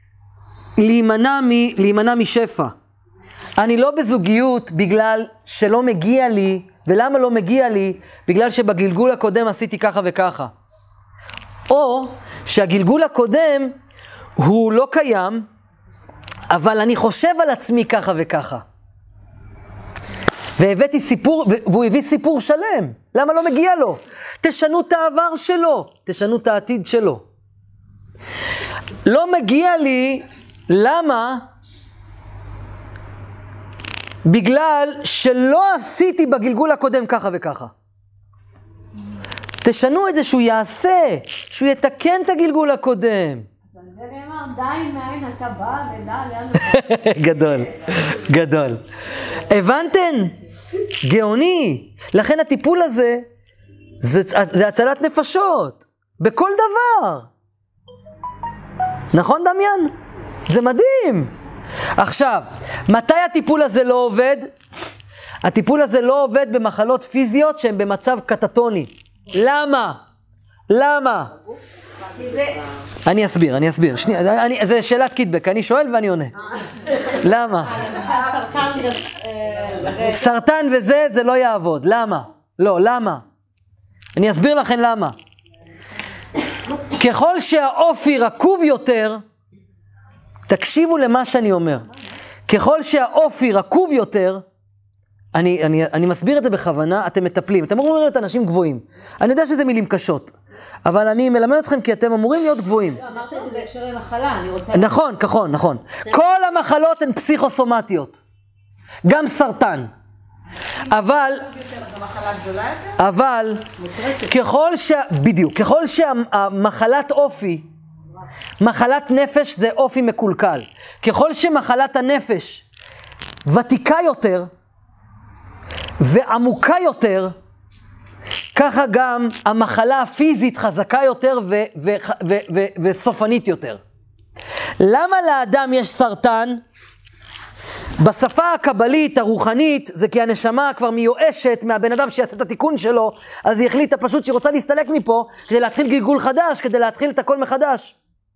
להימנע משפע. אני לא בזוגיות בגלל שלא מגיע לי, ולמה לא מגיע לי? בגלל שבגלגול הקודם עשיתי ככה וככה. או שהגלגול הקודם הוא לא קיים, אבל אני חושב על עצמי ככה וככה. והבאתי סיפור, והוא הביא סיפור שלם. למה לא מגיע לו? תשנו את העבר שלו, תשנו את העתיד שלו. לא מגיע לי, למה? בגלל שלא עשיתי בגלגול הקודם ככה וככה. תשנו את זה שהוא יעשה, שהוא יתקן את הגלגול הקודם. זה נאמר, די מאין אתה בא ודע לאן... גדול. הבנתן? גאוני. לכן הטיפול הזה, זה הצלת נפשות. בכל דבר. נכון דמיין? זה מדהים. עכשיו, מתי הטיפול הזה לא עובד? הטיפול הזה לא עובד במחלות פיזיות שהן במצב קטטוני. למה? אני אסביר. שנייה, זה שאלת קיטבק, אני שואל ואני עונה. למה? סרטן וזה לא יעבוד. למה? לא, למה? אני אסביר לכם למה. ככל שהאופי רקוב יותר, תקשיבו למה שאני אומר. ככל שהאופי רקוב יותר, אני מסביר את זה בכוונה, אתם מטפלים. אתם אמורים להיות אנשים גבוהים. אני יודע שזה מילים קשות, אבל אני מלמד אתכם כי אתם אמורים להיות גבוהים. לא, אמרת את זה בהקשר למחלה, אני רוצה... נכון. כל המחלות הן פסיכוסומטיות. גם סרטן. אבל ככל שהמחלת אופי, מחלת נפש זה אופי מקולקל. ככל שמחלת הנפש ותיקה יותר ועמוקה יותר, ככה גם המחלה הפיזית חזקה יותר וסופנית יותר. למה לאדם יש סרטן? בשפה הקבלית, הרוחנית, זה כי הנשמה כבר מיואשת מהבן אדם שיעשה את התיקון שלו, אז היא החליטה פשוט שהיא רוצה להסתלק מפה, כדי להתחיל גלגול חדש, כדי להתחיל את הכל מחדש.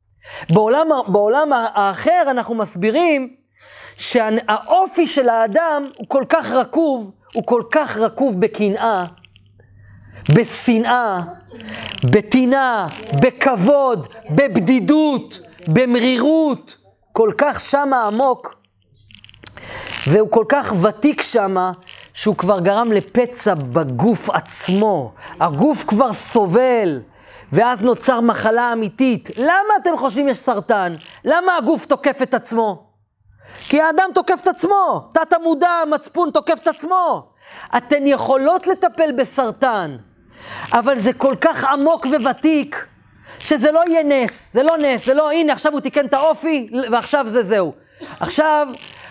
בעולם האחר אנחנו מסבירים, שהאופי של האדם הוא כל כך רקוב, הוא כל כך רקוב בקנאה, בשנאה, בטינה, בכבוד, בבדידות, במרירות, כל כך שמה עמוק, והוא כל כך ותיק שמה, שהוא כבר גרם לפצע בגוף עצמו. הגוף כבר סובל, ואז נוצר מחלה אמיתית. למה אתם חושבים יש סרטן? למה הגוף תוקף את עצמו? כי האדם תוקף את עצמו, תת המודע, מצפון תוקף את עצמו. אתן יכולות לטפל בסרטן, אבל זה כל כך עמוק וותיק, שזה לא יהיה נס, זה לא נס, זה לא, הנה עכשיו הוא תיקן את האופי, ועכשיו זהו. עכשיו,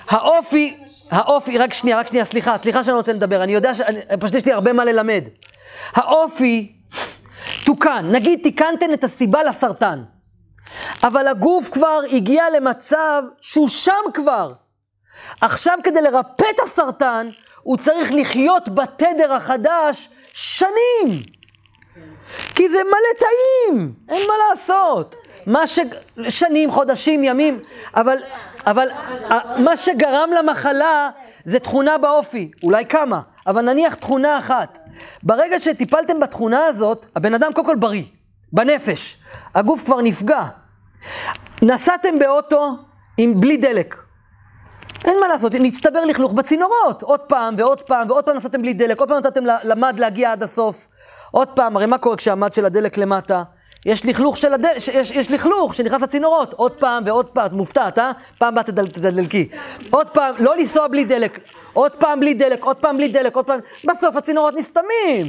האופי, רק שנייה, סליחה שאני נותן לדבר, אני יודע פשוט יש לי הרבה מה ללמד. האופי תוקן, נגיד תיקנתן את הסיבה לסרטן, אבל הגוף כבר הגיע למצב שהוא שם כבר. עכשיו כדי לרפא את הסרטן, הוא צריך לחיות בתדר החדש שנים. כי זה מלא טעים, אין מה לעשות. שנים, חודשים, ימים, אבל מה שגרם למחלה זה תכונה באופי, אולי כמה, אבל נניח תכונה אחת. ברגע שטיפלתם בתכונה הזאת, הבן אדם קודם כל בריא, בנפש, הגוף כבר נפגע. נסעתם באוטו עם בלי דלק, אין מה לעשות, נצטבר לכלוך בצינורות, עוד פעם ועוד פעם ועוד פעם נסעתם בלי דלק, עוד פעם נתתם למד להגיע עד הסוף, עוד פעם, הרי מה קורה כשהמד של הדלק למטה? יש לכלוך של יש לכלוך שנכנס לצינורות, עוד פעם ועוד פעם, מופתעת, פעם באת תדלקי, עוד פעם, לא לנסוע בלי דלק, עוד פעם בלי דלק, עוד פעם בלי דלק, עוד פעם, בסוף הצינורות נסתמים.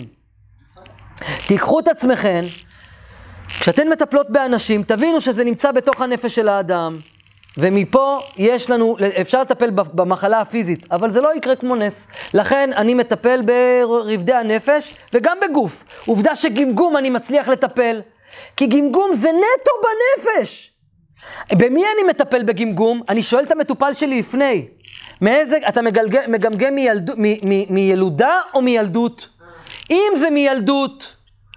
תיקחו את עצמכם, כשאתן מטפלות באנשים, תבינו שזה נמצא בתוך הנפש של האדם, ומפה יש לנו, אפשר לטפל במחלה הפיזית, אבל זה לא יקרה כמו נס. לכן אני מטפל ברבדי הנפש וגם בגוף. עובדה שגמגום אני מצליח לטפל, כי גמגום זה נטו בנפש. במי אני מטפל בגמגום? אני שואל את המטופל שלי לפני, מאיזה, אתה מגמגם מילודה או מילדות? אם זה מילדות,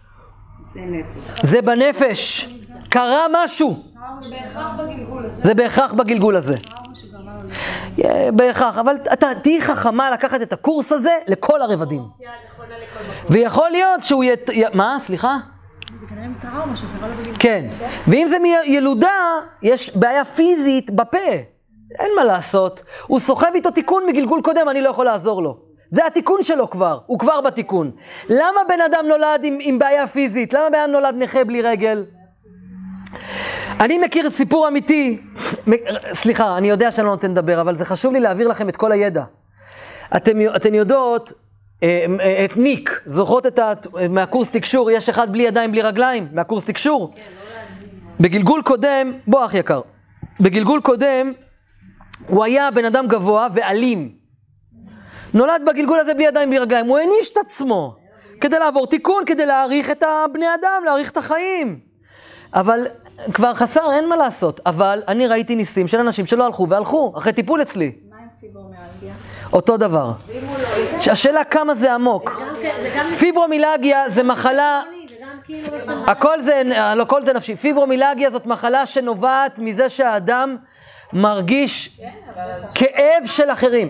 זה בנפש. קרה משהו. זה בהכרח בגלגול הזה. בהכרח, אבל אתה תהי חכמה לקחת את הקורס הזה לכל הרבדים. ויכול להיות שהוא מה? סליחה? זה כנראה טראומה שקרה לו בגלגול. כן, ואם זה מילודה, יש בעיה פיזית בפה. אין מה לעשות. הוא סוחב איתו תיקון מגלגול קודם, אני לא יכול לעזור לו. זה התיקון שלו כבר, הוא כבר בתיקון. למה בן אדם נולד עם בעיה פיזית? למה בן אדם נולד נכה בלי רגל? אני מכיר סיפור אמיתי, סליחה, אני יודע שאני לא נותן לדבר, אבל זה חשוב לי להעביר לכם את כל הידע. אתן יודעות, את ניק, זוכרות מהקורס תקשור, יש אחד בלי ידיים, בלי רגליים, מהקורס תקשור. בגלגול קודם, בוא אח יקר, בגלגול קודם, הוא היה בן אדם גבוה ואלים. נולד בגלגול הזה בלי ידיים, בלי רגליים, הוא הניש את עצמו, כדי לעבור תיקון, כדי להאריך את הבני אדם, להאריך את החיים. אבל כבר חסר, אין מה לעשות. אבל אני ראיתי ניסים של אנשים שלא הלכו והלכו, אחרי טיפול אצלי. מה עם פיברומיאלגיה? אותו דבר. השאלה כמה זה עמוק. פיברומיאלגיה זה מחלה, הכל זה נפשי. פיברומיאלגיה זאת מחלה שנובעת מזה שהאדם מרגיש כאב של אחרים.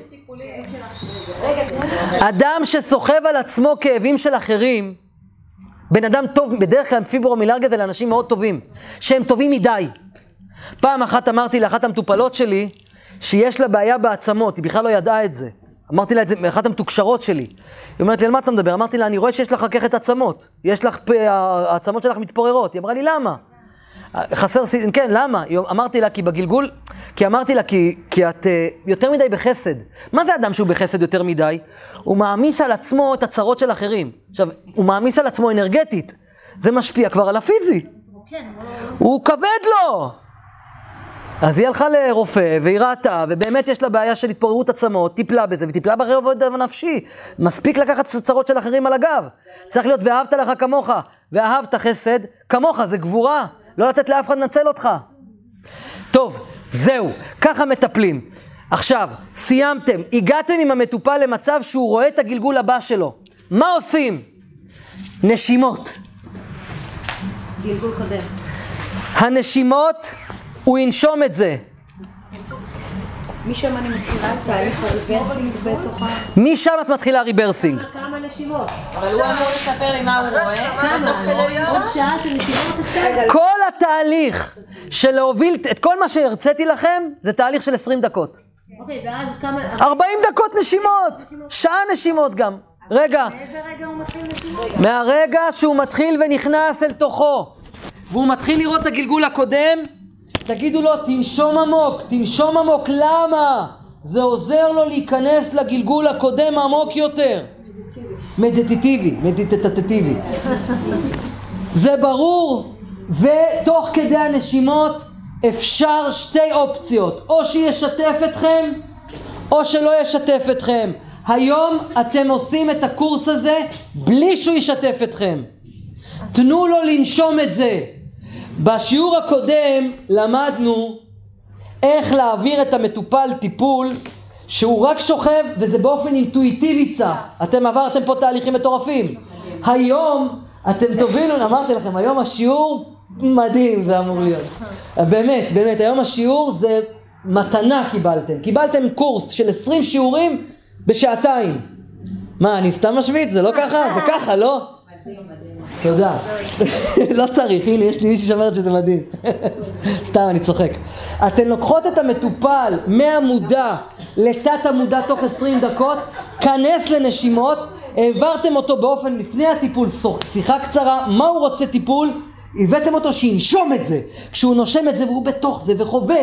אדם שסוחב על עצמו כאבים של אחרים, בן אדם טוב, בדרך כלל פיברומיאלגיה זה לאנשים מאוד טובים, שהם טובים מדי. פעם אחת אמרתי לאחת המטופלות שלי, שיש לה בעיה בעצמות, היא בכלל לא ידעה את זה. אמרתי לה את זה, מאחת המתוקשרות שלי. היא אומרת לי, על מה אתה מדבר? אמרתי לה, אני רואה שיש לך רככת עצמות, יש לך, העצמות שלך מתפוררות. היא אמרה לי, למה? חסר, כן, למה? אמרתי לה, כי בגלגול, כי אמרתי לה, כי את יותר מדי בחסד. מה זה אדם שהוא בחסד יותר מדי? הוא מעמיס על עצמו את הצרות של אחרים. עכשיו, הוא מעמיס על עצמו אנרגטית. זה משפיע כבר על הפיזי. הוא כבד לו. אז היא הלכה לרופא, והיא ראתה, ובאמת יש לה בעיה של התפוררות עצמות, טיפלה בזה, וטיפלה ברובד הנפשי. מספיק לקחת צרות של אחרים על הגב. צריך להיות, ואהבת לך כמוך, ואהבת חסד כמוך, זה גבורה. לא לתת לאף אחד לנצל אותך. טוב, זהו, ככה מטפלים. עכשיו, סיימתם, הגעתם עם המטופל למצב שהוא רואה את הגלגול הבא שלו. מה עושים? נשימות. גלגול קודם. הנשימות, הוא ינשום את זה. משם אני מתחילה את תהליך הריברסינג בתוכה. משם את מתחילה ריברסינג. כמה נשימות? אבל הוא אמור לספר לי מה הוא רואה. כמה? עוד שעה של נשימות עכשיו? כל התהליך של להוביל את כל מה שהרציתי לכם, זה תהליך של 20 דקות. אוקיי, ואז כמה... 40 דקות נשימות, שעה נשימות גם. רגע. מאיזה רגע הוא מתחיל נשימות? מהרגע שהוא מתחיל ונכנס אל תוכו, והוא מתחיל לראות את הגלגול הקודם, תגידו לו, תנשום עמוק, למה? זה עוזר לו להיכנס לגלגול הקודם עמוק יותר. מדיטטיבי. זה ברור, ותוך כדי הנשימות אפשר שתי אופציות, או שישתף אתכם, או שלא ישתף אתכם. היום אתם עושים את הקורס הזה בלי שהוא ישתף אתכם. תנו לו לנשום את זה. בשיעור הקודם למדנו איך להעביר את המטופל טיפול שהוא רק שוכב וזה באופן אינטואיטיבי צף. אתם עברתם פה תהליכים מטורפים. היום אתם תובילו, אמרתי לכם, היום השיעור מדהים זה אמור להיות. באמת, היום השיעור זה מתנה קיבלתם קורס של 20 שיעורים בשעתיים. מה, אני סתם משוויץ? זה לא ככה? זה ככה, לא? מדהים. תודה. לא צריך, הנה, יש לי מישהי שאומרת שזה מדהים. סתם, אני צוחק. אתן לוקחות את המטופל מהמודע לתת המודע תוך 20 דקות, כנס לנשימות, העברתם אותו באופן לפני הטיפול, שיחה קצרה, מה הוא רוצה טיפול, הבאתם אותו שינשום את זה. כשהוא נושם את זה והוא בתוך זה וחווה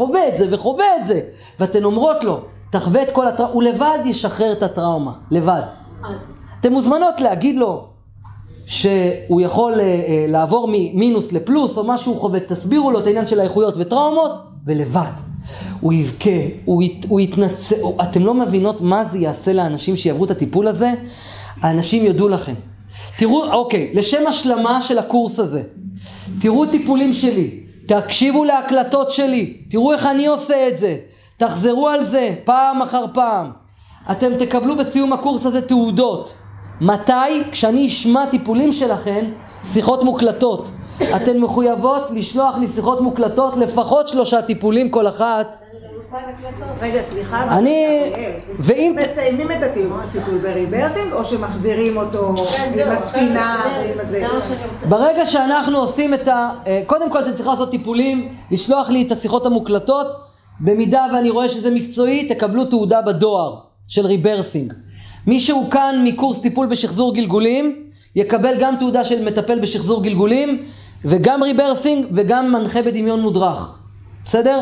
את זה, ואתן אומרות לו, תחווה את כל הטראומה, הוא לבד ישחרר את הטראומה, לבד. אתם מוזמנות להגיד לו שהוא יכול לעבור ממינוס לפלוס או משהו חווה, תסבירו לו את העניין של האיכויות וטראומות, ולבד. הוא יבכה, הוא יתנצל, אתם לא מבינות מה זה יעשה לאנשים שיעברו את הטיפול הזה, האנשים יודו לכם. תראו, אוקיי, לשם השלמה של הקורס הזה, תראו טיפולים שלי, תקשיבו להקלטות שלי, תראו איך אני עושה את זה, תחזרו על זה פעם אחר פעם. אתם תקבלו בסיום הקורס הזה תעודות. מתי? כשאני אשמע טיפולים שלכם, שיחות מוקלטות. אתן מחויבות לשלוח לי שיחות מוקלטות, לפחות 3 טיפולים כל אחת. רגע, סליחה, ואם מסיימים את הטיפול בריברסינג או שמחזירים אותו עם הספינה ועם הזה? ברגע שאנחנו עושים קודם כל אתם צריכים לעשות טיפולים, לשלוח לי את השיחות המוקלטות, במידה ואני רואה שזה מקצועי, תקבלו תעודה בדואר של ריברסינג. מישהו כאן מקורס טיפול בשחזור גלגולים, יקבל גם תעודה של מטפל בשחזור גלגולים, וגם ריברסינג וגם מנחה בדמיון מודרך. בסדר?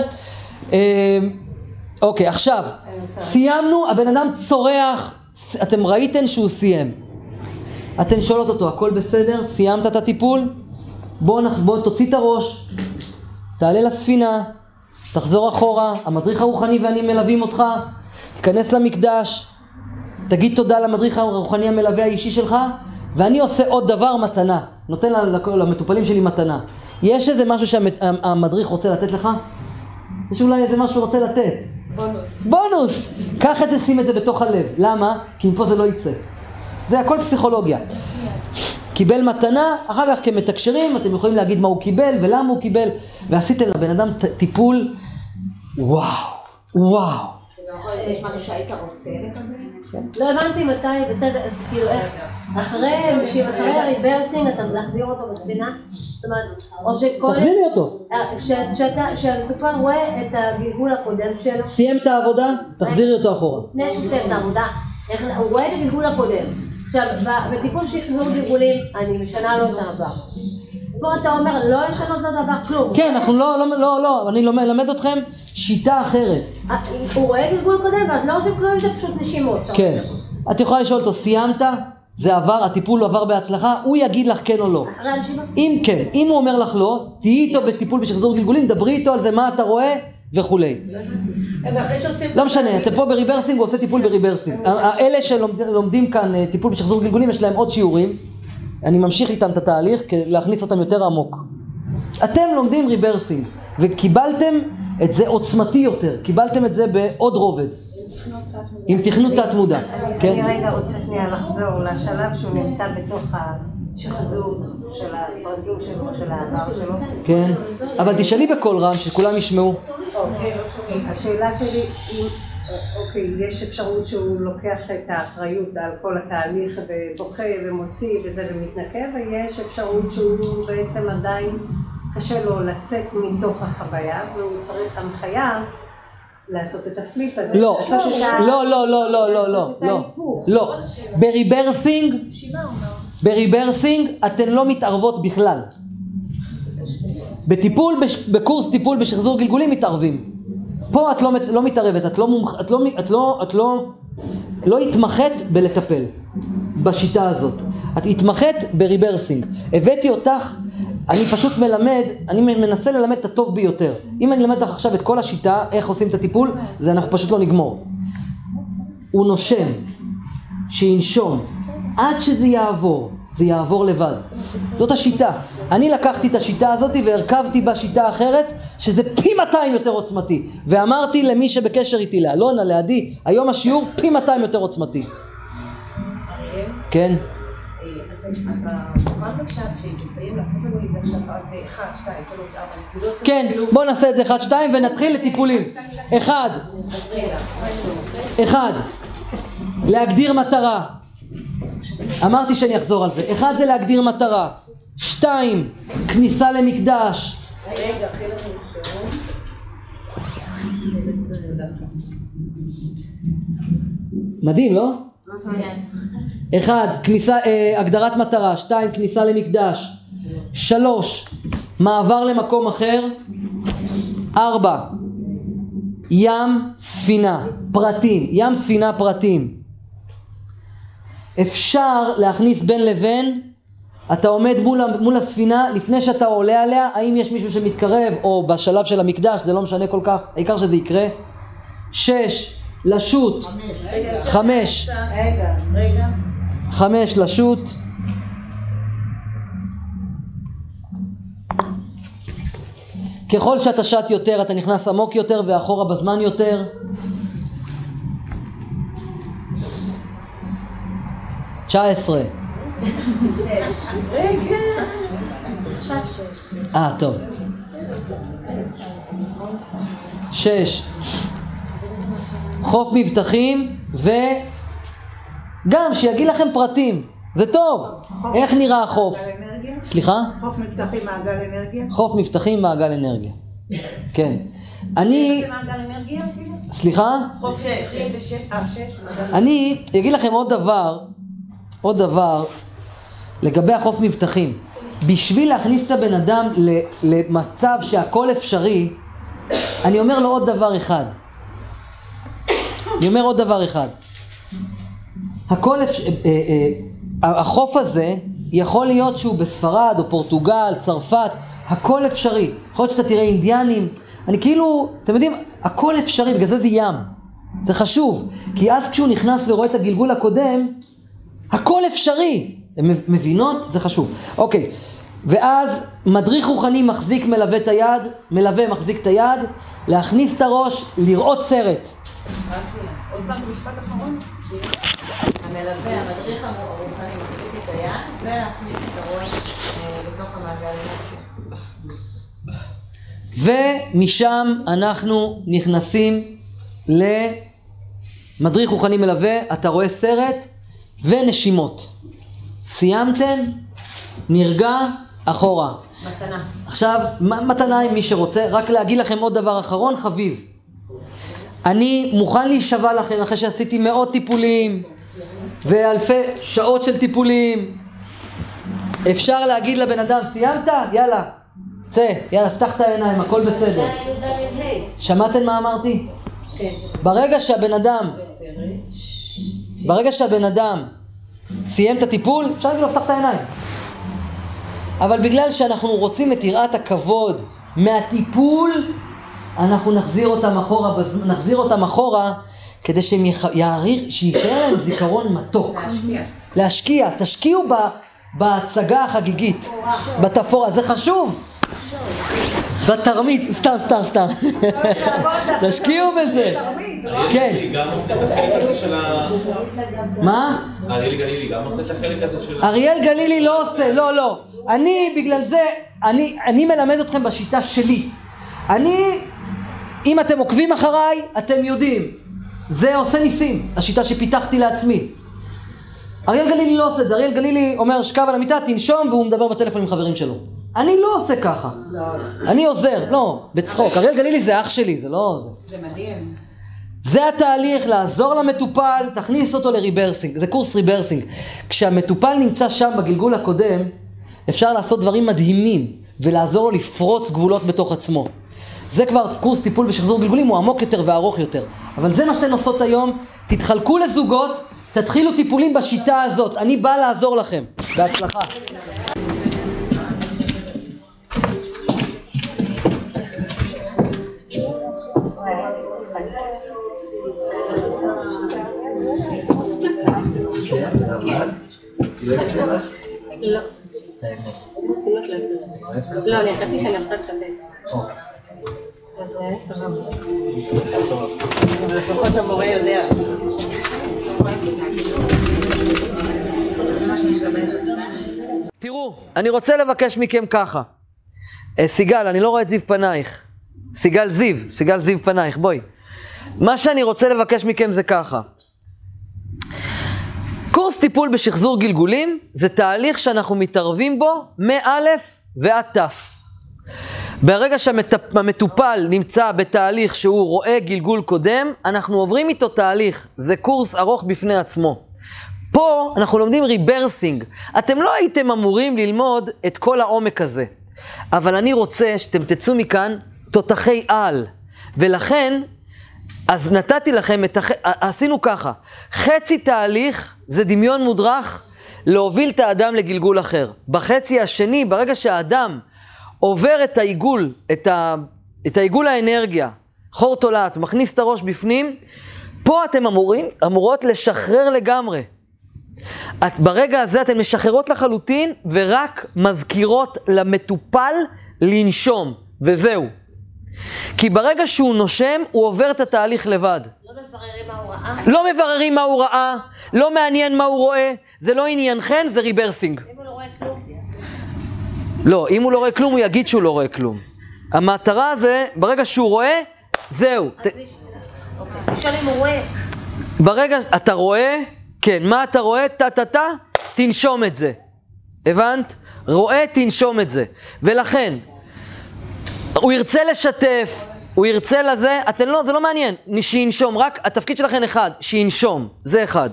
אוקיי, עכשיו, סיימנו, הבן אדם צורח, אתם ראיתם שהוא סיים. אתן שואלות אותו, הכל בסדר? סיימת את הטיפול? בוא תוציא את הראש, תעלה לספינה, תחזור אחורה, המדריך הרוחני ואני מלווים אותך, תיכנס למקדש, תגיד תודה למדריך הרוחני המלווה האישי שלך, ואני עושה עוד דבר, מתנה, נותן למטופלים שלי מתנה. יש איזה משהו שהמדריך רוצה לתת לך? יש אולי איזה משהו רוצה לתת? בונוס! קח את זה, שים את זה בתוך הלב. למה? כי מפה זה לא יצא. זה הכל פסיכולוגיה. קיבל מתנה, אחר כך כמתקשרים, אתם יכולים להגיד מה הוא קיבל ולמה הוא קיבל, ועשיתם לבן אדם טיפול, וואו. יש משהו שהיית רוצה לקבל? לא הבנתי מתי, בסדר, כאילו איך, אחרי הריברסינג אתה מחזיר אותו בספינה? זאת אומרת, או שכל... תחזירי אותו. שהמטופל רואה את הגלגול הקודם שלו. סיים את העבודה, תחזירי אותו אחורה. לפני שהוא סיים את העבודה, הוא רואה את הגלגול הקודם. עכשיו, בטיפול שחזור גלגולים, אני משנה לו את העבר. פה אתה אומר, לא לשנות לו דבר, כלום. כן, אנחנו לא, אני אלמד אתכם שיטה אחרת. הוא רואה גלגול קודם, ואז לא עושים כלום, זה פשוט נשימות. כן. את יכולה לשאול אותו, סיימת? זה עבר, הטיפול עבר בהצלחה? הוא יגיד לך כן או לא. אחרי הנשימה? אם כן, אם הוא אומר לך לא, תהיי איתו בטיפול בשחזור גלגולים, דברי איתו על זה, מה אתה רואה וכולי. לא משנה, אתם פה בריברסינג, הוא עושה טיפול בריברסינג. אלה שלומדים כאן טיפול בשחזור גלגולים, יש להם עוד שיעורים. אני ממשיך איתם את התהליך, כדי להכניס אותם יותר עמוק. אתם לומדים ריברסינג, וקיבלתם את זה עוצמתי יותר, קיבלתם את זה בעוד רובד. עם תכנות תת מודע. אני רגע רוצה שנייה לחזור לשלב שהוא נמצא בתוך השחזור של הפרטים שלו, של העבר שלו. כן, אבל תשאלי בקול רם שכולם ישמעו. השאלה שלי היא, אוקיי, יש אפשרות שהוא לוקח את האחריות על כל התהליך ובוכה ומוציא וזה ומתנקה, ויש אפשרות שהוא בעצם עדיין קשה לו לצאת מתוך החוויה והוא צריך הנחיה לעשות את הפליפ הזה. לא, לא, לא, לא, לא, לא, לא, לא, לא. בריברסינג אתן לא מתערבות בכלל. בקורס טיפול בשחזור גלגולים מתערבים. פה את לא מתערבת, את לא התמחת בלטפל בשיטה הזאת. את התמחת בריברסינג. הבאתי אותך, אני פשוט מלמד, אני מנסה ללמד את הטוב ביותר. אם אני אלמד לך עכשיו את כל השיטה, איך עושים את הטיפול, זה אנחנו פשוט לא נגמור. הוא נושם, שינשום, עד שזה יעבור, זה יעבור לבד. זאת השיטה. אני לקחתי את השיטה הזאת והרכבתי בה שיטה אחרת, שזה פי 200 יותר עוצמתי. ואמרתי למי שבקשר איתי, לאלונה, לעדי, היום השיעור פי 200 יותר עוצמתי. כן? תוכל בבקשה כשתסיים לעשות לנו את זה עכשיו ב-1, 2, 3, 4 נקודות. כן, בוא נעשה את זה 1, 2 ונתחיל לטיפולים. 1, להגדיר מטרה. אמרתי שאני אחזור על זה. 1 זה להגדיר מטרה. 2, כניסה למקדש. רגע, אחרי לכם אפשרות. מדהים, לא? 1, הגדרת מטרה. 2, כניסה למקדש. 3, מעבר למקום אחר. 4, ים, ספינה, פרטים. ים, ספינה, פרטים. אפשר להכניס בין לבין. אתה עומד מול הספינה, לפני שאתה עולה עליה, האם יש מישהו שמתקרב, או בשלב של המקדש, זה לא משנה כל כך, העיקר שזה יקרה. 6, לשוט. 5, 5, לשוט. ככל שאתה שט יותר, אתה נכנס עמוק יותר ואחורה בזמן יותר. 19. רגע. עכשיו 6. טוב. 6. חוף מבטחים, וגם שיגיד לכם פרטים. זה טוב. איך נראה החוף? סליחה? חוף מבטחים מעגל אנרגיה? חוף מבטחים מעגל אנרגיה. כן. אני... זה מעגל אנרגיה? סליחה? חוף 6. אני אגיד לכם עוד דבר לגבי החוף מבטחים. בשביל להכניס את הבן אדם למצב שהכל אפשרי, אני אומר לו עוד דבר אחד. החוף הזה יכול להיות שהוא בספרד או פורטוגל, צרפת, הכל אפשרי. יכול להיות שאתה תראה אינדיאנים, אני כאילו, אתם יודעים, הכל אפשרי, בגלל זה ים. זה חשוב, כי אז כשהוא נכנס ורואה את הגלגול הקודם, הכל אפשרי. אתם מבינות? זה חשוב. אוקיי, ואז מדריך רוחני מחזיק מלווה את היד, מלווה מחזיק את היד, להכניס את הראש, לראות סרט. עוד פעם, משפט אחרון. המלווה, המדריך הרוחני מחזיק את היד, ולהכניס את הראש לתוך המעגל האנרגיה. ומשם אנחנו נכנסים למדריך רוחני מלווה, אתה רואה סרט ונשימות. סיימתם? נרגע, אחורה. מתנה. עכשיו, מתנה עם מי שרוצה, רק להגיד לכם עוד דבר אחרון, חביב. אני מוכן להישבע לכם אחרי שעשיתי מאות טיפולים ואלפי שעות של טיפולים. אפשר להגיד לבן אדם, סיימת? יאללה, צא, יאללה, פתח את העיניים, הכל בסדר. שמעתם מה אמרתי? ברגע שהבן אדם סיים את הטיפול, אפשר להגיד לו, פתח את העיניים. אבל בגלל שאנחנו רוצים את יראת הכבוד מהטיפול, אנחנו נחזיר אותם אחורה כדי שישאר להם זיכרון מתוק. להשקיע. תשקיעו בהצגה החגיגית, בתפאורה, זה חשוב. בתרמית, סתם. תשקיעו בזה. כן. גם עושה את החלק הזה של ה... מה? אריאל גלילי גם עושה את החלק הזה של ה... אריאל גלילי לא עושה, לא. אני בגלל זה, אני מלמד אתכם בשיטה שלי. אם אתם עוקבים אחריי, אתם יודעים. זה עושה ניסים, השיטה שפיתחתי לעצמי. אריאל גלילי לא עושה את זה, אריאל גלילי אומר שכב על המיטה, תנשום, והוא מדבר בטלפון עם חברים שלו. אני לא עושה ככה. אני עוזר, לא, בצחוק. אריאל גלילי זה אח שלי, זה לא זה. זה מדהים. זה התהליך, לעזור למטופל, תכניס אותו לריברסינג. זה קורס ריברסינג. כשהמטופל נמצא שם בגלגול הקודם, אפשר לעשות דברים מדהימים, ולעזור לו לפרוץ גבולות בתוך עצמו. זה כבר קורס טיפול בשחזור גלגולים, הוא עמוק יותר וארוך יותר. אבל זה מה שאתן עושות היום, תתחלקו לזוגות, תתחילו טיפולים בשיטה הזאת. אני בא לעזור לכם. בהצלחה. לא, אני הרגשתי שאני רוצה לשתף. אז זה סבבה. לפחות המורה יודע. תראו, אני רוצה לבקש מכם ככה. סיגל, אני לא רואה את זיו פנייך. סיגל זיו פנייך, בואי. מה שאני רוצה לבקש מכם זה ככה. קורס טיפול בשחזור גלגולים זה תהליך שאנחנו מתערבים בו מאלף ועד תף. ברגע שהמטופל נמצא בתהליך שהוא רואה גלגול קודם, אנחנו עוברים איתו תהליך. זה קורס ארוך בפני עצמו. פה אנחנו לומדים ריברסינג. אתם לא הייתם אמורים ללמוד את כל העומק הזה. אבל אני רוצה שאתם תצאו מכאן תותחי על. ולכן, אז נתתי לכם, עשינו ככה. חצי תהליך זה דמיון מודרך להוביל את האדם לגלגול אחר. בחצי השני, ברגע שהאדם עובר את העיגול, את העיגול האנרגיה, חור תולעת, מכניס את הראש בפנים, פה אתם אמורות לשחרר לגמרי. ברגע הזה אתן משחררות לחלוטין ורק מזכירות למטופל לנשום, וזהו. כי ברגע שהוא נושם, הוא עובר את התהליך לבד. לא מבררים מה הוא ראה? לא מבררים מה הוא ראה, לא מעניין מה הוא רואה, זה לא עניינכן, זה ריברסינג. אם הוא לא רואה כלום? לא, אם הוא לא רואה כלום, הוא יגיד שהוא לא רואה כלום. המטרה זה, ברגע שהוא רואה, זהו. לשאול אם הוא רואה. ברגע, אתה רואה, כן, מה אתה רואה? תנשום את זה. הבנת? רואה, תנשום את זה. ולכן, הוא ירצה לשתף, הוא ירצה לזה, אתם לא, זה לא מעניין, שינשום, רק התפקיד שלכם אחד, שינשום, זה אחד.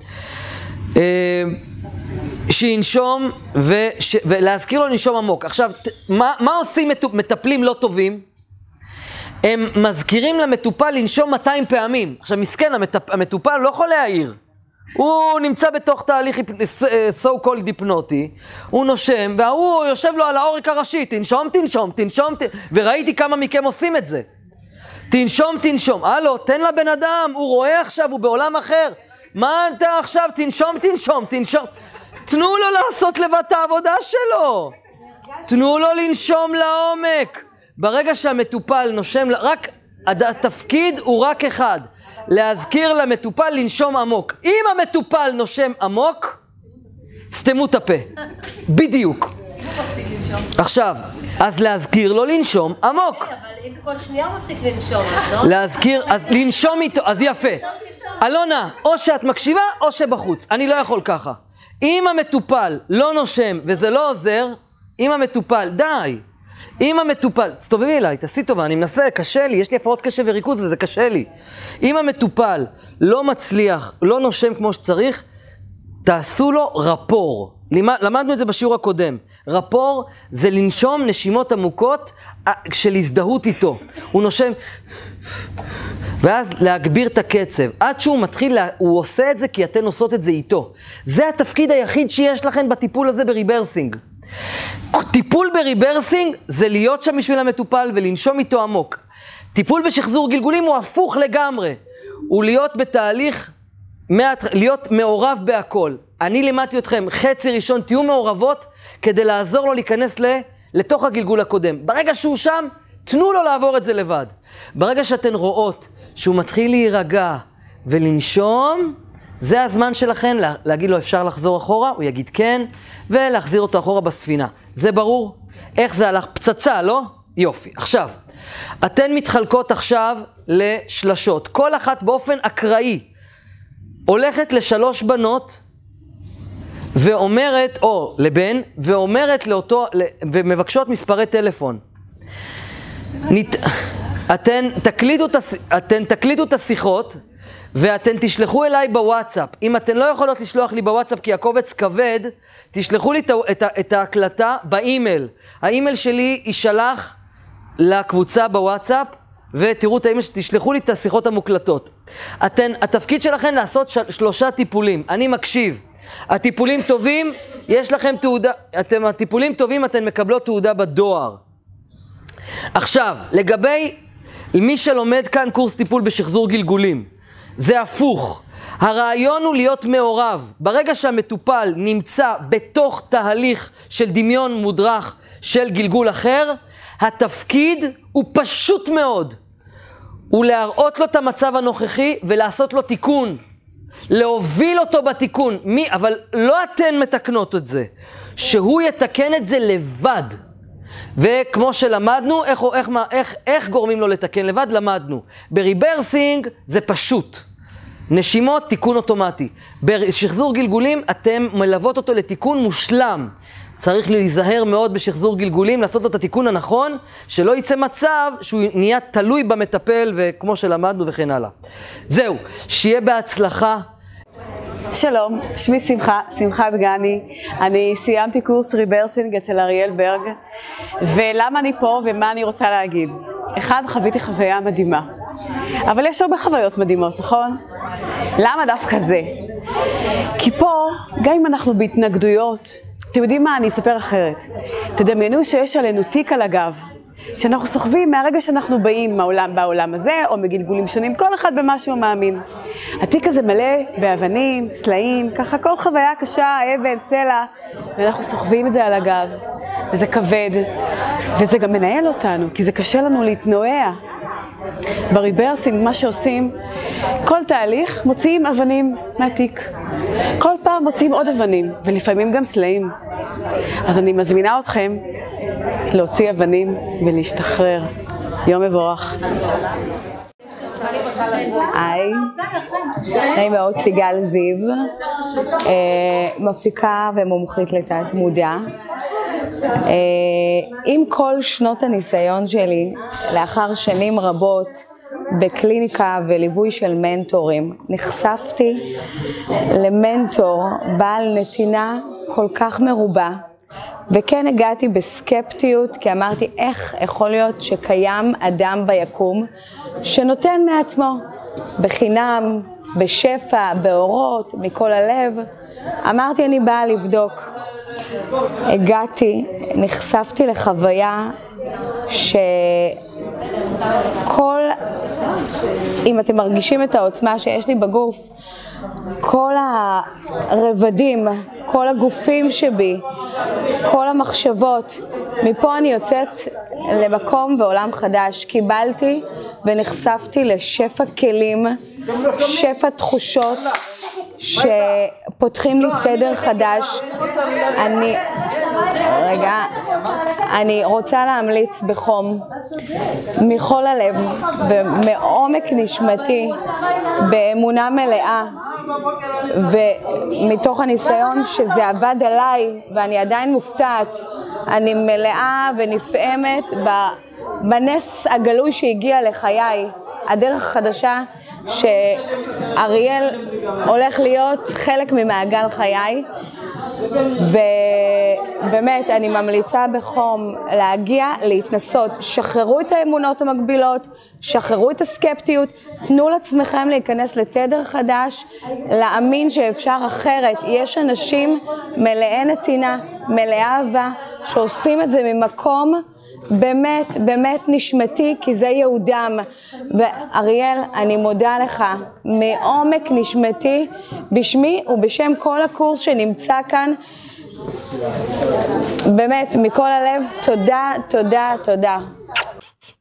שינשום ולהזכיר לו לנשום עמוק. עכשיו, מה עושים מטפלים לא טובים? הם מזכירים למטופל לנשום 200 פעמים. עכשיו, מסכן, המטופל לא יכול להעיר. הוא נמצא בתוך תהליך so called היפנוטי, הוא נושם, והוא יושב לו על העורק הראשי, תנשום, וראיתי כמה מכם עושים את זה. תנשום, הלו, תן לבן אדם, הוא רואה עכשיו, הוא בעולם אחר. מה אתה עכשיו? תנשום. תנו לו לעשות לבד את העבודה שלו. תנו לו לנשום לעומק. ברגע שהמטופל נושם, רק התפקיד הוא רק אחד. להזכיר למטופל לנשום עמוק. אם המטופל נושם עמוק, סתמו את הפה. בדיוק. עכשיו, אז להזכיר לו לנשום עמוק. אבל אם כל שנייה הוא מפסיק לנשום, לא? להזכיר, אז לנשום איתו, אז יפה. אלונה, או שאת מקשיבה או שבחוץ. אני לא יכול ככה. אם המטופל לא נושם וזה לא עוזר, אם המטופל, די. אם המטופל, תסתובבי אליי, תעשי טובה, אני מנסה, קשה לי, יש לי הפרעות קשב וריכוז וזה קשה לי. אם המטופל לא מצליח, לא נושם כמו שצריך, תעשו לו רפור. למדנו את זה בשיעור הקודם. רפור זה לנשום נשימות עמוקות של הזדהות איתו. הוא נושם, ואז להגביר את הקצב. עד שהוא מתחיל, הוא עושה את זה כי אתן עושות את זה איתו. זה התפקיד היחיד שיש לכם בטיפול הזה בריברסינג. טיפול בריברסינג זה להיות שם בשביל המטופל ולנשום איתו עמוק. טיפול בשחזור גלגולים הוא הפוך לגמרי. הוא להיות בתהליך, להיות מעורב בהכל. אני לימדתי אתכם, חצי ראשון, תהיו מעורבות כדי לעזור לו להיכנס לתוך הגלגול הקודם. ברגע שהוא שם, תנו לו לעבור את זה לבד. ברגע שאתן רואות שהוא מתחיל להירגע ולנשום, זה הזמן שלכן להגיד לו אפשר לחזור אחורה, הוא יגיד כן, ולהחזיר אותו אחורה בספינה. זה ברור? איך זה הלך? פצצה, לא? יופי. עכשיו, אתן מתחלקות עכשיו לשלשות. כל אחת באופן אקראי הולכת ל3 בנות ואומרת, או לבן, ואומרת לאותו, ומבקשות מספרי טלפון. אתן תקליטו את השיחות, ואתן תשלחו אליי בוואטסאפ. אם אתן לא יכולות לשלוח לי בוואטסאפ כי הקובץ כבד, תשלחו לי את ההקלטה באימייל. האימייל שלי יישלח לקבוצה בוואטסאפ, ותראו את האימייל, תשלחו לי את השיחות המוקלטות. התפקיד שלכם לעשות 3 טיפולים. אני מקשיב. הטיפולים טובים, יש לכם תעודה, הטיפולים טובים אתן מקבלות תעודה בדואר. עכשיו, לגבי מי שלומד כאן קורס טיפול בשחזור גלגולים, זה הפוך. הרעיון הוא להיות מעורב. ברגע שהמטופל נמצא בתוך תהליך של דמיון מודרך של גלגול אחר, התפקיד הוא פשוט מאוד. הוא להראות לו את המצב הנוכחי ולעשות לו תיקון. להוביל אותו בתיקון. אבל לא אתן מתקנות את זה. שהוא יתקן את זה לבד. וכמו שלמדנו, איך גורמים לו לתקן לבד? למדנו. בריברסינג זה פשוט. נשימות, תיקון אוטומטי. בשחזור גלגולים, אתם מלוות אותו לתיקון מושלם. צריך להיזהר מאוד בשחזור גלגולים, לעשות לו את התיקון הנכון, שלא יצא מצב שהוא נהיה תלוי במטפל, וכמו שלמדנו וכן הלאה. זהו, שיהיה בהצלחה. שלום, שמי שמחה דגני. אני סיימתי קורס ריברסינג אצל אריאל ברג, ולמה אני פה ומה אני רוצה להגיד? אחד, חוויתי חוויה מדהימה, אבל יש הרבה חוויות מדהימות, נכון? למה דווקא זה? כי פה, גם אם אנחנו בהתנגדויות, אתם יודעים מה? אני אספר אחרת. תדמיינו שיש עלינו תיק על הגב, שאנחנו סוחבים מהרגע שאנחנו באים בעולם הזה, או מגלגולים שונים, כל אחד במה שהוא מאמין. התיק הזה מלא באבנים, סלעים, ככה כל חוויה קשה, אבן, סלע, ואנחנו סוחבים את זה על הגב, וזה כבד, וזה גם מנהל אותנו, כי זה קשה לנו להתנועע. בריברסינג מה שעושים, כל תהליך מוציאים אבנים מהתיק. כל פעם מוציאים עוד אבנים, ולפעמים גם סלעים. אז אני מזמינה אתכם להוציא אבנים ולהשתחרר. יום מבורך. היי, אני מאוד סיגל זיו, מפיקה ומומחית לתת מודע. עם כל שנות הניסיון שלי, לאחר שנים רבות בקליניקה וליווי של מנטורים, נחשפתי למנטור בעל נתינה כל כך מרובה, וכן הגעתי בסקפטיות, כי אמרתי איך יכול להיות שקיים אדם ביקום שנותן מעצמו בחינם, בשפע, באורות, מכל הלב. אמרתי אני באה לבדוק. הגעתי, נחשפתי לחוויה שכל, אם אתם מרגישים את העוצמה שיש לי בגוף, כל הרבדים, כל הגופים שבי, כל המחשבות, מפה אני יוצאת למקום ועולם חדש. קיבלתי ונחשפתי לשפע כלים, שפע תחושות שפותחים לי תדר חדש. אני רוצה להמליץ בחום, מכל הלב ומעומק נשמתי, באמונה מלאה ומתוך הניסיון שזה עבד עליי ואני עדיין מופתעת. אני מלאה ונפעמת בנס הגלוי שהגיע לחיי, הדרך החדשה שאריאל הולך להיות חלק ממעגל חיי. ובאמת אני ממליצה בחום להגיע, להתנסות, שחררו את האמונות המקבילות, שחררו את הסקפטיות, תנו לעצמכם להיכנס לתדר חדש, להאמין שאפשר אחרת. יש אנשים מלאי נתינה, מלאי אהבה, שעושים את זה ממקום באמת, באמת נשמתי, כי זה יהודם. ואריאל, אני מודה לך מעומק נשמתי, בשמי ובשם כל הקורס שנמצא כאן, באמת, מכל הלב, תודה, תודה, תודה. שלום.